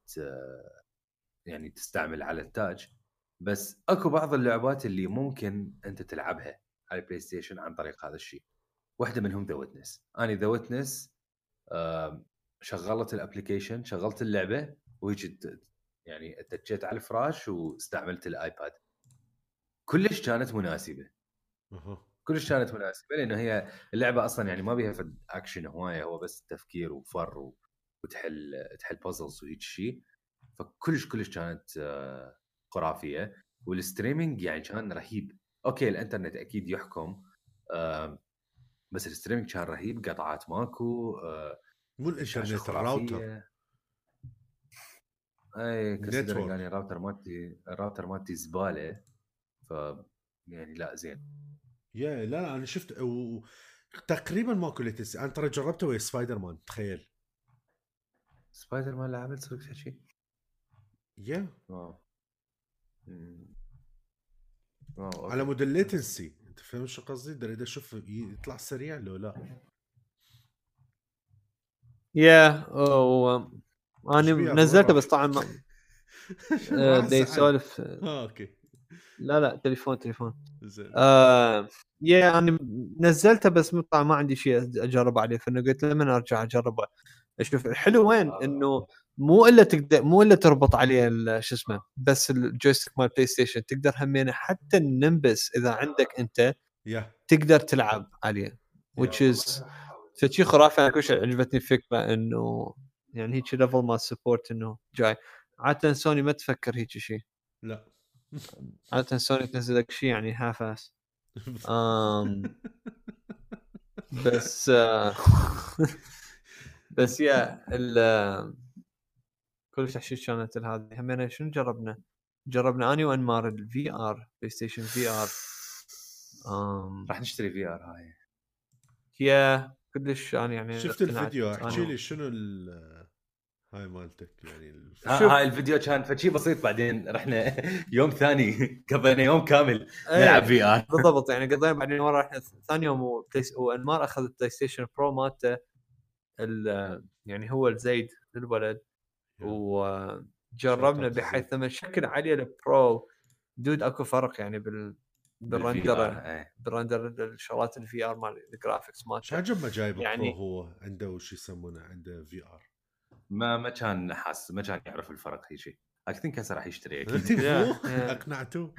يعني تستعمل على التاتش، بس اكو بعض اللعبات اللي ممكن انت تلعبها على البلاي ستيشن عن طريق هذا الشيء. واحده منهم ذا ويتنس. انا ذا ويتنس شغلت الابلكيشن، شغلت اللعبه وهيك يعني اتجيت على الفراش واستعملت الايباد. كلش كانت مناسبه. كلش كانت مناسبه لانه هي اللعبه اصلا يعني ما بيها فد اكشن هوايه، هو بس تفكير وفر وتحل بازلز وهيك شيء. فكلش كانت خرافيه. والستريمينج يعني كان رهيب. اوكي الانترنت اكيد يحكم، بس الستريمينج كان رهيب. قطعات ماكو. مو الانترنت، الراوتر. اي كسر يعني الراوتر مالتي زباله. ف يعني لا زين. لا انا شفت تقريبا ماكو ليتنسي. انا ترى جربته ويا سبايدر مان. تخيل سبايدر مان لعبت صدق شيء. على مود الليتنسي. انت فاهم شو قصدي؟ اذا اشوف يطلع سريع لو لا. انا نزلته بس طبعا ما بدي يسولف. اوكي لا تليفون زين. يعني نزلته بس طبعا ما عندي شيء اجرب عليه، فانه قلت لما ارجع اجربه اشوف الحلو وين. انه مو الا تربط عليه شو اسمه بس الجويستيك مال بلاي ستيشن، تقدر همينه حتى النمبس اذا عندك انت تقدر تلعب عليه which is شيء خرافي. انا كل شيء عجبتني الفكره انه يعني هيك ليفل ما سبورت انه جاي. عاده سوني ما تفكر هيك شيء، لا عاده سوني تنزل لك شيء يعني هافاس. بس بس يا كلش عشيت كانت هذه. همينه شنو جربنا اني وانمار الفي ار بلاي ستيشن في ار. راح نشتري في ار هاي. هي كلش انا يعني شفت الفيديو، احكي لي شنو هاي مالتك يعني هاي الفيديو كان فشي بسيط، بعدين رحنا يوم ثاني قضينا يوم كامل نلعب في ار. بالضبط يعني قضينا بعدين ورا رحنا ثاني يوم وانمار اخذ البلاي ستيشن برو مالته يعني هو الزيد للولد وجربنا بحيث لما شكل عليه البرو دود اكو فرق يعني بالرندر الشغلات الفي ار مال الجرافيكس مالته. شو عجب ما جايب يعني برو هو عنده وش يسمونه عنده في ار ما كان حاس ما كان يعرف الفرق هي شيء. I think هسه راح يشتري اكيد. اقنعته.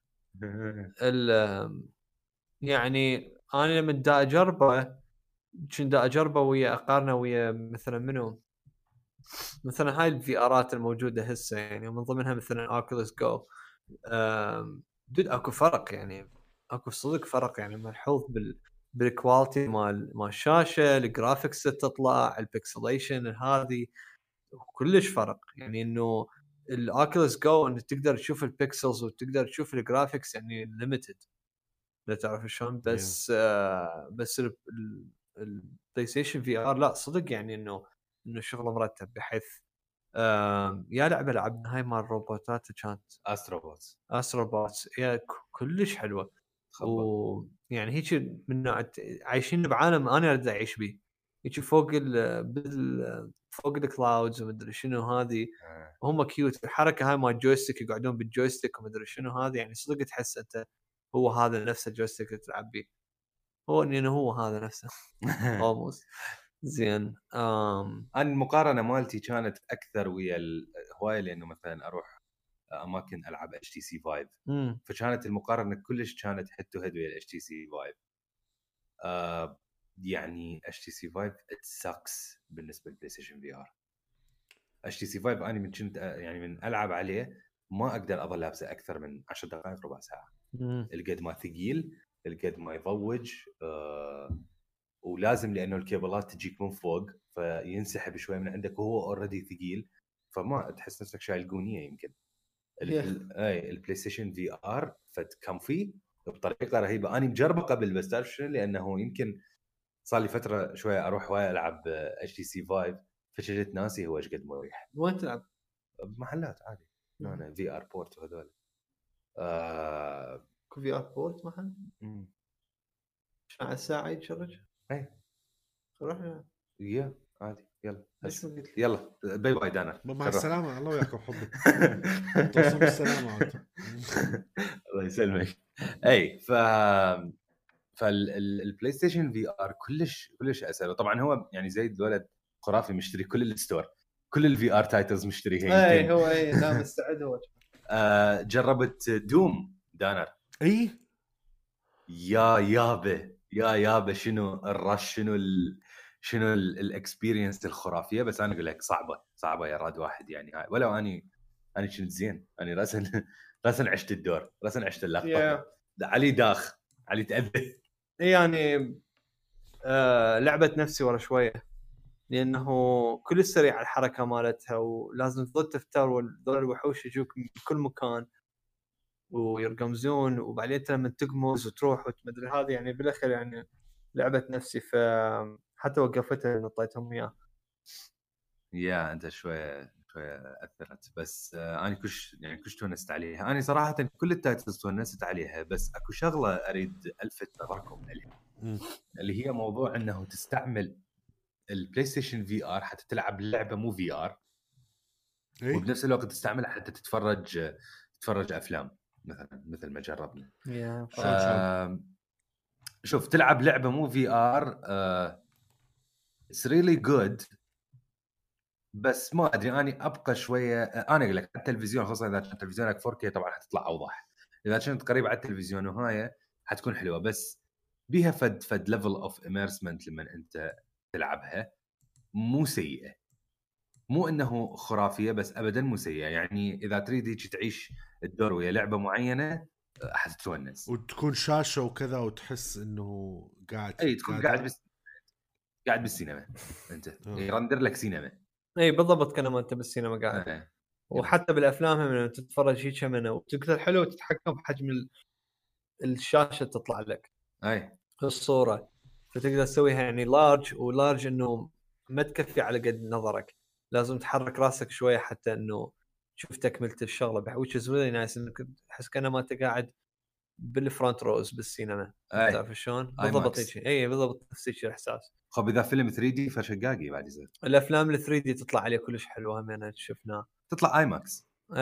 يعني انا لما دا اجربه كنت اجربه ويا اقارنه ويا مثلا منو مثلا هاي الفي ارات الموجوده هسه يعني من ضمنها مثلا اوكيولوس جو. دود اكو فرق يعني اكو صدق فرق يعني ملحوظ بالكواليتي مال الشاشه، الجرافيكس تطلع البكسليشن هذه كلش فرق. يعني انه الاوكيولوس جو انه تقدر تشوف البكسلز وتقدر تشوف الجرافيكس يعني ليميتد لا تعرف شلون. بس بس البلاي ستيشن في ار لا صدق يعني انه شغله مرتب بحيث يا لعبه لعبنا هاي مال الروبوتات كانت استروبوتس يا كلش حلوه. ويعني هيك من عايشين بعالم انا اريد اعيش به هيك فوق فوق الكلاودز ومدري شنو هذه. هم كيوت الحركه هاي مال جويستيك يقعدون بالجويستيك ومدري شنو هذه يعني صدق تحس انت هو هذا نفسه الجويستيك اللي تلعب به هو انه هو هذا نفسه almost. زين انا المقارنه مالتي كانت اكثر ويا الهوايه لانه مثلا اروح اماكن العب اتش تي سي فايف، فكانت المقارنه كلش كانت هيد تو هيد ويا الاتش تي سي فايف. يعني اتش تي سي فايف ات ساكس بالنسبه للبلاي ستيشن في ار. اتش تي سي فايف انا من كنت يعني من العب عليه ما اقدر اظل لابسه اكثر من 10 دقائق ربع ساعه. القد ما ثقيل القد ما يضوج ولازم لانه الكيبلات تجيك من فوق فينسحب شوي من عندك وهو اوريدي ثقيل فما تحس نفسك شايل قونيه. يمكن البلاي ستيشن في ار فت كمفي بطريقه رهيبه. انا مجربه قبل بس تعرف شنو لانه يمكن صار لي فتره شويه اروح هواي العب اتش تي سي 5 فشلت ناسي هو ايش قد مريح. وين تلعب؟ بمحلات عادي انا في ار بورت وهذول في ار بورت محل على الساعه يتشرج اي رحنا يا عادي يلا باي باي دانا مع السلامه الله وياكم حبك توصل بالسلامه الله يسلمك. اي فالبلاي ستيشن في ار كلش اسهل. طبعا هو يعني زي الولد خرافي مشتري كل الستور كل الفي ار تايتلز مشتريها. اي هو لا مستعد هو. جربت دوم دانر اي يا يابا شنو الرش شنو الاكسبيرينس الخرافيه. بس انا اقول لك صعبه يا راد واحد يعني هاي ولو اني كنت زين اني راسا عشت الدور راسا عشت اللقطه علي تاذى يعني لعبه نفسي ورا شويه لانه كل سريع الحركه مالتها ولازم تظل تفتر وذول الوحوش يجوك من كل مكان ويرقمزون وبعدين انت لما تقمز وتروح وتمدري هذه يعني بالاخر يعني لعبه نفسي فحتى وقفتها نطيتهم اياه. يا انت شويه اثرت بس انا كش تونست عليها. انا صراحه كل التايتلز تونست عليها بس اكو شغله اريد الفت نظركم عليها اللي هي موضوع انه تستعمل البلاي ستيشن في ار حتى تلعب لعبه مو في ار وبنفس الوقت تستعملها حتى تتفرج افلام. مثل ما جربنا. شوف تلعب لعبه مو في ار it's really good، بس ما ادري اني ابقى شويه. انا اقول لك التلفزيون خصوصا اذا كان تلفزيونك 4K طبعا حتطلع اوضح، اذا كنت قريب على التلفزيون وهاي حتكون حلوه، بس بيها فد ليفل اوف اميرسمنت لما انت تلعبها مو سيئه، مو انه خرافيه بس ابدا مو سيئه. يعني اذا تريد هيك تعيش الدور ويا لعبه معينه حتتونس، وتكون شاشه وكذا وتحس انه قاعد اي تكون قاعد بالسينما انت يرندر لك سينما. اي بالضبط كما انت بالسينما قاعد. وحتى بالافلام هم تتفرج هيك منه وتقدر حلو تتحكم بحجم الشاشه تطلع لك اي الصوره، فتقدر تسويها يعني لارج، ولارج انه ما تكفي على قد نظرك، لازم تحرك راسك شويه حتى انه تشوف تكمله الشغله which is really nice، انك تحس كانما انت قاعد بالفرونت روز بالسينما. تعرف شلون بالضبط هيك؟ اي بالضبط نفس الشيء الاحساس. خب اذا فيلم 3D فشقاقي بعد يصير. الافلام ال 3D تطلع عليه كلش حلوه، همنا شفناه تطلع اي ماكس 100%.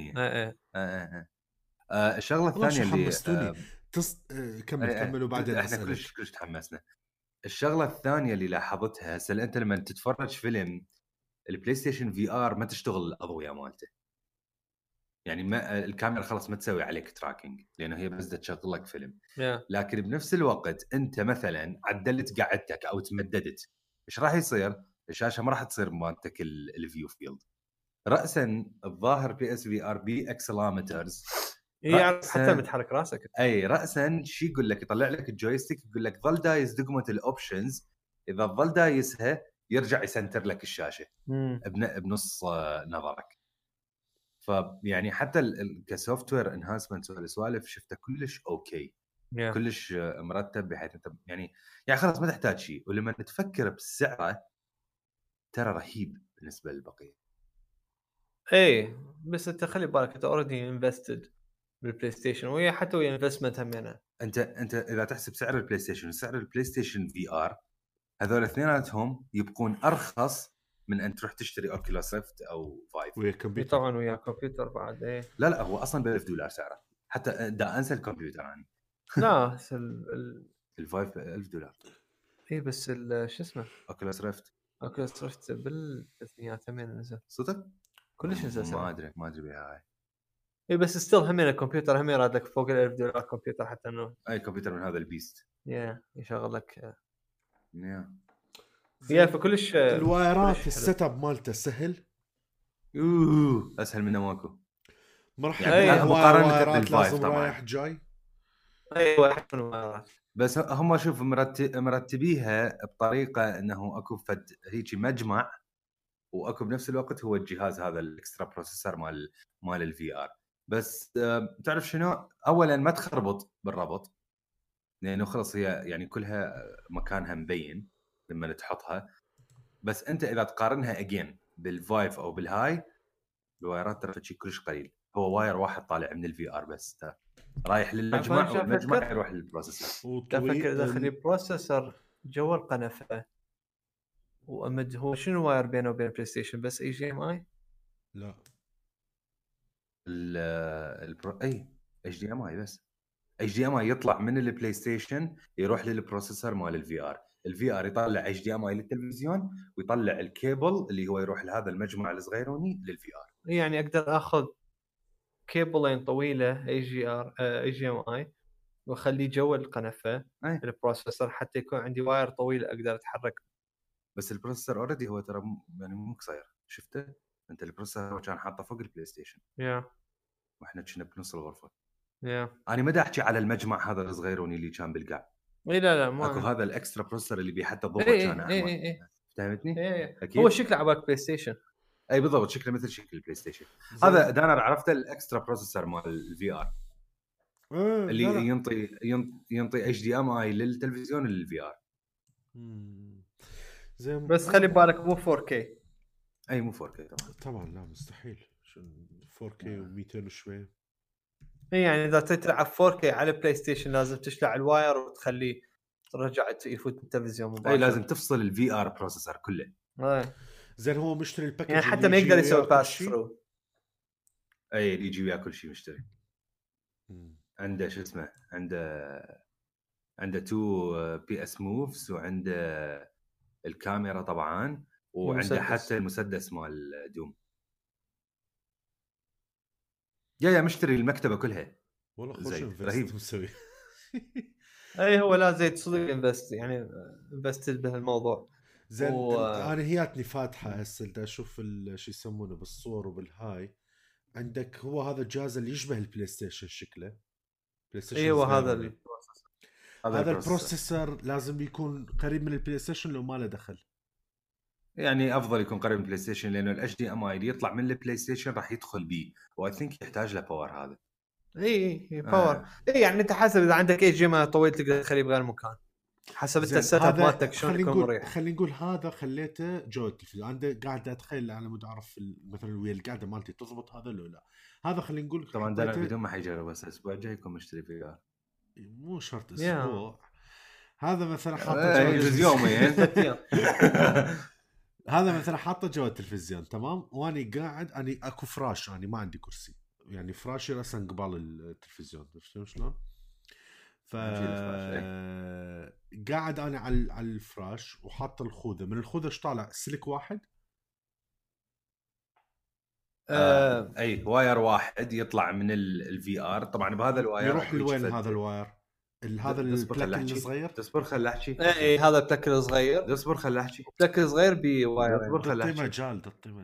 الشغله الثانيه اللي حمستوني كمل وبعدين احنا كلش تحمسنا. الشغله الثانيه اللي لاحظتها هسه انت لما تتفرج فيلم البلاي ستيشن في ار ما تشتغل الاضويه مالته، يعني ما الكاميرا خلاص ما تسوي عليك تراكنج لانه هي بس تشغل لك فيلم. لكن بنفس الوقت انت مثلا عدلت قعدتك او تمددت، ايش راح يصير؟ الشاشه ما راح تصير مالتك الفيو فيلد راسا. الظاهر بي اس في ار بي اكسلامترز يعرف حتى متحرك راسك. اي راسا شي يقول لك، يطلع لك الجويستيك يقول لك ظل دايس دقمه الاوبشنز، اذا ظل دايسها يرجع يسنتر لك الشاشه بنص نظرك. فيعني حتى كسوفت وير انهانسمنت والسوالف شفته كلش اوكي كلش مرتب، بحيث انت يعني خلاص ما تحتاج شيء. ولما نتفكر بسعره ترى رهيب بالنسبه للبقيه. اي بس انت خلي بالك انت اوريدي انفستد بالبلاي ستيشن، وهي حتى ويا انفستمنت همينه. انت اذا تحسب سعر البلاي ستيشن وسعر البلاي ستيشن في ار، هذول اثنيناتهم يبقون ارخص من ان تروح تشتري اوكيولوس ريفت او فايف. ويا كمبيوتر طبعا ويا كمبيوتر بعد. ايه لا هو اصلا $1000 سعره، حتى دا انسى الكمبيوتر يعني. لا الفايف $1000. اي بس شو اسمه اوكيولوس ريفت بالاثنينات همين نزل صدق كلش نزل. ما ادري بها هاي. اي بس ستيل همين الكمبيوتر همين راد لك فوق $1000 كمبيوتر حتى انه اي كمبيوتر من هذا البيست يشغل لك يا فكلش الوايرات السيت اب مالته سهل اسهل من ماكو. يعني مقارنه بالفايف طبعا جاي. ايوه وايرات بس هم شوف مرتبيها بطريقه انه اكو فد هيك مجمع، واكو بنفس الوقت هو الجهاز هذا الاكسترا بروسيسور مال الفي ار. بس تعرف شنو؟ اولا ما تخربط بالربط لانه خلص هي يعني كلها مكانها مبين لما تحطها. بس انت اذا تقارنها اجين بالفايف او بالهاي، الوايرات ترى شيء كلش قليل. هو واير واحد طالع من الفي ار بس رايح للمجمع والمجمع يروح للبروسيسور. تفكر اذا خلي بروسيسور جوا القنفه وامد هو شنو واير بينه وبين البلاي ستيشن؟ بس اي جي ام اي؟ لا اي اتش دي ام اي بس. اتش دي ام اي يطلع من البلاي ستيشن يروح للبروسيسور مال الفي ار. الفي ار يطلع اتش دي ام اي للتلفزيون ويطلع الكيبل اللي هو يروح لهذا المجمع الصغيروني للفي ار. يعني اقدر اخذ كيبلين طويله اي جي ام اي واخليه جوا القنفه البروسيسور حتى يكون عندي واير طويل اقدر اتحرك. بس البروسيسور اوريدي هو ترى يعني مو قصير، شفته انت البروسيسور كان حاطه فوق البلاي ستيشن واحنا كنا بنص الغرفه. انا ما احكي على المجمع هذا الصغيروني اللي كان بالقاع. لا ما اكو هذا الاكسترا بروسيسور اللي بيه حتى الضوء كان احمر. فهمتني؟ اكيد هو شكله عباك بلاي ستيشن. اي بالضبط شكله مثل شكل البلاي ستيشن. هذا دانر عرفته الاكسترا بروسيسور مال الفي ار اللي ينطي اتش دي ام اي للتلفزيون للفي ار. بس خلي بالك مو 4K. اي مو 4K طبعا لا مستحيل 4K و200 وشوي. يعني اذا تلعب 4K على بلاي ستيشن لازم تشلع الواير وتخليه ترجع يفوت بالتلفزيون مباشره. اي لازم تفصل الفي ار بروسيسور كله. زين هو مشتري الباكج يعني حتى ما يقدر يسوي باس ثرو. اي يجي ويا كل شيء مشتري. عنده شو اسمه، عنده 2 PS موفز، وعنده الكاميرا طبعا، وعنده المسدس. حتى المسدس مال دوم. يا مشتري المكتبه كلها. والله خوش زيد انفست رهيب. مسوي. اي هو لا زيد صدق انفست، يعني انفست بهالموضوع. زين و... انا هياتني فاتحه هسه دا اشوف شو يسمونه بالصور وبالهاي. عندك هو هذا الجهاز اللي يشبه البلاي ستيشن شكله، بلاي ستيشن ايوه صغير هذا يعني. هذا هذا البروسيسور لازم يكون قريب من البلاي ستيشن لو ما له دخل. يعني افضل يكون قريب من البلاي ستيشن، لانه الاتش دي ام اي اللي يطلع من البلاي ستيشن راح يدخل بيه، واي ثينك يحتاج له باور. هذا اي باور. اي يعني انت حسب اذا عندك اي جيم طويل تقدر تخليه بغير مكان، حسب انت السيت اب مالتك شلون يكون مريح. خلينا نقول هذا خليته جوده التلفزيون. انا قاعد اتخيل على مود اعرف مثلا ويا القعده مالتي تضبط هذا ولا لا. هذا خلينا نقول طبعا ده بدون ما حيجرب، بس الاسبوع الجاي يكون مشتري فيه. مو شرط اسبوع. هذا مثلا حاطه يجوز يومين. هذا مثلا حاطه جوا التلفزيون تمام، واني قاعد اني اكو فراش، اني ما عندي كرسي، يعني فراشي راسا قبال التلفزيون، شفتوا شلون؟ قاعد انا على الفراش وحاط الخوذه، من الخوذه ايش طالع؟ سلك واحد. اي واير واحد يطلع من الفي ار. طبعا بهذا الواير يروح لوين هذا الواير؟ هذا البلاك الصغير. تصبر خل احكي. اي هذا البلاك الصغير. تصبر خل احكي. البلاك الصغير بواير. تصبر خل دطي احكي. مجال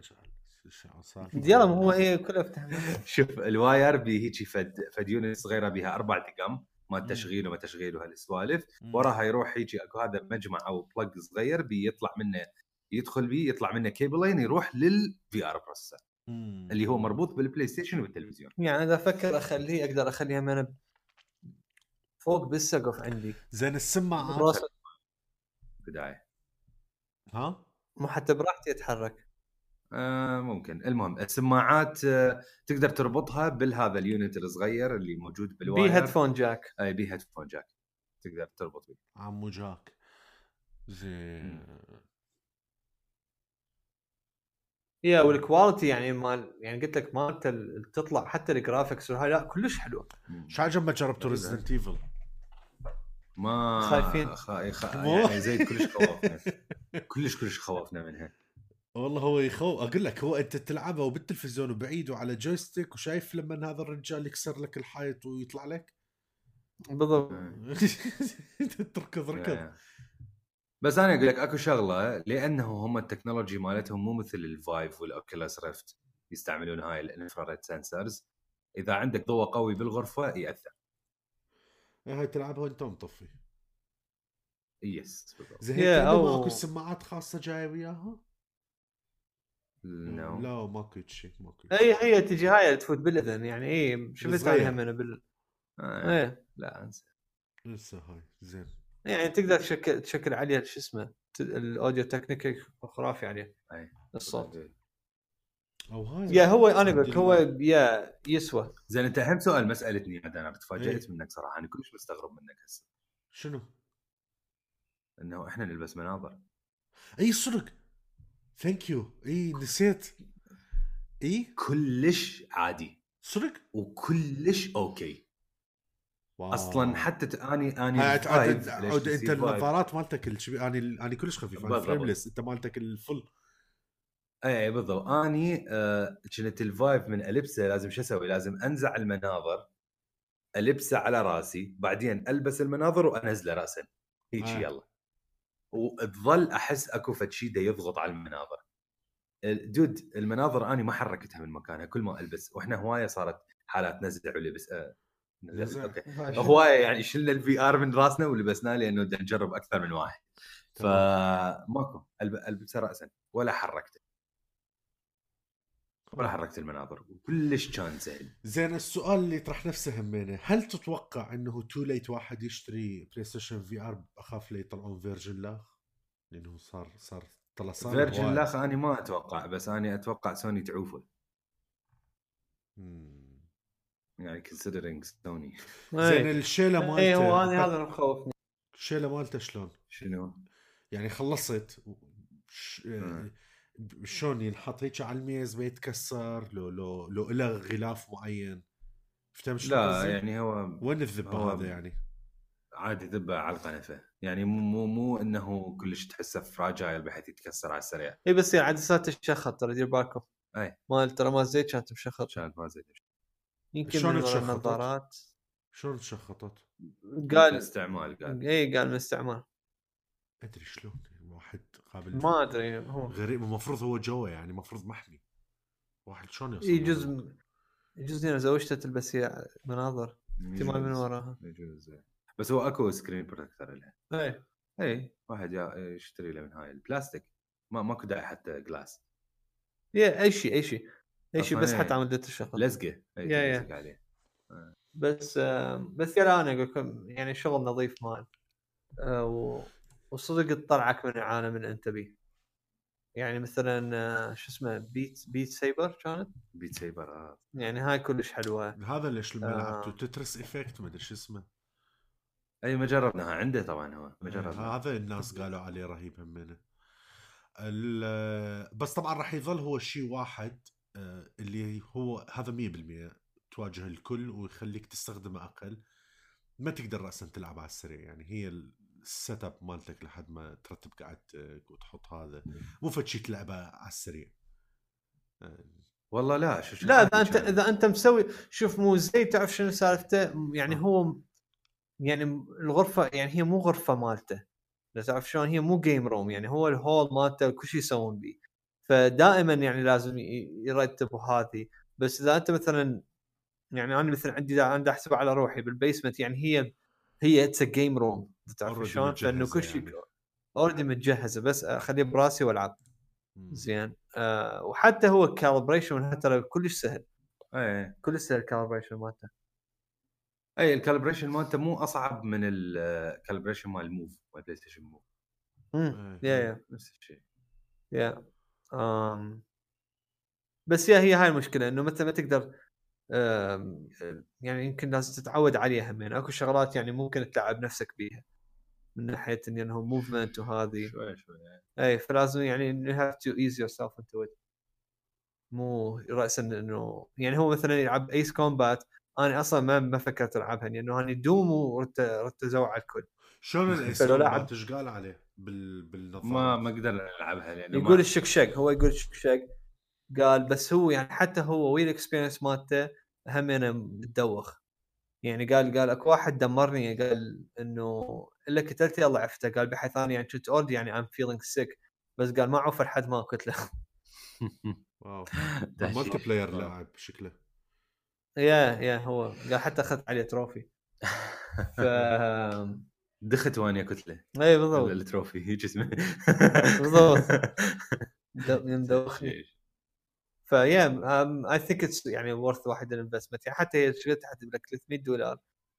يلا هو ايه كله افتح. شوف الواير بي هيك فد يونت صغيره بها 4 دقم ما تشغيل وما تشغيل وهالسوالف. وراها يروح يجي اكو هذا مجمع او بلج صغير بيطلع منه، يدخل بيه يطلع منه كيبلين يروح للفي ار بروسيسور اللي هو مربوط بالبلاي ستيشن والتلفزيون. يعني اذا افكر اخليه اقدر اخليها من فوق بالسقف عندي. زين السماعات بدايه ها مو حتى براحتي اتحرك. ممكن. المهم السماعات تقدر تربطها بالهذا اليونت الصغير اللي موجود بالواير. بي هيدفون جاك. اي بي هيدفون جاك تقدر تربط بيه. عمو جاك. زين. يا والكواليتي يعني مال، يعني قلت لك مالته تطلع حتى الجرافيكس وهاي لا كلش حلو. شو عجب ما جربتوا ريزدنت ايفل؟ ما خايفين يعني زي كلش خوفنا. كلش خوفنا منها. والله هو يخوف. اقول لك هو انت تلعبه وبالتلفزيون وبعيد وعلى جويستيك وشايف لما هذا الرجال يكسر لك الحائط ويطلع لك بالضبط. تركض. بس انا اقول لك اكو شغله، لانه هم التكنولوجي مالتهم مو مثل الفايف والاوكيولاس ريفت يستعملون هاي الانفراريد سنسرز. اذا عندك ضوء قوي بالغرفه ياثر. هاي تلعبها وانت مطفي. يس زين. ماكو سماعات خاصه جايه وياها؟ لا ماكو شيء ماكو. هي تجي هاي تفوت بالاذن يعني. اي شفت عليها من ايه لا انسى لسه هاي. زين يعني تقدر تشكل عليها شو اسمه الاوديو تكنيك خرافي عليه. الصوت او هاي يا هو انا اقول هو يا يسوى. زين انت اهم سؤال مسالتني هذا، انا تفاجئت منك صراحه. انا كلش مستغرب منك هسه. شنو؟ انه احنا نلبس مناظر. اي صدق. ثانك يو. اي نسيت. اي كلش عادي صدق وكلش اوكي. واو. اصلا حتى اني عود انت النظارات مالتك اني كلش خفيف. انا فريمليس، انت مالتك الفل. اي بالضبط. اني كنت الفايف من البسه لازم شو اسوي؟ لازم انزع المناظر البسه على راسي، بعدين البس المناظر وانزله راسا هيك يلا، وتظل احس اكو فشي دا يضغط على المناظر. دود المناظر اني ما حركتها من مكانها كل ما البس، واحنا هوايه صارت حالات نزع ولبس اوكي هوايه يعني شلنا الفي ار من راسنا ولبسناه لانه بدنا نجرب اكثر من واحد. فماكو البسه راسا ولا حركته ولا حركت المناظر وكلش كان سهل. زين السؤال اللي يطرح نفسه همينه، هل تتوقع انه تو ليت واحد يشتري بلاي ستيشن في ار؟ اخاف لا يطلعون فيرجن لاخ، لانه صار فيرجن لاخ. انا ما اتوقع، بس انا اتوقع سوني تعوفه. يعني considering سوني. زين الشيله مالته. اي هو هذا مخوفني. الشيله مالته شلون؟ شنو يعني خلصت شلون ينحط هيك على الميز بيتكسر لو له غلاف معين؟ فهمت شلون لا قصدي؟ يعني هو وين الذبه هو هذا يعني؟ عادي ذبه على القنفه، يعني مو انه كلش تحسه فراجايل بحيث يتكسر على السريع. اي بس يعني عدسات الشخط ترى دير بالكم، اي مال ترى ما زي كانت مشخطه، شان ما زين يمكن شلون من ورا تشخطت؟ النظارات. شلون تشخطت؟ قال استعمال قال اي قال من استعمال، ادري شلون واحد قابل ما ادري هو غريب، المفروض هو جوا يعني المفروض محمي، واحد شلون يوصل؟ يجوز هنا زوجته تلبس هي مناظر احتمال من وراها. يجوز بس هو اكو سكرين بروتكتور لها. اي اي واحد يشتري له من هاي البلاستيك، ماكو داعي حتى جلاس. يا اي شيء بس أصلاً حتى عملت الشغل لزقه اي يا تلزق عليه. بس يا انا اقول لكم يعني شغل نظيف مال وصدق تطلعك من عالم اللي انت بيه. يعني مثلا شو اسمه بيت سايبر كانت بيت سايبر يعني هاي كلش حلوه. هذا ليش لما لعبته تترس افكت ما ادري شو اسمه. اي ما جربناها عنده طبعا، هو ما جربناها. هذا الناس قالوا عليه رهيب همينه. بس طبعا راح يظل هو شيء واحد اللي هو هذا 100% تواجه الكل ويخليك تستخدمه اقل، ما تقدر راسا تلعب على السريع. يعني هي السيت اب مالتك لحد ما ترتب قعدتك وتحط هذا، مو فشي تلعبه على السريع. والله لا لا اذا انت مسوي شوف مو زي تعرف شنو سالفته يعني هو يعني الغرفه يعني هي مو غرفه مالته، لا تعرف شلون هي مو جيم روم يعني هو الهول مالته كل شيء يسوون بيه، فدائما يعني لازم يرتبوا هذه. بس اذا انت مثلا يعني انا مثلا عندي احسب على روحي بالبيسمنت يعني هي اتس جيم روم تعرف شلون، فانه كل شيء اوريدي متجهزه بس اخليه براسي والعب زين. وحتى هو الكالبريشن حتى كلش سهل، اي كلش سهل الكالبريشن مالته. اي الكالبريشن مالته مو اصعب من الكالبريشن مال الموف مال بلاي ستيشن موف. يا نفس الشيء يا بس هي هاي المشكله انه متى ما تقدر يعني يمكن لازم تتعود عليها يعني اكو شغلات يعني ممكن تلعب نفسك بيها من ناحيه انه موفمنت وهذه شوي اي فلازم يعني you have to ease yourself into it. مو راسا انه يعني هو مثلا يلعب ايس كومبات انا اصلا ما فكرت العبها لانه يعني دوم ورتزوا على الكل. شلون الايس كومبات ايش قال عليه بالنظاره؟ ما اقدر نلعبها لانه يقول الشكشق هو يقول الشكشق قال بس هو يعني حتى هو ويل اكسبيرينس مالته هم انا متدوخ يعني قال اكو واحد دمرني قال انه الا قتلت يلا عفته قال بحيث انا يعني كنت اورد يعني ام فيلينج سيك بس قال ما عوف لحد ما قتله. واو مالتي بلاير لاعب شكله يا هو قال حتى اخذت عليه تروفي. ف دخت وانا كتله اي بالضبط التروفي هيك اسمه بالضبط مدوخني. فيا اي ثينك اتس يعني ورث واحد الانفستمنت يعني حتى هي شريتها حتى لك $300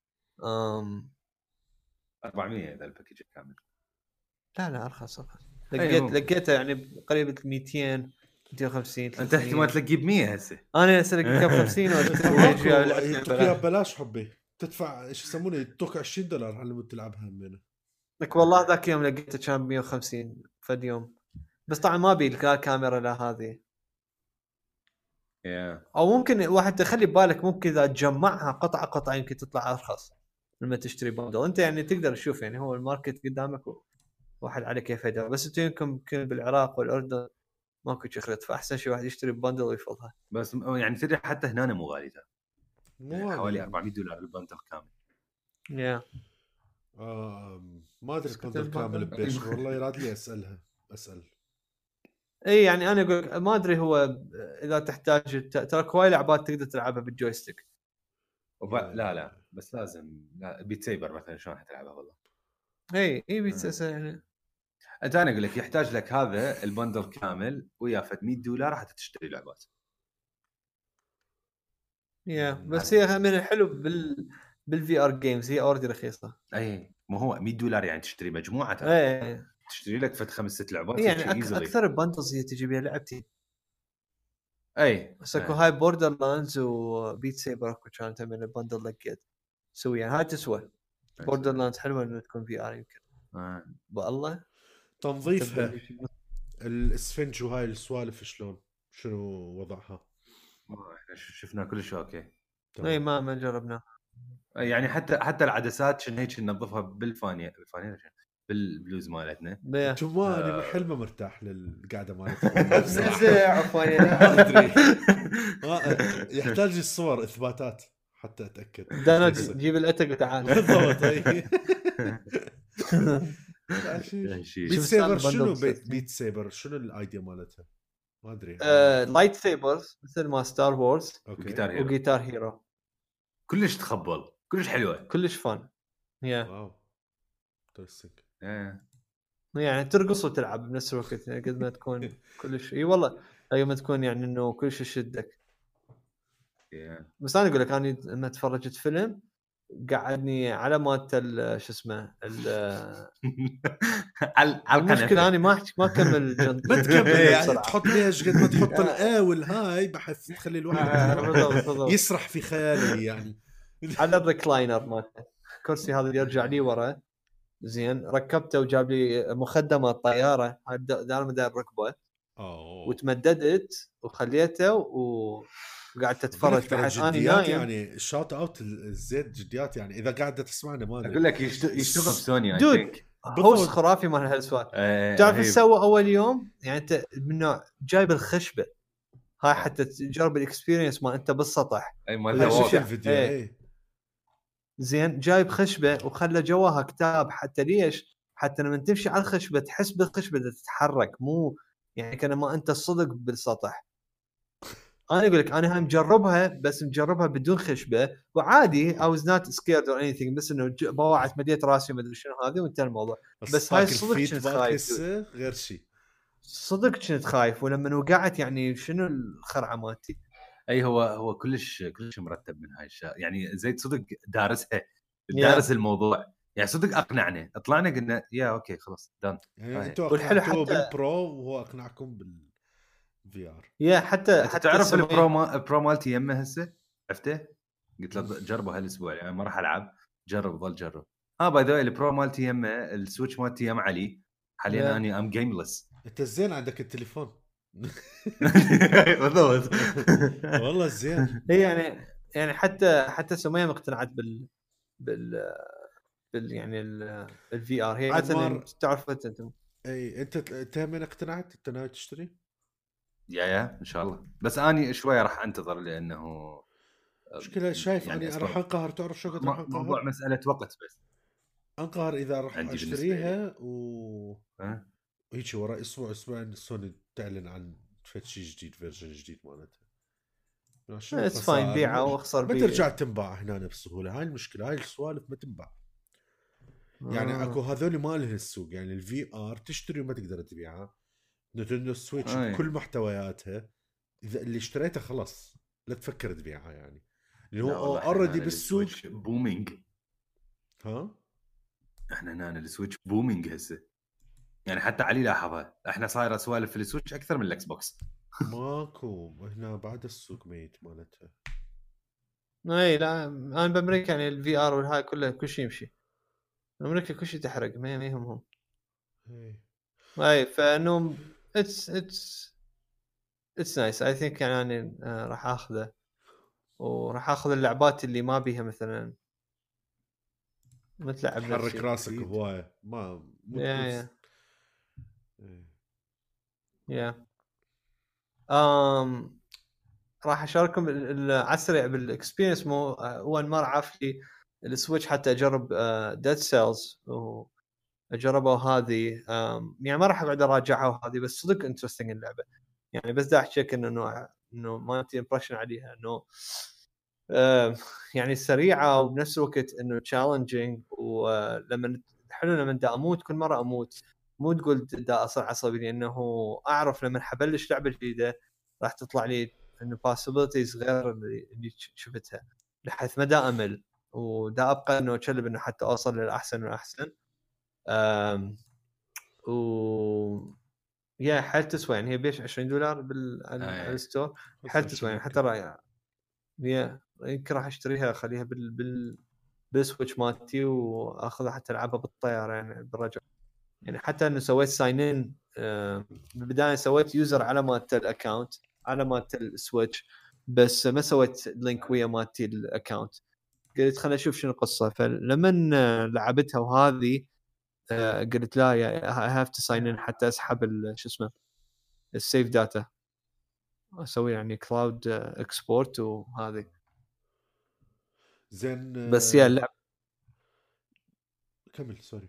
400 اذا الباكيج كامل. لا ارخص لقيتها يعني قريبه 200 250 300. انت احتمال تلاقيه ب 100 هسه. انا هسه لقيت كم 50 يعطوك ببلاش حبي تدفع ايش يسمونه يعطوك $20 على مود تلعبها منه. لك والله ذاك يوم لقيته كان 150 فد يوم بس طبعا ما بي الكاميرا لا هذه او ممكن واحد تخلي بالك ممكن اذا تجمعها قطعه يمكن تطلع ارخص لما تشتري بندل. انت يعني تقدر تشوف يعني هو الماركت قدامك واحد على كيف يدور بس انتم يمكن بالعراق والاردن ماكو شغلت فاحسن شيء واحد يشتري بندل ويفضها. بس يعني تدري حتى هنا مو غالي ذا مو حوالي $400 البندل كامل. يا ما ادري البندل كامل ببيش والله يراد لي اسال اي يعني انا اقول ما ادري هو اذا تحتاج ترى هواي لعبات تقدر تلعبها بالجويستيك. لا بس لازم لا بيت سايبر مثلا شلون حتلعبها والله. اي بيت سايبر يعني انت انا اقول لك يحتاج لك هذا البندل كامل ويا فد $100 حتى تشتري لعبات. يا بس هي من الحلو بالفي ار جيمز هي اوردي رخيصه. اي مو هو $100 يعني تشتري مجموعه اي تشتري لك فد 5-6 لعبات يعني اكثر البندلز هي تجي بها لعبتين. اي بس اكو هاي بوردر لاندز وبيت سايبر اكو كانت من البندل لقيت سوي يعني هاي تسوى. بوردر لاندز حلوه انه تكون في ار يمكن والله تنظيفها الاسفنج وهاي السوالف شلون شنو وضعها؟ احنا شفنا كل شيء اوكي اي ما جربنا. يعني حتى العدسات شن هيك ننظفها بالفانية بالبلوز مالتنا. ما انا حلمه مرتاح للقعده مالتي نزع عفوا ما ادري يحتاج الصور اثباتات حتى اتاكد. دانا جيب الاتق وتعال. بالضبط. بيت شوف سيبر شنو بيت سيبر شنو الايديا مالتها ما ادري. لايت سيبرز مثل ما ستار وورز وجيتار هيرو كلش تخبل كلش حلوه كلش فن. واو ترسك يعني ترقص وتلعب بنفس الوقت يعني قد ما تكون كلش اي والله اي ما تكون يعني انه كلش يشدك. بس انا اقول لك انا لما تفرجت فيلم قعدني على مالت شو اسمه المشكله انا ما اكمل ما تكمل يعني تحط بيها قد ما تحط الاي والهاي بحث تخلي الواحد يسرح في خياله يعني. على الريكلاينر مالته كرسي هذا يرجع لي ورا زين ركبته وجاب لي مخدمه الطياره دائما داير ركبه وتمددت وخليته وقعدت اتفرج بحيث اني نايم. يعني شوت اوت الزيت جديات يعني اذا قاعده تسمعنا ما اقول لك يشتغل بسوني دود هوس خرافي مال هالسوالف. تعرف ايش سوى اول يوم يعني انت من نوع جايب الخشبه هاي حتى تجرب الاكسبيرينس ما انت بالسطح اي ما الفيديو زين جايب خشبه وخلى جواها كتاب حتى ليش حتى لما تمشي على الخشبه تحس بالخشبه تتحرك مو يعني كانما انت الصدق بالسطح. انا اقول لك انا هم مجربها بس مجربها بدون خشبه وعادي I was not scared or anything بس انه بوعت مديت راسي ما ادري شنو هذه وانتهى الموضوع. بس هاي الصدق كنت خايف غير شيء صدق كنت خايف ولما وقعت يعني شنو الخرعه مالتي. اي هو كلش مرتب من هاي الاشياء يعني زي صدق دارسها دارس الموضوع يعني صدق اقنعنا طلعنا قلنا يا اوكي خلاص دان يعني انتوا اقنعتوه بالبرو وهو اقنعكم بالفي ار. يا حتى تعرف البرو مالتي يمه هسه عرفته قلت له جربه هالاسبوع يعني ما راح العب جرب ظل جرب. باي ذا البرو مالتي يمه السويتش مالتي يم علي حاليا اني ام جيملس. انت زين عندك التليفون بالضبط والله زين. هي يعني حتى سمية اقتنعت بال يعني الفي ار هي مثلا تعرف انت اي انت من اقتنعت انت ناوي تشتري يا ان شاء الله بس اني شويه راح انتظر لانه مشكله شايف يعني راح انقهر. تعرف شو قد راح انقهر موضوع مساله وقت بس انقهر اذا راح اشتريها هيك وراء اسبوع اسبوعين سوني تعلن عن شيء جديد فيرجن جديد مالتها. اتس فاين بيعها واخسر بيها بترجع تنباع هنا بسهوله. هاي المشكله هاي السوالف ما تنباع يعني اكو هذول ما لهم السوق يعني الفي ار تشتري وما تقدر تبيعها. نينتندو سويتش بكل محتوياتها اذا اللي اشتريته خلص لا تفكر تبيعها يعني اللي هو اوريدي بالسوق بومينج. احنا هنا السويتش بومينج هسه يعني حتى علي لاحظها احنا صايره سوالف في السويتش اكثر من الاكس بوكس. ماكو هنا بعد السوق ميت مالتها. اي لا انا بامريكا يعني الفي ار والهاي كله كل شيء يمشي امريكا كل شيء تحرق ما يهمهم. اي فانه اتس نايس اي ثينك يعني راح اخذه وراح اخذ اللعبات اللي ما بيها مثلا متلعب حرك راسك هوايه ما يا راح اشارككم على السريع بالاكسبيرينس مو وين ما عرف لي السويتش حتى اجرب ديد سيلز وجربوا هذه يعني ما راح اقعد اراجعها وهذه بس صدق انترستنج اللعبه يعني بس دا احكيك انه ما انت امبريشن عليها انه يعني سريعه وبنفس الوقت انه تشالنجينج ولما حلو لما دا اموت كل مره اموت مو تقول دا اصير عصبي لانه اعرف لما حبلش لعبه جديده راح تطلع لي انه possibilities غير اللي شفتها بحيث ما دا امل ودا ابقى انه اكلب انه حتى اوصل للاحسن والاحسن. يا حال تسوى يعني هي بيش $20 بالستور حال تسوى يعني حتى رأي يا يمكن راح اشتريها اخليها بالسويتش مالتي واخذها حتى العبها بالطياره يعني بالرجع يعني حتى انه سويت ساينين بالبدايه سويت يوزر على مالت الاكونت على مالت السويتش بس ما سويت لينك ويا مالتي الاكونت. قلت خليني اشوف شنو القصه. فلما لعبتها وهذه قلت لا يا I have to sign in حتى اسحب شو اسمه السيف داتا، اسوي يعني كلاود اكسبورت وهذه. زين بس يا اللعب كمل سوري.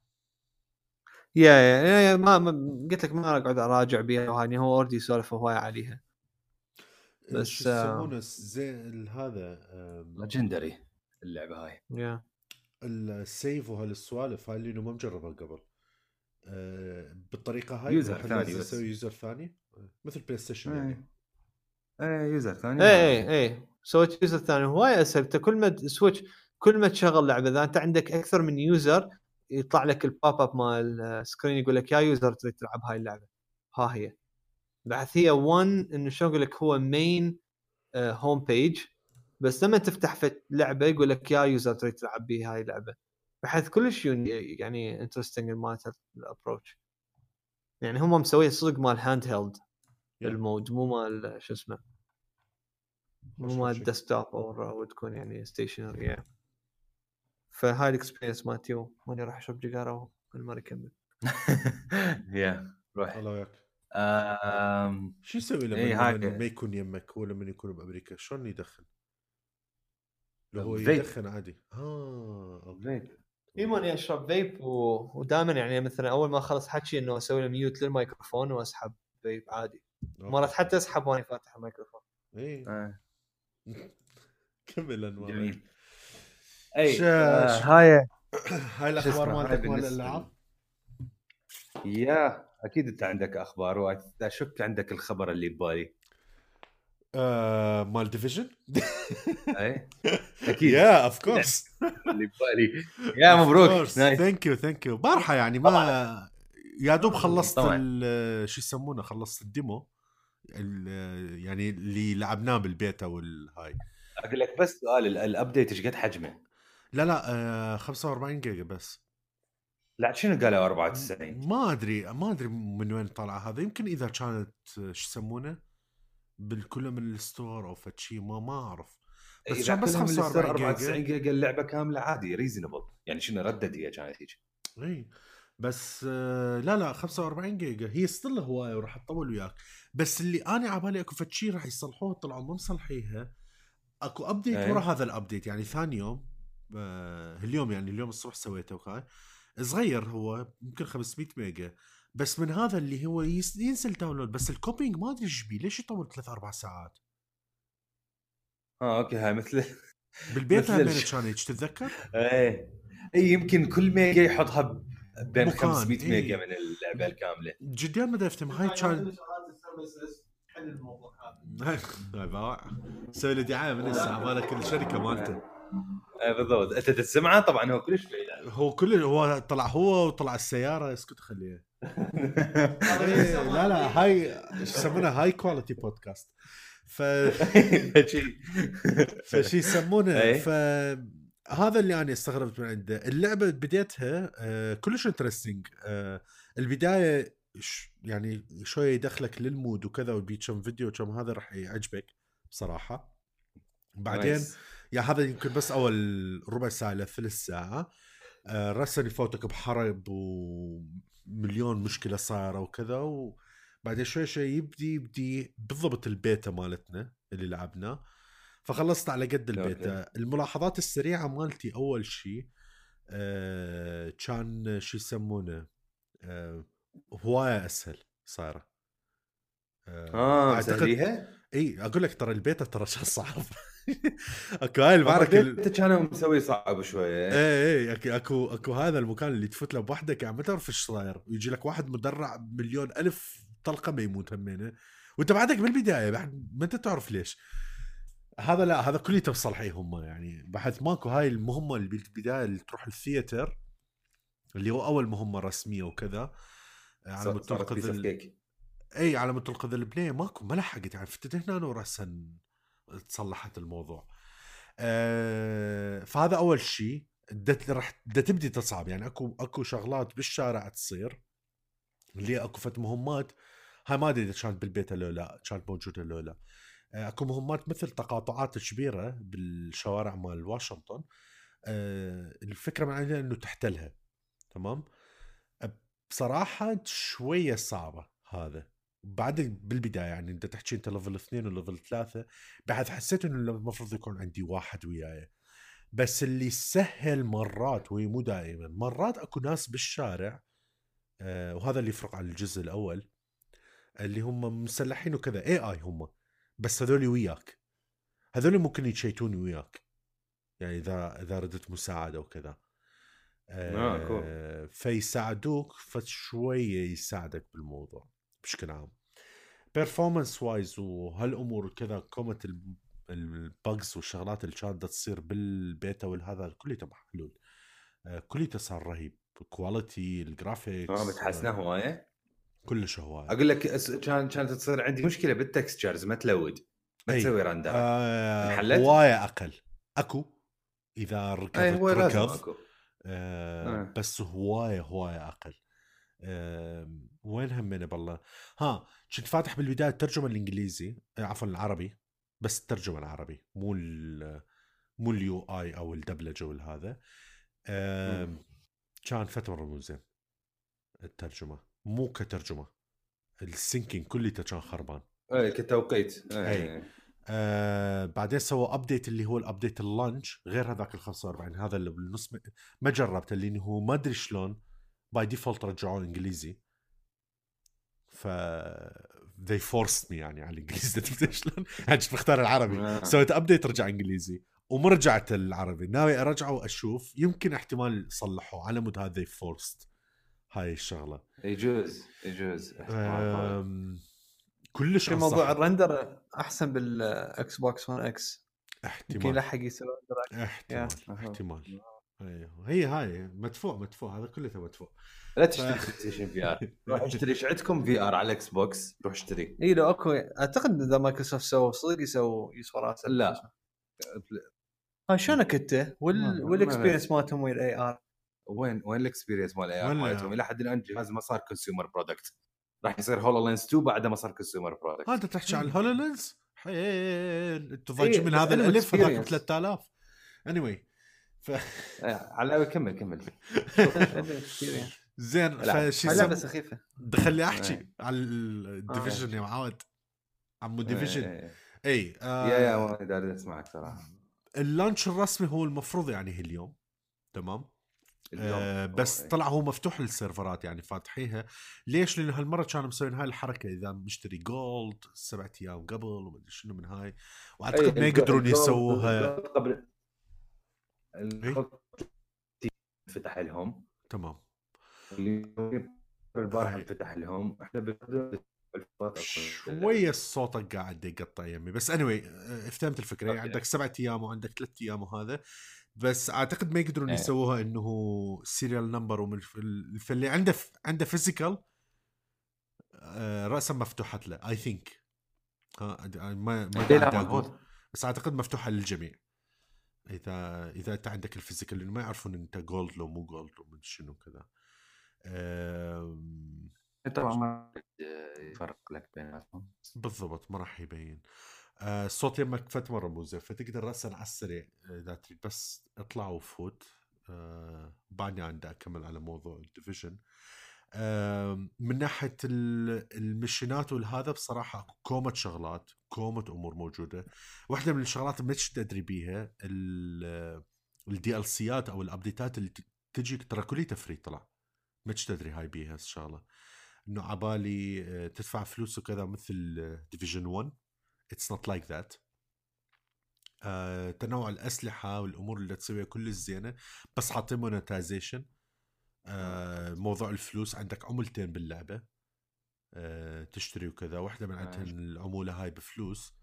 يا ما قلت لك ما اقعد اراجع بيها وهاني هو اوردي سولف هوايه عليها. بس شو يسمونه زين هذا ليجندري اللعبه هاي. يا السيف وهالسوالف هاي اللي ما مجربها قبل بالطريقه هاي يوزر الواحد ثاني لازم بس. يسوي يوزر ثاني مثل بلاي ستيشن يعني. يوزر ثاني. اي سويت يوزر ثاني هواي اسهل. انت كل ما سويتش كل ما تشغل لعبه اذا انت عندك اكثر من يوزر يطلع لك الباب اب مال السكرين يقول لك يا يوزر تريد تلعب هاي اللعبه. ها هي بعد هي 1 انه شلون اقول لك هو مين هوم بيج، بس لما تفتح في لعبه يقول لك يا يوزر تريد تلعب بي هاي اللعبه. بحيث كلش يعني انترستنج مالت الابروتش. يعني هم مسويه صدق مال هاند هيلد المود مو مال شو اسمه مو مال ديسكتوب او تكون يعني ستيشنري. فهاي الاكسبيرينس مالتي ماني راح اشرب سيجاره ما اكمل. يا روح. الله وياك. شو يسوي لما ما يكون يمك هو لما يكون بامريكا شلون يدخن؟ لو هو يدخن عادي. فيب. اي ماني اشرب فيب ودائما يعني مثلا اول ما اخلص حكي انه اسوي له ميوت للميكروفون واسحب فيب عادي. مرات حتى اسحب وانا فاتح الميكروفون. اي كمل انواع. جميل. هاي الاخبار مالتك مال الالعاب. يا اكيد انت عندك اخبار واشك عندك الخبر اللي ببالي. مال ديفيجن. اي اكيد يا اوف كورس اللي ببالي. يا مبروك. ثانك يو بارحه يعني ما يا دوب خلصت شو يسمونه خلصت الديمو يعني اللي لعبناه بالبيتا والهاي. اقول لك بس سؤال الابديت ايش قد حجمه؟ لا 45 جيجا بس. لا شنو قالوا 94؟ ما ادري من وين طالع هذا. يمكن اذا كانت شو يسمونه بالكل من الستور او فشي ما اعرف. بس كان بس 45 جيجا اللعبه كامله عادي ريزونبل يعني. شنو ردد هي كانت هيك. اي بس لا 45 جيجا هي ستيل هوايه وراح تطول وياك. بس اللي انا عبالي اكو فشي راح يصلحوه طلعوا مو مصلحيها. اكو ابديت ورا هذا الابديت يعني ثاني يوم اليوم يعني اليوم الصبح سويته وكاي صغير هو يمكن 500 ميجا بس من هذا اللي هو ينزل داونلود. بس الكوبينج ما ادري ايش بيه ليش يطول 3-4 ساعات. اوكي هاي مثل بالبيت همين كان هيك تتذكر. اي يمكن كل ميجا يحطها بين 500 ميجا من اللعبه الكامله. جدا ما دفتم هاي كان حل الموضوع هذا. سوي له دعايه من الساعه مالك الشركه مالته. بالضبط انت تسمعه طبعا هو كلش بعيد. هو طلع هو وطلع السياره اسكت خليه. لا هاي يسمونها هاي كواليتي بودكاست. فشي يسمونه فهذا اللي انا استغربت من عنده. اللعبه بديتها كلش انترستينج. البدايه يعني شويه يدخلك للمود وكذا وبيت كم فيديو كم هذا راح يعجبك بصراحه. بعدين يا هذا يمكن بس اول ربع ساعه ل ثلث ساعه رسل يفوتك بحرب ومليون مشكله صايره وكذا. وبعدين شوي يبدي بالضبط البيتا مالتنا اللي لعبناه. فخلصت على قد البيتا. الملاحظات السريعه مالتي اول شيء كان شو يسمونه هوايه اسهل صايره. اعتقد اي اقول لك ترى البيتا ترى شيء صعب. اكو هاي المعركه انت كانوا مسوي صعب شويه. اي اكو هذا المكان اللي تفوت له بوحدك يعني ما تعرف ايش صاير ويجي لك واحد مدرع بمليون الف طلقه ما يموت همينه وانت بعدك بالبدايه ما انت تعرف ليش. هذا لا هذا كله تفصل هم يعني بحث ماكو هاي المهمه اللي بالبدايه اللي تروح الثياتر اللي هو اول مهمه رسميه وكذا على متنقذ اي على متنقذ البنيه ماكو ما لحقت يعني فتت هنا وراسا تصلحت الموضوع. فهذا اول شيء راح تبدي تصعب يعني اكو شغلات بالشارع تصير اللي اكو فت مهمات هاي ما ادري اذا كانت بالبيت لو لا كانت موجوده لو لا. اكو مهمات مثل تقاطعات كبيره بالشوارع مال واشنطن. الفكره من عندنا انه تحتلها. تمام. بصراحه شويه صعبه هذا. بعد بالبدايه يعني انت تحكي انت ليفل 2 وليفل 3، بعد حسيت انه المفروض يكون عندي واحد وياي. بس اللي سهل مرات مو دائما، مرات اكو ناس بالشارع، وهذا اللي يفرق عن الجزء الاول، اللي هم مسلحين وكذا اي هم، بس هذول وياك، هذول ممكن يتشيتون وياك يعني اذا ردت مساعده وكذا. كول. فيساعدوك فشويه يساعدك بالموضوع بشكل عام. بيرفورمانس وايز وهالامور كذا، كومت البجز والشغلات اللي كانت تصير بالبيتا والهذا كليته محلول. كليته صار رهيب، كواليتي الجرافيكس متحسنه هوايه. كلش هوايه. اقول لك كانت تصير عندي مشكله بالتكستشرز، ما تلود، ما تسوي رندر. انحلت؟ هوايه اقل اكو اذا ركضت هو لازم ركض. اكو. بس هوايه اقل. وين همنا بالله. كنت فاتح بالبدايه الترجمه الانجليزي، عفوا العربي، بس الترجمه العربي مو اليو اي او الدبلجه والهذا. كان فتره مو زين الترجمه، مو كترجمه، السينكينج كليته كان خربان. كتوقيت. بعدين سووا ابديت اللي هو الابديت اللانش، غير هذاك ال 45 هذا اللي بالنص ما جربته، اللي هو ما ادري شلون باي ديفولت رجعوه انجليزي. ف they forced me يعني على الانجليزي. تدري شلون؟ يعني بختار العربي، سويت ابديت رجع انجليزي وما رجعت العربي. ناوي ارجعه واشوف يمكن احتمال يصلحوه على مود هذا فورست هاي الشغله. يجوز كلش في موضوع الرندر احسن بالاكس بوكس 1 اكس، احتمال لحق يسوي احتمال. ايوه هي هاي مدفوع هذا كله مدفوع. لا تشتري بلاي ستيشن في ار، روح اشتري ايش عندكم في ار على الاكس بوكس، روح اشتري. اي لو اكو اعتقد اذا مايكروسوفت سووا صدق يسووا يسوارات. لا شلونك انت والاكسبيرينس مالتهم ويا الاي ار؟ وين الاكسبيرينس مال اي ار مالتهم؟ الى حد الان جهاز ما صار كونسيومر برودكت، راح يصير هولولينز 2 بعد ما صار كونسيومر برودكت. انت تحكي عن الهولولينز؟ انت ضاجي من هذا الالف هذاك 3000 anyway. على كمل زين. فشي لعبه سخيفه. دخلي احكي على الديفيجن يا معود، عمو ديفيجن. اي يا ما داري اسمعك صراحه. اللانش الرسمي هو المفروض يعني هي اليوم، تمام. بس طلع هو مفتوح للسيرفرات يعني فاتحيها. ليش؟ لانه هالمره كانوا مسوين هاي الحركه، اذا مشتري جولد 7 ايام قبل وما ادري شنو من هاي، واعتقد ما يقدرون يسووها قبل فتح لهم. تمام. البارحه فتح لهم. احنا شويه صوتك قاعد يقطع يمي، بس anyway افتهمت الفكره. عندك 7 ايام وعندك 3 ايام وهذا، بس اعتقد ما يقدرون يسووها انه سيريال نمبر. ومن اللي عنده فيزيكال راسا مفتوحه له اي ثينك. ما اقول، بس اعتقد مفتوحه للجميع اذا انت عندك الفيزيكال، لانه ما يعرفون انت جولد لو مو جولد لو من شنو كذا. طبعا ما يفرق لك بيناتهم بالضبط، ما راح يبين. الصوت يمك فت مرة مو زين، فتقدر راسا على السريع اذا تريد بس اطلع وفوت. بعدني عندي اكمل على موضوع الديفيجن. من ناحية المشينات والهذا بصراحة كومة شغلات، كومة امور موجودة. واحدة من الشغلات اللي ما تدري بيها الدي ال سيات او الابديتات اللي تجيك، ترى كليتها فري. طلع ما تدري هاي بيها الشغلة، انه عبالي تدفع فلوس وكذا مثل ديفيجن 1. It's not like that. تنوع الأسلحة والأمور اللي تسويها كل الزينة، بس حاطين مونتايزيشن. موضوع الفلوس، عندك عملتين باللعبة تشتري وكذا، واحدة من عندهم العمولة هاي بفلوس.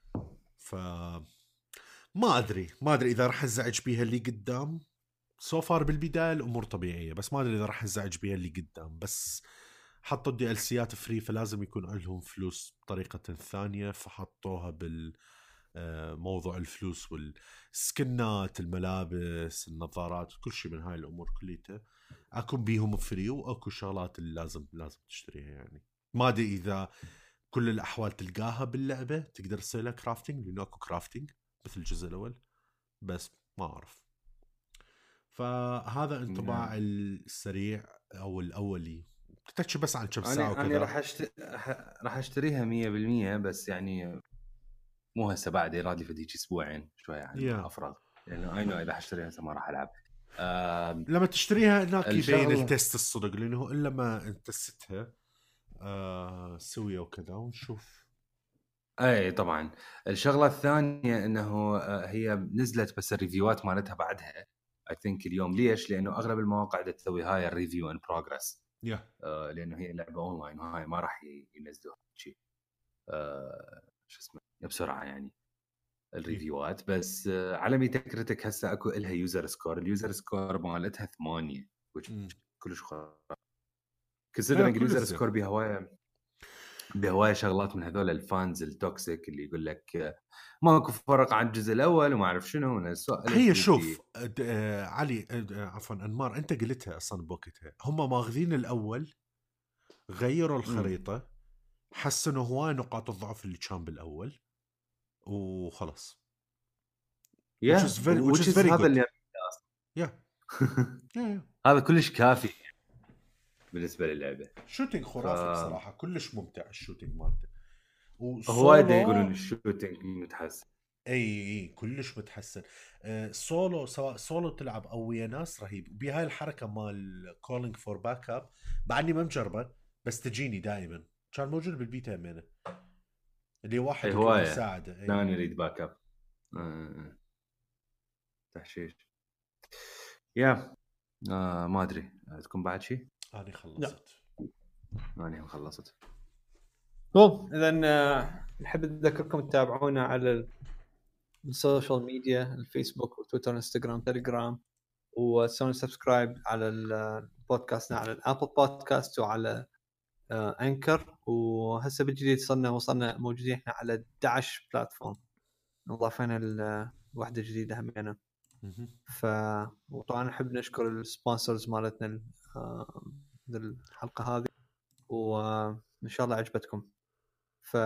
ما أدري إذا راح أزعج بيها اللي قدام. سوفار بالبداية الأمور طبيعية، بس ما أدري إذا راح أزعج بيها اللي قدام. بس حطوا الدي ال سيات فري، فلازم يكون لهم فلوس بطريقة ثانية، فحطوها بالموضوع الفلوس والسكنات، الملابس، النظارات، كل شيء من هاي الأمور كليتها أكون بيهم فري، وأكو شغلات اللي لازم تشتريها. يعني ما أدري إذا كل الاحوال تلقاها باللعبه، تقدر تسوي لها كرافتنج لانه اكو كرافتنج مثل الجزء الاول، بس ما اعرف. فهذا انطباع السريع او الاولي. تحكي بس عن كم ساعه انا وكذا. راح اشتريها 100%، بس يعني مو هسه، بعد يراد لي فديك اسبوعين شويه يعني افرغ، لانه اي نو اذا حاشتريها هسه ما راح العب. لما تشتريها هناك يبين الشغلة- التست الصدق، لانه الا ما انت تستها سويه وكذا ونشوف. اي طبعا. الشغله الثانيه انه هي نزلت بس الريفيوات مالتها بعدها اي ثينك اليوم. ليش؟ لانه اغلب المواقع اللي تسوي هاي الريفيو ان بروجرس، لانه هي لعبه اونلاين وهاي ما راح ينزلوها شيء شو اسمه بسرعه يعني الريفيوات. بس على ميتا كريتيك هسه اكو لها يوزر سكور، اليوزر سكور مالتها 8 كلش خرافي. كونسيدرينج اليوزر سكور بهوايه شغلات من هذول الفانز التوكسيك اللي يقول لك ماكو فرق عن الجزء الاول وما اعرف شنو. هي شوف علي، عفوا انمار، انت قلتها اصلا بوقتها، هم ماخذين الاول غيروا الخريطه، حسنوا هواي نقاط الضعف اللي كان بالاول وخلص. which is very هذا good. اللي هذا كلش كافي بالنسبه للعبه. شوتينج خرافي بصراحه، كلش ممتع الشوتينج مالته. وايد يقولون الشوتينج متحسن. اي كلش متحسن. سولو، سواء سولو تلعب او ويا ناس، رهيب. بهاي الحركه مال كولينج فور باك اب بعدني ما مجربه، بس تجيني دائما، كان موجود بالبيتا همينه اللي واحد يطلب مساعده. لا انا اريد باك اب تحشيش. ما ادري تكون بعد شيء. انا خلصت. انا خلصت. اذا نحب نذكركم تتابعونا على السوشيال ميديا، الفيسبوك وتويتر وانستغرام تليجرام، وتسوون سبسكرايب على البودكاستنا على الابل بودكاست وعلى انكر. وهسه بالجديد وصلنا موجودين احنا على 11 بلاتفورم، نضافنا واحده جديده همينه. وطبعا نحب نشكر السبونسرز مالتنا الحلقه هذه، وان شاء الله عجبتكم. ف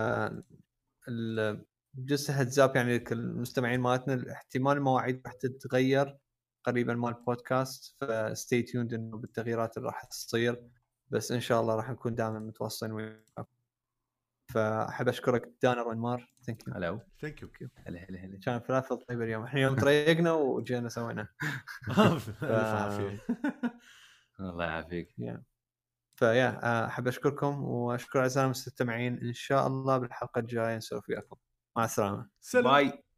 جست هدزاب يعني المستمعين مالتنا، احتمال المواعيد راح تتغير قريبا مال البودكاست، فستي تيوند انه بالتغييرات اللي راح تصير، بس ان شاء الله راح نكون دائما متواصلين وياكم. فاحب اشكرك دانر وانمار. ثانك يو. هلا ثانك يو. هلا كان فلافل طيب اليوم، احنا يوم تريقنا وجينا سوينا. الف عافيه. الله يعافيك. فيا احب اشكركم واشكر اعزائي المستمعين. ان شاء الله بالحلقه الجايه نسولف وياكم. مع السلامه. سلام. باي.